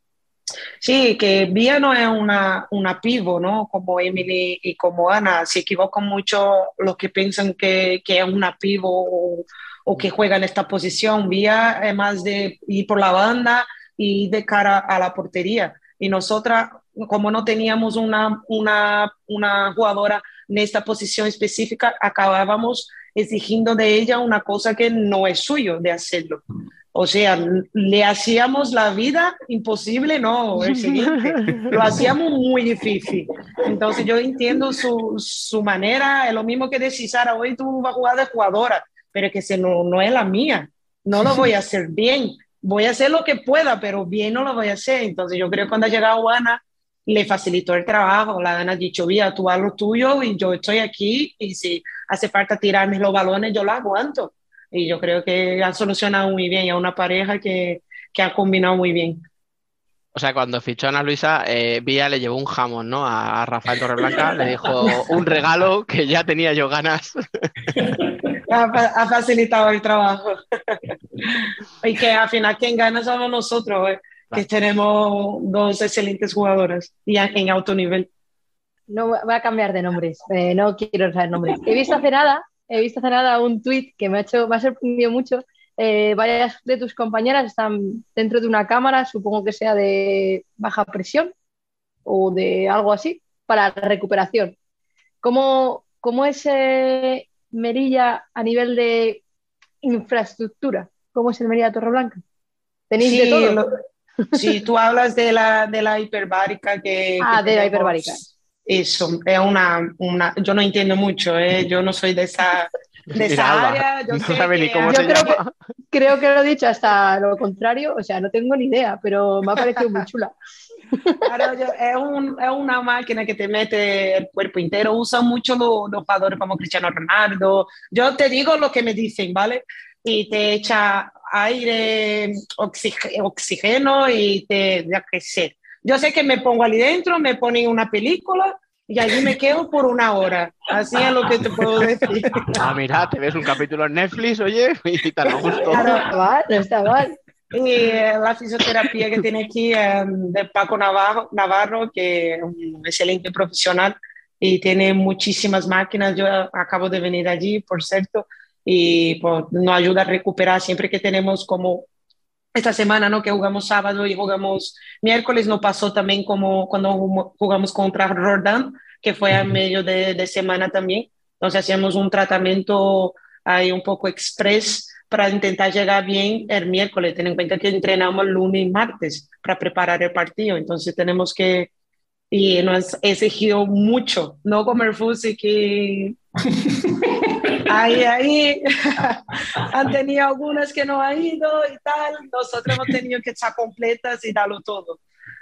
[SPEAKER 12] Sí, que Bia no es una pivo, ¿no? Como Emily y como Ana. Se equivocan mucho los que piensan que es una pivo o que juega en esta posición. Bia es más de ir por la banda y de cara a la portería. Y nosotras, como no teníamos una jugadora en esta posición específica, acabábamos exigiendo de ella una cosa que no es suyo de hacerlo. O sea, le hacíamos la vida imposible, no, el siguiente, lo hacíamos muy difícil. Entonces yo entiendo su manera, es lo mismo que decir, Sara, hoy tú vas a jugar de jugadora, pero que no es la mía, no lo voy a hacer bien. Voy a hacer lo que pueda, pero bien no lo voy a hacer. Entonces yo creo que cuando ha llegado Ana, le facilitó el trabajo. La Ana ha dicho, Vía, tú haz lo tuyo y yo estoy aquí y si hace falta tirarme los balones, yo lo aguanto. Y yo creo que ha solucionado muy bien a una pareja que ha combinado muy bien.
[SPEAKER 7] O sea, cuando fichó a Ana Luisa, Vía le llevó un jamón, ¿no? A Rafael Torreblanca, le dijo un regalo que ya tenía yo ganas.
[SPEAKER 12] Ha facilitado el trabajo. Y que al final quien gana somos nosotros, que tenemos dos excelentes jugadoras y en alto nivel.
[SPEAKER 11] No voy a cambiar de nombres, no quiero saber nombres. He visto hace nada un tuit que me ha sorprendido mucho. Varias de tus compañeras están dentro de una cámara, supongo que sea de baja presión o de algo así, para la recuperación. ¿Cómo es Melilla a nivel de infraestructura? ¿Cómo es el Melilla Torreblanca? ¿Tenéis de todo?
[SPEAKER 12] Sí, tú hablas de la hiperbárica que
[SPEAKER 11] de la hiperbárica.
[SPEAKER 12] Eso, es yo no entiendo mucho, yo no soy de esa área. Yo
[SPEAKER 7] no sabe ni cómo se llama.
[SPEAKER 11] Creo que lo he dicho hasta lo contrario, o sea, no tengo ni idea, pero me ha parecido muy chula.
[SPEAKER 12] Claro, es una máquina que te mete el cuerpo entero. Usan mucho los jugadores como Cristiano Ronaldo. Yo te digo lo que me dicen, ¿vale? Y te echa aire, oxígeno y ya qué sé. Yo sé que me pongo allí dentro, me ponen una película y allí me quedo por una hora. Así es lo que te puedo decir.
[SPEAKER 7] Mira, te ves un capítulo en Netflix, oye, y tan a gusto.
[SPEAKER 11] No está mal.
[SPEAKER 12] Y la fisioterapia que tiene aquí de Paco Navarro, que es un excelente profesional y tiene muchísimas máquinas. Yo acabo de venir allí, por cierto, y pues, nos ayuda a recuperar siempre que tenemos como esta semana, ¿no? Que jugamos sábado y jugamos miércoles. No pasó también como cuando jugamos contra Roldán, que fue a medio de semana también. Entonces hacíamos un tratamiento ahí un poco express para intentar llegar bien el miércoles. Ten en cuenta que entrenamos lunes y martes para preparar el partido. Entonces tenemos que... Y nos exigió mucho, no como el fútbol que Ahí han tenido algunas que no han ido y tal. Nosotros hemos tenido que echar completas y darlo todo.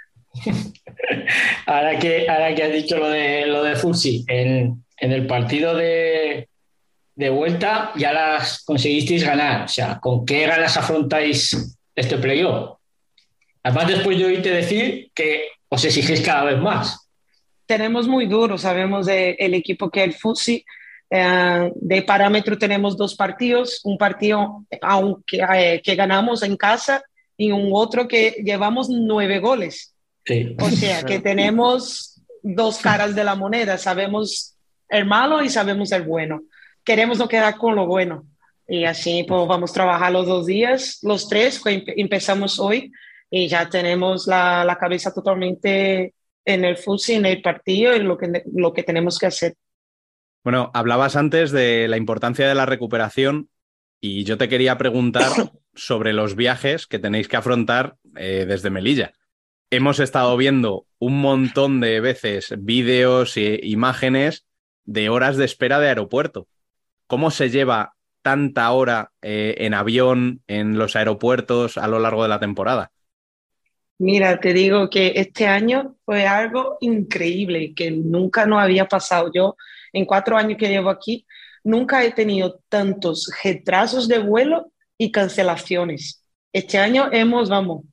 [SPEAKER 10] Ahora que has dicho lo de Futsi, en el partido de vuelta ya las conseguisteis ganar. O sea, ¿con qué ganas afrontáis este playoff? Además, después de oírte decir que os exigís cada vez más.
[SPEAKER 12] Tenemos muy duro, sabemos el equipo que es el Futsi. De parámetro tenemos 2 partidos, un partido que ganamos en casa y un otro que llevamos 9 goles.
[SPEAKER 10] Sí.
[SPEAKER 12] O sea, que tenemos 2 caras de la moneda, sabemos el malo y sabemos el bueno. Queremos no quedar con lo bueno. Y así pues vamos a trabajar los 2 días, los 3, que empezamos hoy, y ya tenemos la cabeza totalmente en el Futsi, en el partido y lo que tenemos que hacer.
[SPEAKER 1] Bueno, hablabas antes de la importancia de la recuperación y yo te quería preguntar sobre los viajes que tenéis que afrontar desde Melilla. Hemos estado viendo un montón de veces vídeos e imágenes de horas de espera de aeropuerto. ¿Cómo se lleva tanta hora en avión, en los aeropuertos a lo largo de la temporada?
[SPEAKER 12] Mira, te digo que este año fue algo increíble que nunca nos había pasado. Yo, en 4 años que llevo aquí, nunca he tenido tantos retrasos de vuelo y cancelaciones. Este año hemos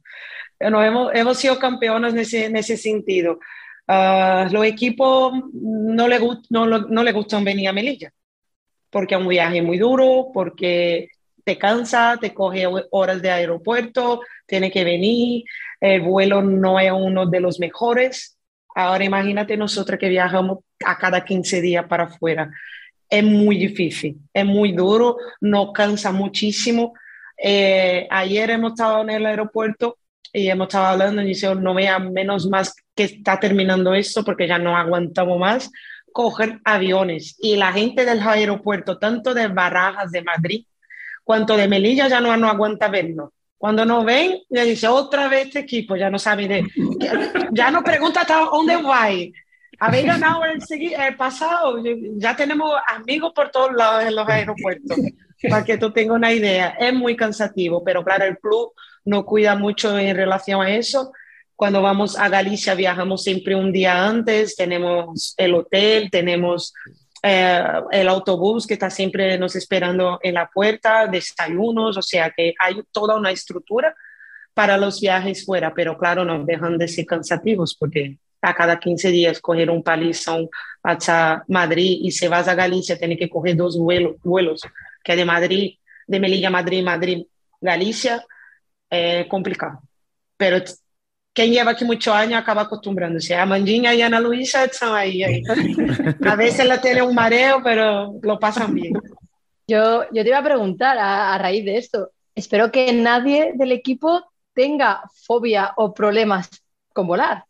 [SPEAKER 12] sido campeones en ese sentido. Los equipos no le gustan venir a Melilla, porque es un viaje muy duro, porque te cansa, te coge horas de aeropuerto, tiene que venir, el vuelo no es uno de los mejores. Ahora imagínate nosotros que viajamos a cada 15 días para afuera. Es muy difícil, es muy duro, nos cansa muchísimo. Ayer hemos estado en el aeropuerto y hemos estado hablando y dice, no vea menos más que está terminando esto porque ya no aguantamos más coger aviones. Y la gente del aeropuerto, tanto de Barajas, de Madrid, cuanto de Melilla, ya no aguanta vernos. Cuando nos ven, le dice otra vez este equipo, ya no sabe ya nos pregunta hasta dónde va. Habéis ganado el pasado, ya tenemos amigos por todos lados en los aeropuertos, para que tú tengas una idea. Es muy cansativo, pero claro, el club nos cuida mucho en relación a eso. Cuando vamos a Galicia viajamos siempre un día antes, tenemos el hotel, tenemos el autobús que está siempre nos esperando en la puerta, desayunos, o sea que hay toda una estructura para los viajes fuera, pero claro, no dejan de ser cansativos porque a cada 15 días coger un palizón hasta Madrid y si vas a Galicia tienes que coger 2 vuelos, que de Madrid, de Melilla, Madrid, Galicia, complicado. Pero quien lleva aquí muchos años acaba acostumbrándose. A Mandinha y Ana Luisa están ahí. A veces la tiene un mareo, pero lo pasan bien.
[SPEAKER 11] Yo te iba a preguntar a raíz de esto. Espero que nadie del equipo tenga fobia o problemas con volar.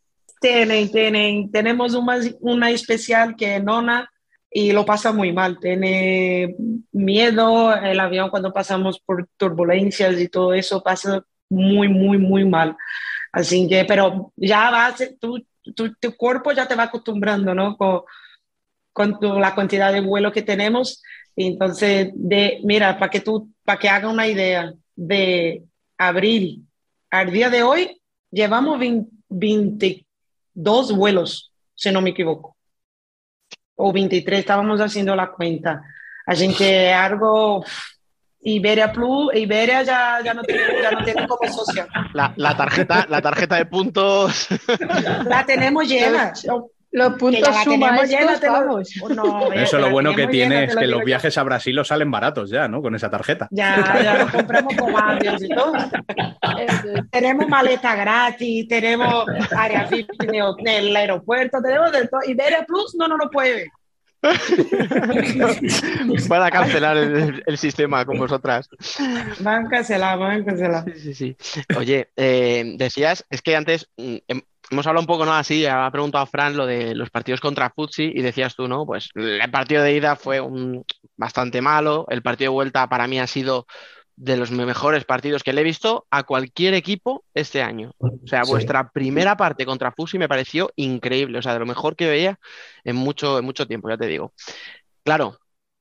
[SPEAKER 12] Tenemos una especial que es Nona y lo pasa muy mal. Tiene miedo, el avión cuando pasamos por turbulencias y todo eso pasa muy, muy, muy mal. Así que, pero ya tu cuerpo ya te va acostumbrando, ¿no? Con la cantidad de vuelos que tenemos. Y entonces, mira, para que haga una idea, de abril al día de hoy, llevamos 22 vuelos, si no me equivoco. O 23, estábamos haciendo la cuenta. Así que algo... Iberia Plus, Iberia ya no tiene como socio.
[SPEAKER 7] La tarjeta de puntos.
[SPEAKER 12] La tenemos llena.
[SPEAKER 11] Los puntos suma estos, vamos.
[SPEAKER 1] Eso lo bueno que tiene es que los viajes a Brasil os salen baratos ya, ¿no? Con esa tarjeta.
[SPEAKER 12] Ya lo compramos con avios y todo. Tenemos maleta gratis, tenemos área VIP en el aeropuerto, tenemos de todo. Iberia Plus no lo puede.
[SPEAKER 7] Van a cancelar el sistema con vosotras.
[SPEAKER 12] Van a cancelar.
[SPEAKER 7] Sí. Oye, decías, es que antes hemos hablado un poco, ¿no? Así, ha preguntado Fran lo de los partidos contra Futsi y decías tú, ¿no? Pues el partido de ida fue bastante malo, el partido de vuelta para mí ha sido de los mejores partidos que le he visto a cualquier equipo este año. O sea, vuestra primera parte contra Futsi me pareció increíble, o sea, de lo mejor que veía en mucho tiempo, ya te digo. Claro,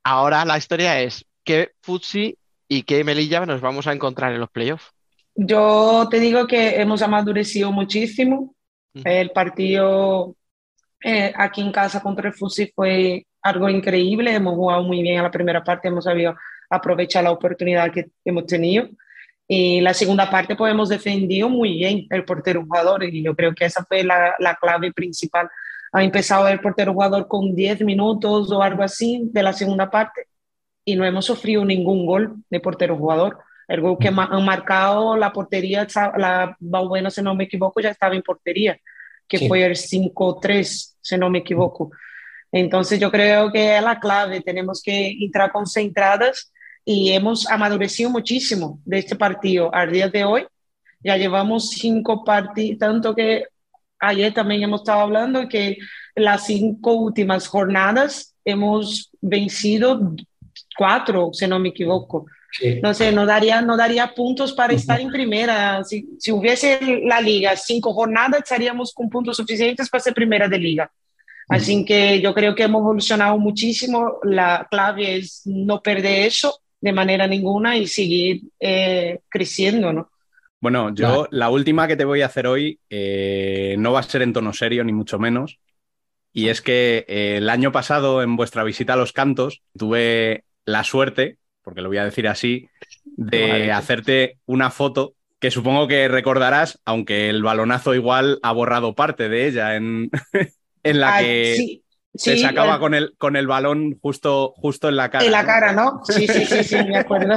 [SPEAKER 7] ahora la historia es qué Futsi y qué Melilla nos vamos a encontrar en los playoffs.
[SPEAKER 12] Yo te digo que hemos amadurecido muchísimo. El partido aquí en casa contra el Fusi fue algo increíble. Hemos jugado muy bien en la primera parte, hemos sabido aprovechar la oportunidad que hemos tenido. Y la segunda parte, pues hemos defendido muy bien el portero jugador. Y yo creo que esa fue la clave principal. Ha empezado el portero jugador con 10 minutos o algo así de la segunda parte y no hemos sufrido ningún gol de portero jugador. El gol que han marcado la portería, la Balbuena, si no me equivoco, ya estaba en portería, que
[SPEAKER 10] Sí.
[SPEAKER 12] fue el 5-3, si no me equivoco. Entonces yo creo que es la clave, tenemos que entrar concentradas y hemos amadurecido muchísimo de este partido al día de hoy. Ya llevamos 5 partidos, tanto que ayer también hemos estado hablando que las 5 últimas jornadas hemos vencido 4, si no me equivoco.
[SPEAKER 10] Sí.
[SPEAKER 12] No sé, no daría puntos para estar en primera. Si hubiese la liga 5 jornadas, estaríamos con puntos suficientes para ser primera de liga. Así que yo creo que hemos evolucionado muchísimo. La clave es no perder eso de manera ninguna y seguir creciendo, ¿no?
[SPEAKER 1] Bueno, yo la última que te voy a hacer hoy no va a ser en tono serio, ni mucho menos. Y es que el año pasado, en vuestra visita a Los Cantos, tuve la suerte, porque lo voy a decir así, de hacerte una foto que supongo que recordarás, aunque el balonazo igual ha borrado parte de ella, en la que
[SPEAKER 12] sí,
[SPEAKER 1] te
[SPEAKER 12] sí,
[SPEAKER 1] sacaba con el balón justo en la cara.
[SPEAKER 12] en la cara, ¿no? Sí, me acuerdo.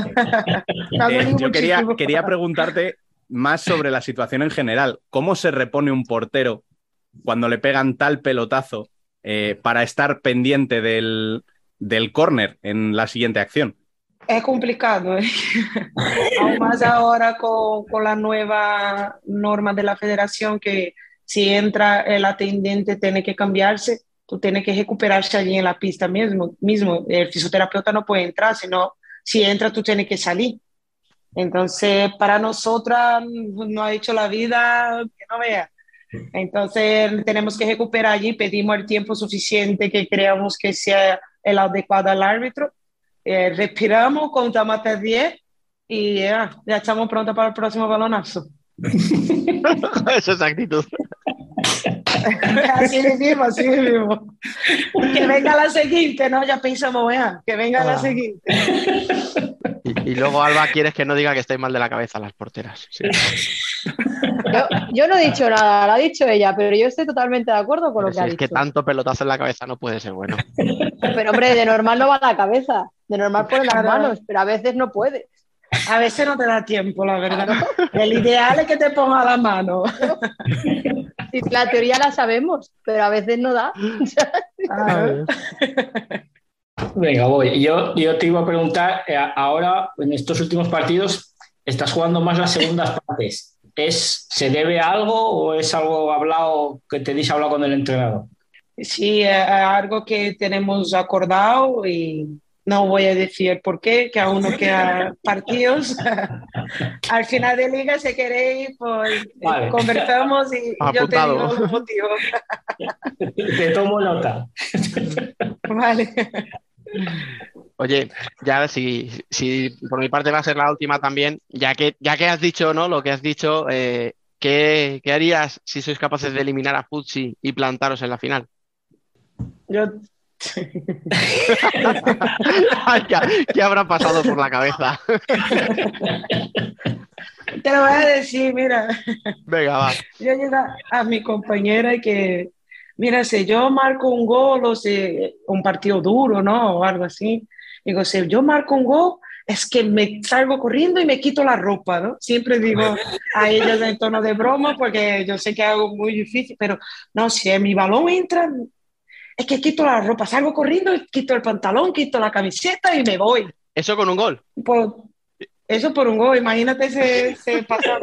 [SPEAKER 1] Yo quería preguntarte más sobre la situación en general. ¿Cómo se repone un portero cuando le pegan tal pelotazo para estar pendiente del córner en la siguiente acción?
[SPEAKER 12] Es complicado, ¿eh? Aún más ahora con la nueva norma de la federación que si entra el atendente tiene que cambiarse, tú tienes que recuperarse allí en la pista mismo. El fisioterapeuta no puede entrar, sino si entra tú tienes que salir. Entonces, para nosotras no ha hecho la vida que no vea. Entonces, tenemos que recuperar allí, pedimos el tiempo suficiente que creamos que sea el adecuado al árbitro. Respiramos, contamos hasta 10 y ya estamos prontos para el próximo balonazo.
[SPEAKER 7] Esa es actitud.
[SPEAKER 12] Así mismo. Que venga la siguiente, ¿no? Ya pensamos, que venga la siguiente.
[SPEAKER 7] Y luego, Alba, quieres que no diga que estáis mal de la cabeza las porteras. Sí.
[SPEAKER 11] Yo no he dicho nada, lo ha dicho ella, pero yo estoy totalmente de acuerdo con lo que ha dicho.
[SPEAKER 7] Es que tanto pelotazo en la cabeza no puede ser bueno.
[SPEAKER 11] Pero hombre, de normal no va a la cabeza, de normal pone las manos, pero a veces no puede.
[SPEAKER 12] A veces no te da tiempo, la verdad. El ideal es que te ponga la mano.
[SPEAKER 11] Sí, la teoría la sabemos, pero a veces no da.
[SPEAKER 10] Venga, voy. Yo te iba a preguntar, ahora en estos últimos partidos estás jugando más las segundas partes. ¿Se debe a algo o es algo hablado que tenéis hablado con el entrenador?
[SPEAKER 12] Sí, es algo que tenemos acordado y no voy a decir por qué, que aún no quedan partidos. Al final de liga, si queréis, pues vale. Conversamos y
[SPEAKER 7] apuntado.
[SPEAKER 12] Yo te digo los motivos.
[SPEAKER 10] Te tomo nota.
[SPEAKER 12] Vale.
[SPEAKER 7] Oye, ya si por mi parte va a ser la última también, ya que has dicho, ¿no? Lo que has dicho, ¿qué harías si sois capaces de eliminar a Futsi y plantaros en la final? ¿Qué habrá pasado por la cabeza?
[SPEAKER 12] Te lo voy a decir, mira.
[SPEAKER 7] Venga, va.
[SPEAKER 12] Yo llego a mi compañera que, mira, si yo marco un gol o si un partido duro, ¿no? O algo así. Digo, si yo marco un gol, es que me salgo corriendo y me quito la ropa, ¿no? Siempre digo a ellas en tono de broma porque yo sé que es algo muy difícil, pero no, si mi balón entra, es que quito la ropa, salgo corriendo, quito el pantalón, quito la camiseta y me voy.
[SPEAKER 7] ¿Eso con un gol?
[SPEAKER 12] Pues, eso por un gol, imagínate ese pasado.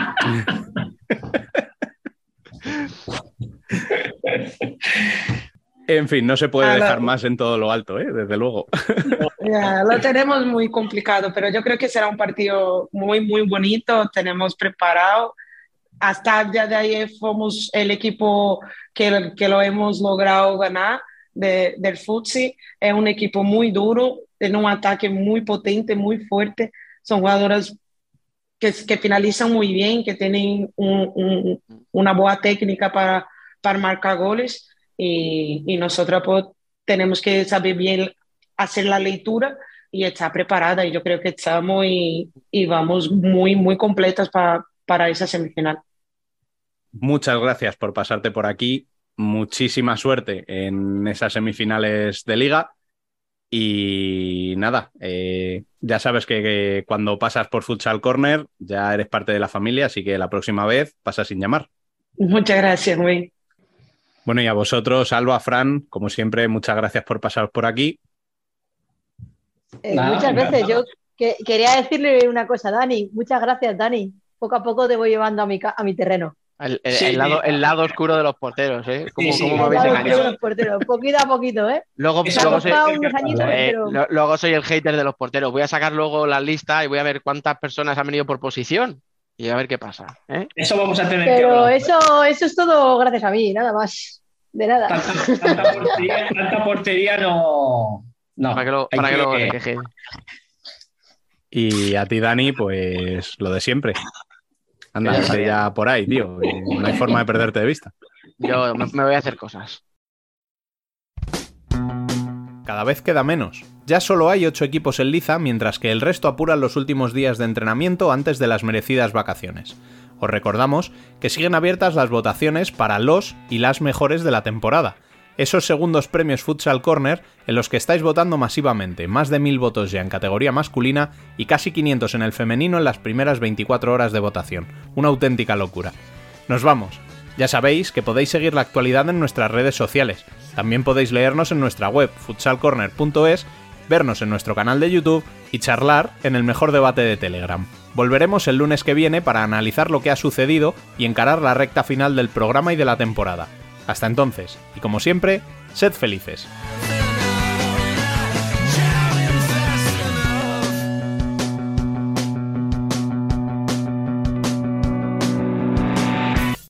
[SPEAKER 1] En fin, no se puede dejar más en todo lo alto, desde luego.
[SPEAKER 12] Ya, lo tenemos muy complicado, pero yo creo que será un partido muy, muy bonito. Tenemos preparado. Hasta el día de ayer fuimos el equipo que lo hemos logrado ganar. del futsal. Es un equipo muy duro, tiene un ataque muy potente, muy fuerte. Son jugadoras que finalizan muy bien, que tienen una buena técnica para marcar goles y nosotros pues, tenemos que saber bien hacer la lectura y estar preparada. Y yo creo que estamos y vamos muy, muy completas para esa semifinal.
[SPEAKER 1] Muchas gracias por pasarte por aquí. Muchísima suerte en esas semifinales de Liga. Y nada, ya sabes que cuando pasas por Futsal Corner ya eres parte de la familia, así que la próxima vez pasa sin llamar.
[SPEAKER 12] Muchas gracias, güey.
[SPEAKER 1] Bueno, y a vosotros, Alba, Fran, como siempre, muchas gracias por pasaros por aquí.
[SPEAKER 11] Muchas veces. Yo quería decirle una cosa, Dani. Muchas gracias, Dani. Poco a poco te voy llevando a mi terreno.
[SPEAKER 7] El lado oscuro de los porteros, ¿eh? ¿Cómo me habéis engañado?
[SPEAKER 11] Poquito a poquito, ¿eh?
[SPEAKER 7] Luego soy el hater de los porteros. Voy a sacar luego la lista y voy a ver cuántas personas han venido por posición y a ver qué pasa, ¿eh?
[SPEAKER 10] Eso vamos a tener
[SPEAKER 11] Pero que hablar. Eso es todo gracias a mí, nada más. De nada.
[SPEAKER 10] Tanta portería no.
[SPEAKER 7] Para que lo queje.
[SPEAKER 1] Y a ti, Dani, pues lo de siempre. Anda, ya por ahí, tío. No hay forma de perderte de vista.
[SPEAKER 7] Yo me voy a hacer cosas.
[SPEAKER 1] Cada vez queda menos. Ya solo hay 8 equipos en liza, mientras que el resto apuran los últimos días de entrenamiento antes de las merecidas vacaciones. Os recordamos que siguen abiertas las votaciones para los y las mejores de la temporada. Esos segundos premios Futsal Corner en los que estáis votando masivamente, más de 1000 votos ya en categoría masculina y casi 500 en el femenino en las primeras 24 horas de votación. Una auténtica locura. Nos vamos. Ya sabéis que podéis seguir la actualidad en nuestras redes sociales. También podéis leernos en nuestra web futsalcorner.es, vernos en nuestro canal de YouTube y charlar en el mejor debate de Telegram. Volveremos el lunes que viene para analizar lo que ha sucedido y encarar la recta final del programa y de la temporada. Hasta entonces, y como siempre, sed felices.